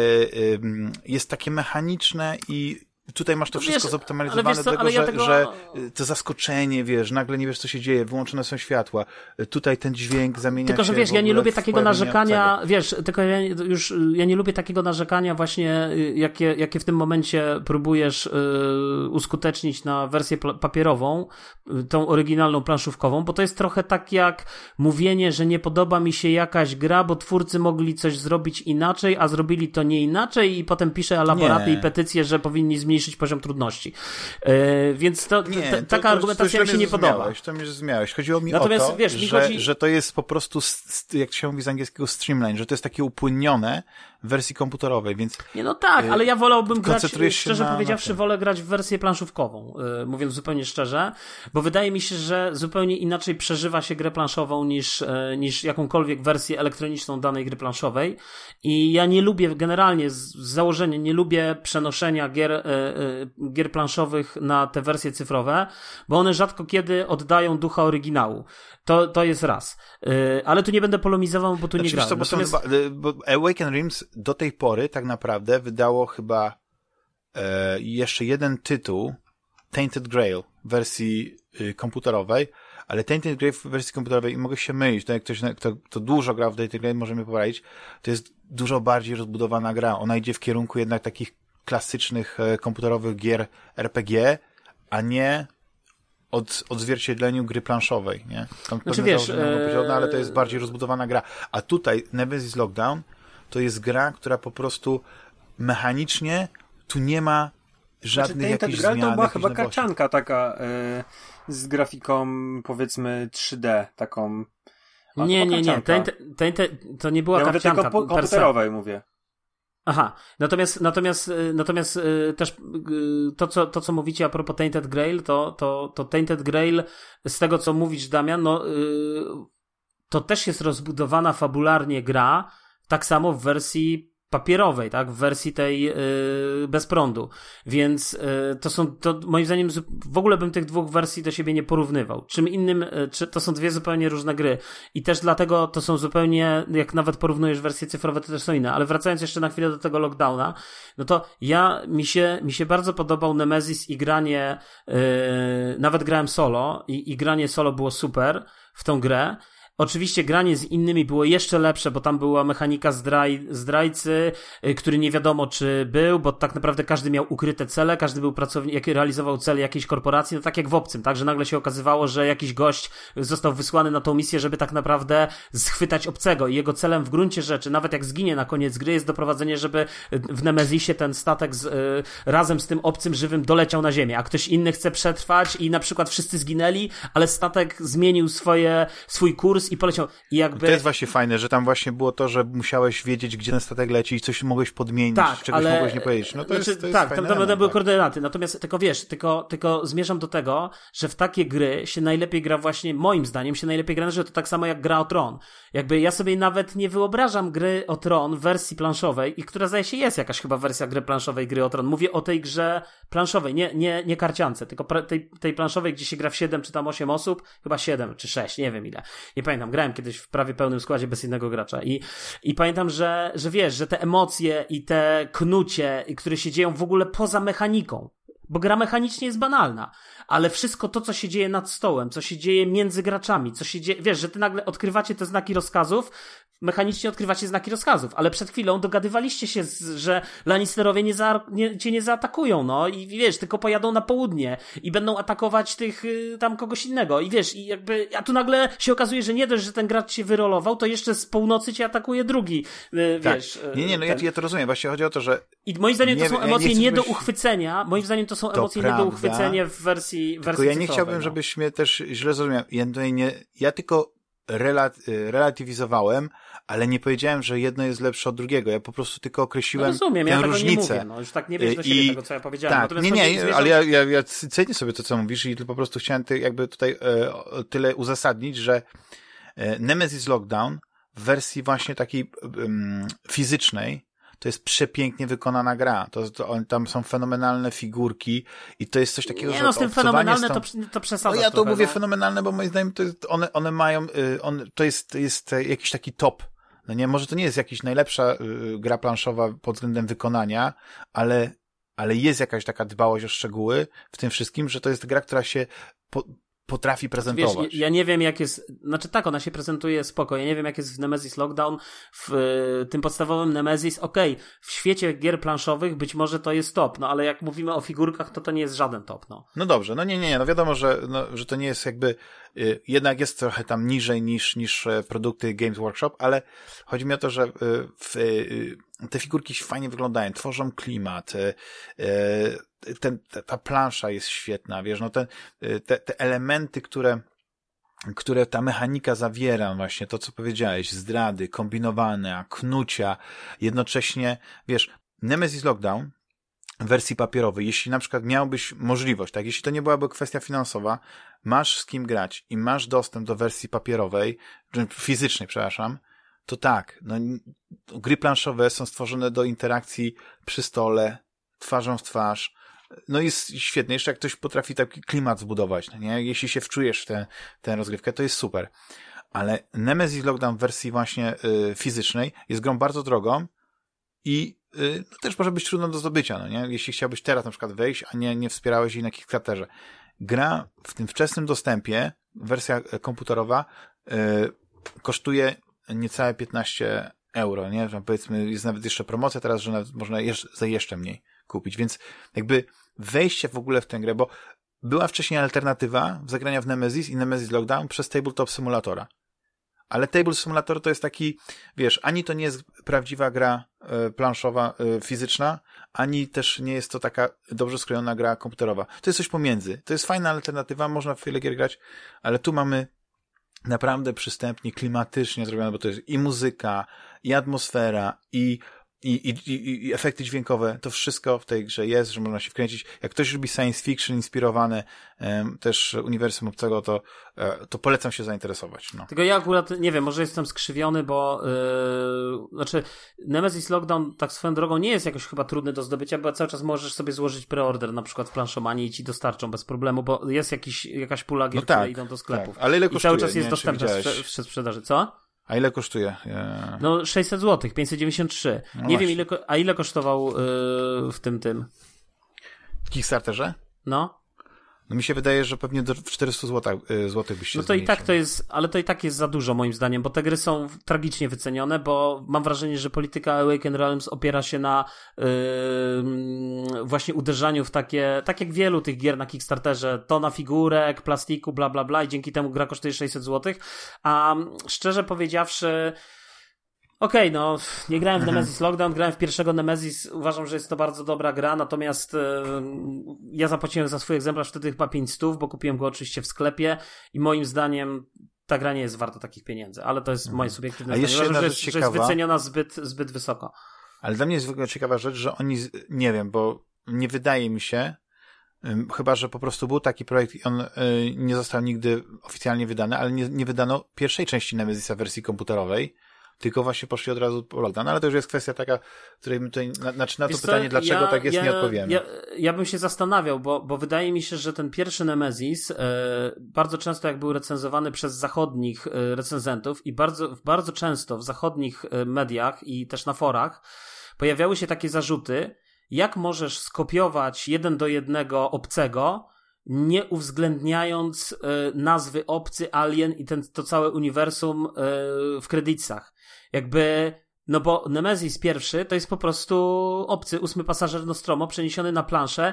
jest takie mechaniczne i tutaj masz to wszystko zoptymalizowane do tego, że to zaskoczenie, wiesz, nagle nie wiesz, co się dzieje, wyłączone są światła, tutaj ten dźwięk zamienia się. Tylko, że wiesz, ja nie lubię takiego narzekania, wiesz, tylko ja nie lubię takiego narzekania właśnie, jakie w tym momencie próbujesz uskutecznić na wersję papierową, tą oryginalną planszówkową, bo to jest trochę tak jak mówienie, że nie podoba mi się jakaś gra, bo twórcy mogli coś zrobić inaczej, a zrobili to nie inaczej i potem pisze elaboraty i petycje, że powinni zmniejszyć poziom trudności. Więc taka argumentacja mi się nie podoba. To mnie zmiałeś. Chodziło mi o to, wiesz, że to jest po prostu, jak się mówi z angielskiego, streamline, że to jest takie upłynnione w wersji komputerowej, więc... Nie, no tak, ale ja wolałbym grać, szczerze powiedziawszy, wolę grać w wersję planszówkową, mówiąc zupełnie szczerze, bo wydaje mi się, że zupełnie inaczej przeżywa się grę planszową niż jakąkolwiek wersję elektroniczną danej gry planszowej i ja nie lubię generalnie z założenia, nie lubię przenoszenia gier planszowych na te wersje cyfrowe, bo one rzadko kiedy oddają ducha oryginału. To jest raz. Ale tu nie będę polemizował, bo tu nie grałem. Bo Awaken Realms do tej pory tak naprawdę wydało chyba jeszcze jeden tytuł, Tainted Grail w wersji komputerowej, ale Tainted Grail w wersji komputerowej, i mogę się mylić, to jak ktoś, kto dużo grał w Tainted Grail, może mnie poprawić, to jest dużo bardziej rozbudowana gra. Ona idzie w kierunku jednak takich klasycznych komputerowych gier RPG, a nie odzwierciedleniu gry planszowej, nie? Tam znaczy, wiesz, ale to jest bardziej rozbudowana gra. A tutaj Nemesis Lockdown to jest gra, która po prostu mechanicznie tu nie ma żadnych jakichś zmian. To była chyba karcianka taka z grafiką, powiedzmy 3D, taką... Nie. To nie była karcianka. Ja tylko komputerowej mówię. Aha, natomiast też to, co mówicie a propos Tainted Grail, to Tainted Grail, z tego, co mówisz, Damian, to też jest rozbudowana fabularnie gra, tak samo w wersji papierowej, tak, w wersji tej bez prądu, więc to moim zdaniem w ogóle bym tych dwóch wersji do siebie nie porównywał. Czym innym, to są dwie zupełnie różne gry i też dlatego to są zupełnie, jak nawet porównujesz wersje cyfrowe, to też są inne, ale wracając jeszcze na chwilę do tego Lockdowna, no to mi się bardzo podobał Nemesis i granie, nawet grałem solo i granie solo było super w tą grę. Oczywiście granie z innymi było jeszcze lepsze, bo tam była mechanika zdrajcy, który nie wiadomo czy był, bo tak naprawdę każdy miał ukryte cele, każdy był pracownik, realizował cele jakiejś korporacji, no tak jak w Obcym, tak, że nagle się okazywało, że jakiś gość został wysłany na tą misję, żeby tak naprawdę schwytać obcego i jego celem w gruncie rzeczy, nawet jak zginie na koniec gry, jest doprowadzenie, żeby w Nemezisie ten statek razem z tym obcym żywym doleciał na ziemię, a ktoś inny chce przetrwać i na przykład wszyscy zginęli, ale statek zmienił swój kurs podniósł i poleciał. I jakby... To jest właśnie fajne, że tam właśnie było to, że musiałeś wiedzieć, gdzie ten statek leci i coś mogłeś podmienić, tak, czegoś mogłeś nie powiedzieć. No to jest tak, fajne tam były koordynaty. Natomiast tylko wiesz, tylko zmierzam do tego, że w takie gry się najlepiej gra właśnie, moim zdaniem się najlepiej gra, że to tak samo jak gra o Tron. Jakby ja sobie nawet nie wyobrażam gry o Tron w wersji planszowej, i która zdaje się jest jakaś chyba wersja gry planszowej gry o Tron. Mówię o tej grze planszowej, nie karciance, tylko tej planszowej, gdzie się gra w 7 czy tam 8 osób, chyba 7 czy 6, nie wiem ile. Nie pamiętam, grałem kiedyś w prawie pełnym składzie bez jednego gracza i pamiętam, że wiesz, że te emocje i te knucie, które się dzieją w ogóle poza mechaniką, bo gra mechanicznie jest banalna, ale wszystko to, co się dzieje nad stołem, co się dzieje między graczami, co się dzieje, wiesz, że ty nagle odkrywacie te znaki rozkazów, mechanicznie odkrywacie znaki rozkazów, ale przed chwilą dogadywaliście się, że Lannisterowie cię nie zaatakują, no i wiesz, tylko pojadą na południe i będą atakować tych tam kogoś innego i wiesz, i jakby, a tu nagle się okazuje, że nie dość, że ten gracz się wyrolował, to jeszcze z północy cię atakuje drugi, wiesz. Tak. Nie, no ja to rozumiem, właśnie chodzi o to, że i moim zdaniem to są emocje nie do uchwycenia, moim zdaniem to są emocje nie do uchwycenia w wersji tylko ja nie chciałbym, żebyś mnie też źle zrozumiał. Ja tylko relatywizowałem, ale nie powiedziałem, że jedno jest lepsze od drugiego. Ja po prostu tylko określiłem rozumiem, tę ja różnicę. Nie mówię, już tak nie bierz do siebie tego, co ja powiedziałem. Tak, ale ja cenię sobie to, co mówisz i po prostu chciałem jakby tutaj tyle uzasadnić, że Nemesis Lockdown w wersji właśnie takiej fizycznej to jest przepięknie wykonana gra. Tam są fenomenalne figurki i to jest coś takiego, nie, że no z tym fenomenalne to przesadzasz. No ja to trochę, mówię fenomenalne, bo moim zdaniem one mają, to jest jakiś taki top. No nie, może to nie jest jakaś najlepsza gra planszowa pod względem wykonania, ale jest jakaś taka dbałość o szczegóły w tym wszystkim, że to jest gra, która się potrafi prezentować. Wiesz, ja nie wiem jak jest, znaczy tak, ona się prezentuje spoko, ja nie wiem jak jest w Nemesis Lockdown, w tym podstawowym Nemesis, w świecie gier planszowych być może to jest top, no ale jak mówimy o figurkach, to nie jest żaden top, no. No dobrze, no nie, no wiadomo, że to nie jest jakby, jednak jest trochę tam niżej niż produkty Games Workshop, ale chodzi mi o to, że te figurki fajnie wyglądają, tworzą klimat, ta plansza jest świetna, wiesz, no te elementy, które ta mechanika zawiera, właśnie to, co powiedziałeś, zdrady, kombinowane, knucia, jednocześnie, wiesz, Nemesis Lockdown w wersji papierowej, jeśli na przykład miałbyś możliwość, tak, jeśli to nie byłaby kwestia finansowa, masz z kim grać i masz dostęp do wersji papierowej, fizycznej, przepraszam, to tak, no, gry planszowe są stworzone do interakcji przy stole, twarzą w twarz, no jest świetnie, jeszcze jak ktoś potrafi taki klimat zbudować, no nie? Jeśli się wczujesz w tę rozgrywkę, to jest super. Ale Nemesis Lockdown w wersji właśnie fizycznej jest grą bardzo drogą i no, też może być trudną do zdobycia, no nie? Jeśli chciałbyś teraz na przykład wejść, a nie wspierałeś jej na Kickstarterze. Gra w tym wczesnym dostępie, wersja komputerowa, kosztuje niecałe 15 euro, nie? Powiedzmy, jest nawet jeszcze promocja teraz, że nawet można za jeszcze mniej kupić, więc jakby wejście w ogóle w tę grę, bo była wcześniej alternatywa zagrania w Nemesis i Nemesis Lockdown przez Tabletop Simulatora. Ale Table Simulator to jest taki, wiesz, ani to nie jest prawdziwa gra planszowa, fizyczna, ani też nie jest to taka dobrze skrojona gra komputerowa. To jest coś pomiędzy. To jest fajna alternatywa, można w wiele gier grać, ale tu mamy naprawdę przystępnie, klimatycznie zrobione, bo to jest i muzyka, i atmosfera, i efekty dźwiękowe, to wszystko w tej grze jest, że można się wkręcić. Jak ktoś lubi science fiction inspirowane też uniwersum obcego, to polecam się zainteresować. No. Tylko ja akurat, nie wiem, może jestem skrzywiony, bo znaczy Nemesis Lockdown tak swoją drogą nie jest jakoś chyba trudny do zdobycia, bo cały czas możesz sobie złożyć preorder na przykład w Planszomanii i ci dostarczą bez problemu, bo jest jakaś pula gier, które idą do sklepów. Tak. Ale ile kosztuje? I cały czas jest dostępna w sprzedaży. Co? A ile kosztuje? No 600 zł, 593. No nie wiem, ile kosztował w tym? W Kickstarterze? No. No mi się wydaje, że pewnie do 400 złotych byś się No to i tak to jest, ale to i tak jest za dużo moim zdaniem, bo te gry są tragicznie wycenione, bo mam wrażenie, że polityka Awaken Realms opiera się na właśnie uderzaniu w takie, tak jak wielu tych gier na Kickstarterze, tona figurek, plastiku, bla bla bla i dzięki temu gra kosztuje 600 zł, a szczerze powiedziawszy okej, no nie grałem w Nemesis Lockdown, grałem w pierwszego Nemesis, uważam, że jest to bardzo dobra gra, natomiast ja zapłaciłem za swój egzemplarz wtedy chyba 500, bo kupiłem go oczywiście w sklepie i moim zdaniem ta gra nie jest warta takich pieniędzy, ale to jest moje subiektywne zdanie. Uważam, że jest wyceniona zbyt wysoko. Ale dla mnie jest w ogóle ciekawa rzecz, że oni, nie wiem, bo nie wydaje mi się, chyba że po prostu był taki projekt i on nie został nigdy oficjalnie wydany, ale nie wydano pierwszej części Nemesisa w wersji komputerowej, tylko właśnie poszli od razu po lockdown. Ale to już jest kwestia taka, której my tutaj, na to pytanie, dlaczego tak jest, nie odpowiemy. Ja bym się zastanawiał, bo wydaje mi się, że ten pierwszy Nemesis bardzo często jak był recenzowany przez zachodnich recenzentów i bardzo często w zachodnich mediach i też na forach pojawiały się takie zarzuty, jak możesz skopiować 1:1 obcego, nie uwzględniając nazwy obcy, alien i to całe uniwersum w kredytach. Jakby, no bo Nemesis pierwszy to jest po prostu obcy, 8 pasażer Nostromo przeniesiony na planszę.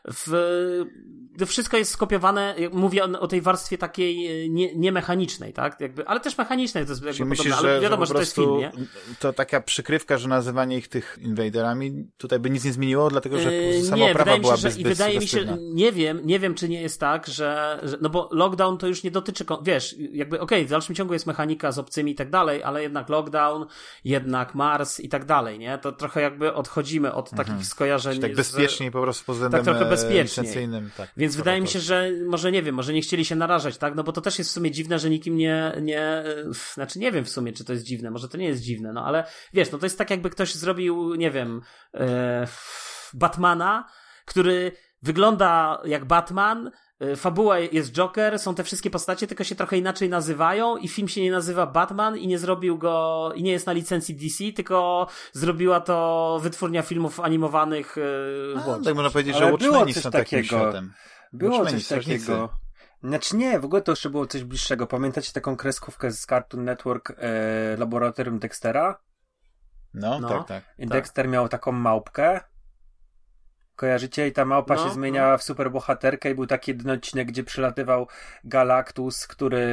Wszystko jest skopiowane, mówię o tej warstwie takiej niemechanicznej, tak? Jakby, ale też mechanicznej to jest jakby myślisz, podobne, ale wiadomo, że to jest film, nie? To taka przykrywka, że nazywanie ich tych inwaderami tutaj by nic nie zmieniło, dlatego że sama oprawa byłaby zbyt wydaje mi się, nie wiem, czy nie jest tak, że no bo lockdown to już nie dotyczy, wiesz, jakby okej, w dalszym ciągu jest mechanika z obcymi i tak dalej, ale jednak lockdown, jednak Mars i tak dalej, nie? To trochę jakby odchodzimy od takich skojarzeń. Tak bezpieczniej po prostu pod względem trochę bezpieczniej. licencyjnym. Tak, więc wydaje mi się, że może nie wiem, może nie chcieli się narażać, tak? No bo to też jest w sumie dziwne, że nikim znaczy nie wiem w sumie, czy to jest dziwne, może to nie jest dziwne, no ale wiesz, no to jest tak jakby ktoś zrobił, nie wiem, Batmana, który wygląda jak Batman, fabuła jest Joker, są te wszystkie postacie, tylko się trochę inaczej nazywają i film się nie nazywa Batman i nie zrobił go, i nie jest na licencji DC, tylko zrobiła to wytwórnia filmów animowanych tak można powiedzieć, ale że Watchmeni są takim światem. Było coś takiego. Znaczy nie, w ogóle to jeszcze było coś bliższego. Pamiętacie taką kreskówkę z Cartoon Network Laboratorium Dextera? No, tak. I Dexter miał taką małpkę. Kojarzycie? I ta małpa się zmieniała w superbohaterkę i był taki jeden odcinek, gdzie przylatywał Galactus,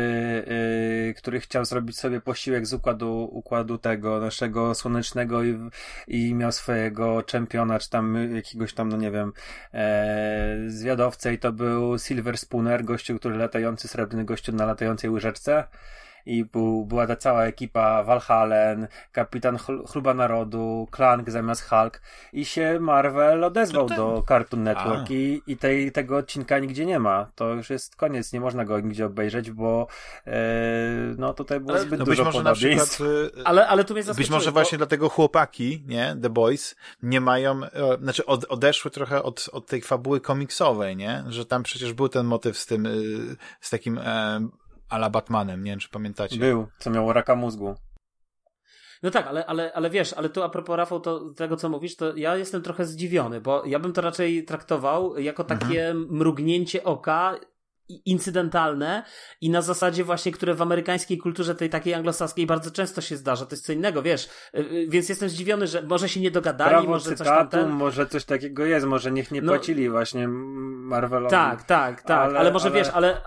który chciał zrobić sobie posiłek z układu tego naszego słonecznego i miał swojego czempiona, czy tam jakiegoś tam, no nie wiem, zwiadowcę i to był Silver Spooner, gościu, srebrny gościu na latającej łyżeczce. I była ta cała ekipa Valhallen, Kapitan Chluba Narodu, Clank zamiast Hulk i się Marvel odezwał do Cartoon Network i tego odcinka nigdzie nie ma. To już jest koniec, nie można go nigdzie obejrzeć, bo tutaj było zbyt dużo podobieństw. Ale tu mnie zaskoczyło. Być może właśnie dlatego chłopaki, nie, The Boys, nie mają, znaczy odeszły trochę od tej fabuły komiksowej, nie, że tam przecież był ten motyw z tym, z takim a la Batmanem, nie wiem, czy pamiętacie. Był, co miał raka mózgu. No tak, ale wiesz, ale tu a propos, Rafał, tego co mówisz, to ja jestem trochę zdziwiony, bo ja bym to raczej traktował jako takie mrugnięcie oka incydentalne i na zasadzie właśnie, które w amerykańskiej kulturze tej takiej anglosaskiej bardzo często się zdarza, to jest co innego, wiesz, więc jestem zdziwiony, że może się nie dogadali, prawo może cytatu, coś tam może coś takiego jest, może niech nie płacili właśnie Marvelowi. Tak, ale może wiesz, ale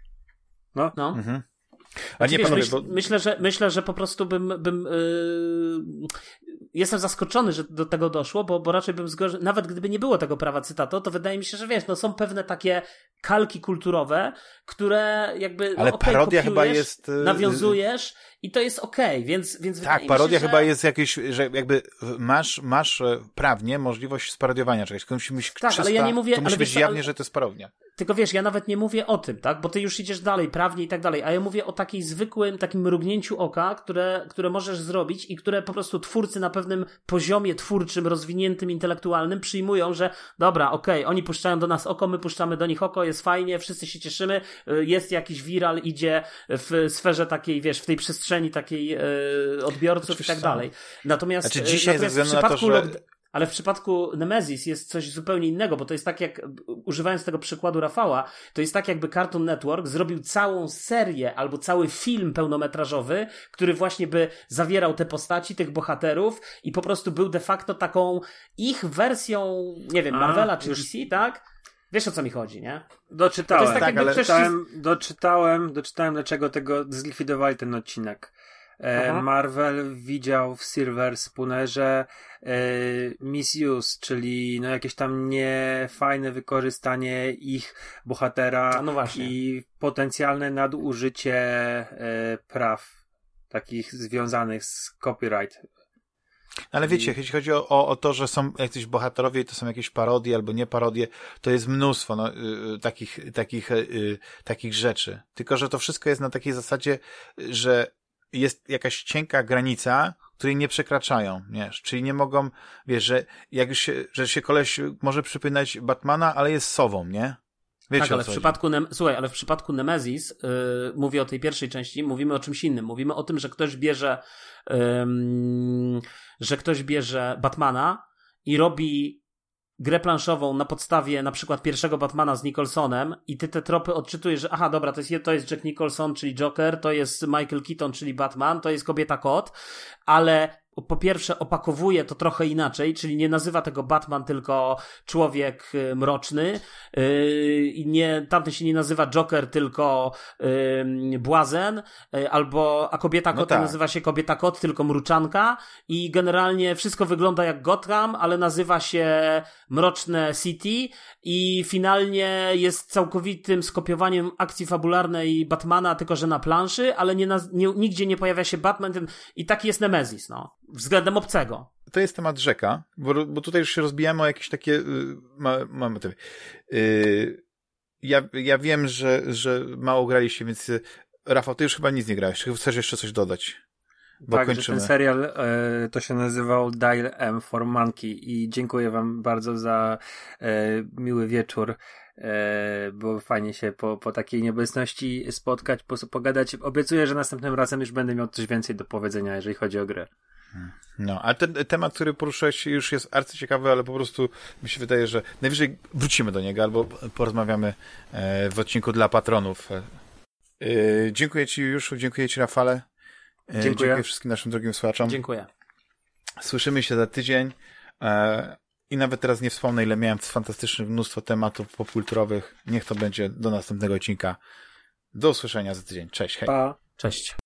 No. Mhm. A nie, panowie, myślę, że po prostu bym jestem zaskoczony, że do tego doszło, bo raczej bym nawet gdyby nie było tego prawa cytatu, to wydaje mi się, że wiesz, są pewne takie kalki kulturowe, które jakby ale parodia chyba jest nawiązujesz i to jest okej, więc tak, wydaje mi się, parodia że chyba jest jakieś, że jakby masz prawnie możliwość sparodiowania czegoś. To musi być tak, ale ja nie mówię, to musi być jawnie, że to jest parodia. Tylko wiesz, ja nawet nie mówię o tym, tak? Bo ty już idziesz dalej, prawnie i tak dalej, a ja mówię o takiej zwykłym, takim mrugnięciu oka, które możesz zrobić i które po prostu twórcy na pewnym poziomie twórczym, rozwiniętym, intelektualnym przyjmują, że dobra, okej, oni puszczają do nas oko, my puszczamy do nich oko, jest fajnie, wszyscy się cieszymy, jest jakiś viral, idzie w sferze takiej, wiesz, w tej przestrzeni takiej odbiorców i tak dalej. Natomiast, znaczy dzisiaj ze względu na to, że ale w przypadku Nemesis jest coś zupełnie innego, bo to jest tak jak, używając tego przykładu Rafała, to jest tak jakby Cartoon Network zrobił całą serię albo cały film pełnometrażowy, który właśnie by zawierał te postaci, tych bohaterów i po prostu był de facto taką ich wersją, nie wiem, Marvela czy DC, tak? Wiesz, o co mi chodzi, nie? Doczytałem, tak, ale doczytałem, dlaczego zlikwidowali ten odcinek. Marvel widział w Silver Spoonerze misuse, czyli no jakieś tam niefajne wykorzystanie ich bohatera i potencjalne nadużycie praw takich związanych z copyright. Ale wiecie, jeśli chodzi o to, że są jacyś bohaterowie i to są jakieś parodie albo nie parodie, to jest mnóstwo takich rzeczy. Tylko że to wszystko jest na takiej zasadzie, że jest jakaś cienka granica, której nie przekraczają, wiesz, czyli nie mogą, wiesz, że jak już się koleś może przypominać Batmana, ale jest sową, nie? Wiecie, tak, ale w przypadku Nemesis, mówię o tej pierwszej części, mówimy o czymś innym. Mówimy o tym, że ktoś bierze Batmana i robi grę planszową na podstawie na przykład pierwszego Batmana z Nicholsonem i ty te tropy odczytujesz, że aha, dobra, to jest Jack Nicholson, czyli Joker, to jest Michael Keaton, czyli Batman, to jest Kobieta-Kot, ale po pierwsze opakowuje to trochę inaczej, czyli nie nazywa tego Batman, tylko człowiek mroczny, tamten się nie nazywa Joker, tylko błazen, a Kobieta-Kot nazywa się Kobieta-Kot, tylko mruczanka i generalnie wszystko wygląda jak Gotham, ale nazywa się Mroczne City i finalnie jest całkowitym skopiowaniem akcji fabularnej Batmana, tylko że na planszy, ale nigdzie nie pojawia się Batman i taki jest Nemesis, względem obcego. To jest temat rzeka, bo tutaj już się rozbijamy o jakieś takie małe motywy. Ja wiem, że mało graliście, więc Rafał, ty już chyba nic nie grałeś. Chcesz jeszcze coś dodać? Bo tak, kończymy. Że ten serial to się nazywał Dial M for Monkey i dziękuję wam bardzo za miły wieczór. Było fajnie się po takiej nieobecności spotkać, pogadać. Obiecuję, że następnym razem już będę miał coś więcej do powiedzenia, jeżeli chodzi o grę. No, ale ten temat, który poruszyłeś, już jest arcyciekawy, ale po prostu mi się wydaje, że najwyżej wrócimy do niego, albo porozmawiamy w odcinku dla patronów. Dziękuję ci, Juszu, dziękuję ci, Rafale. Dziękuję wszystkim naszym drogim słuchaczom. Dziękuję. Słyszymy się za tydzień. I nawet teraz nie wspomnę, ile miałem fantastycznych mnóstwo tematów popkulturowych. Niech to będzie do następnego odcinka. Do usłyszenia za tydzień. Cześć, hej. Pa. Cześć.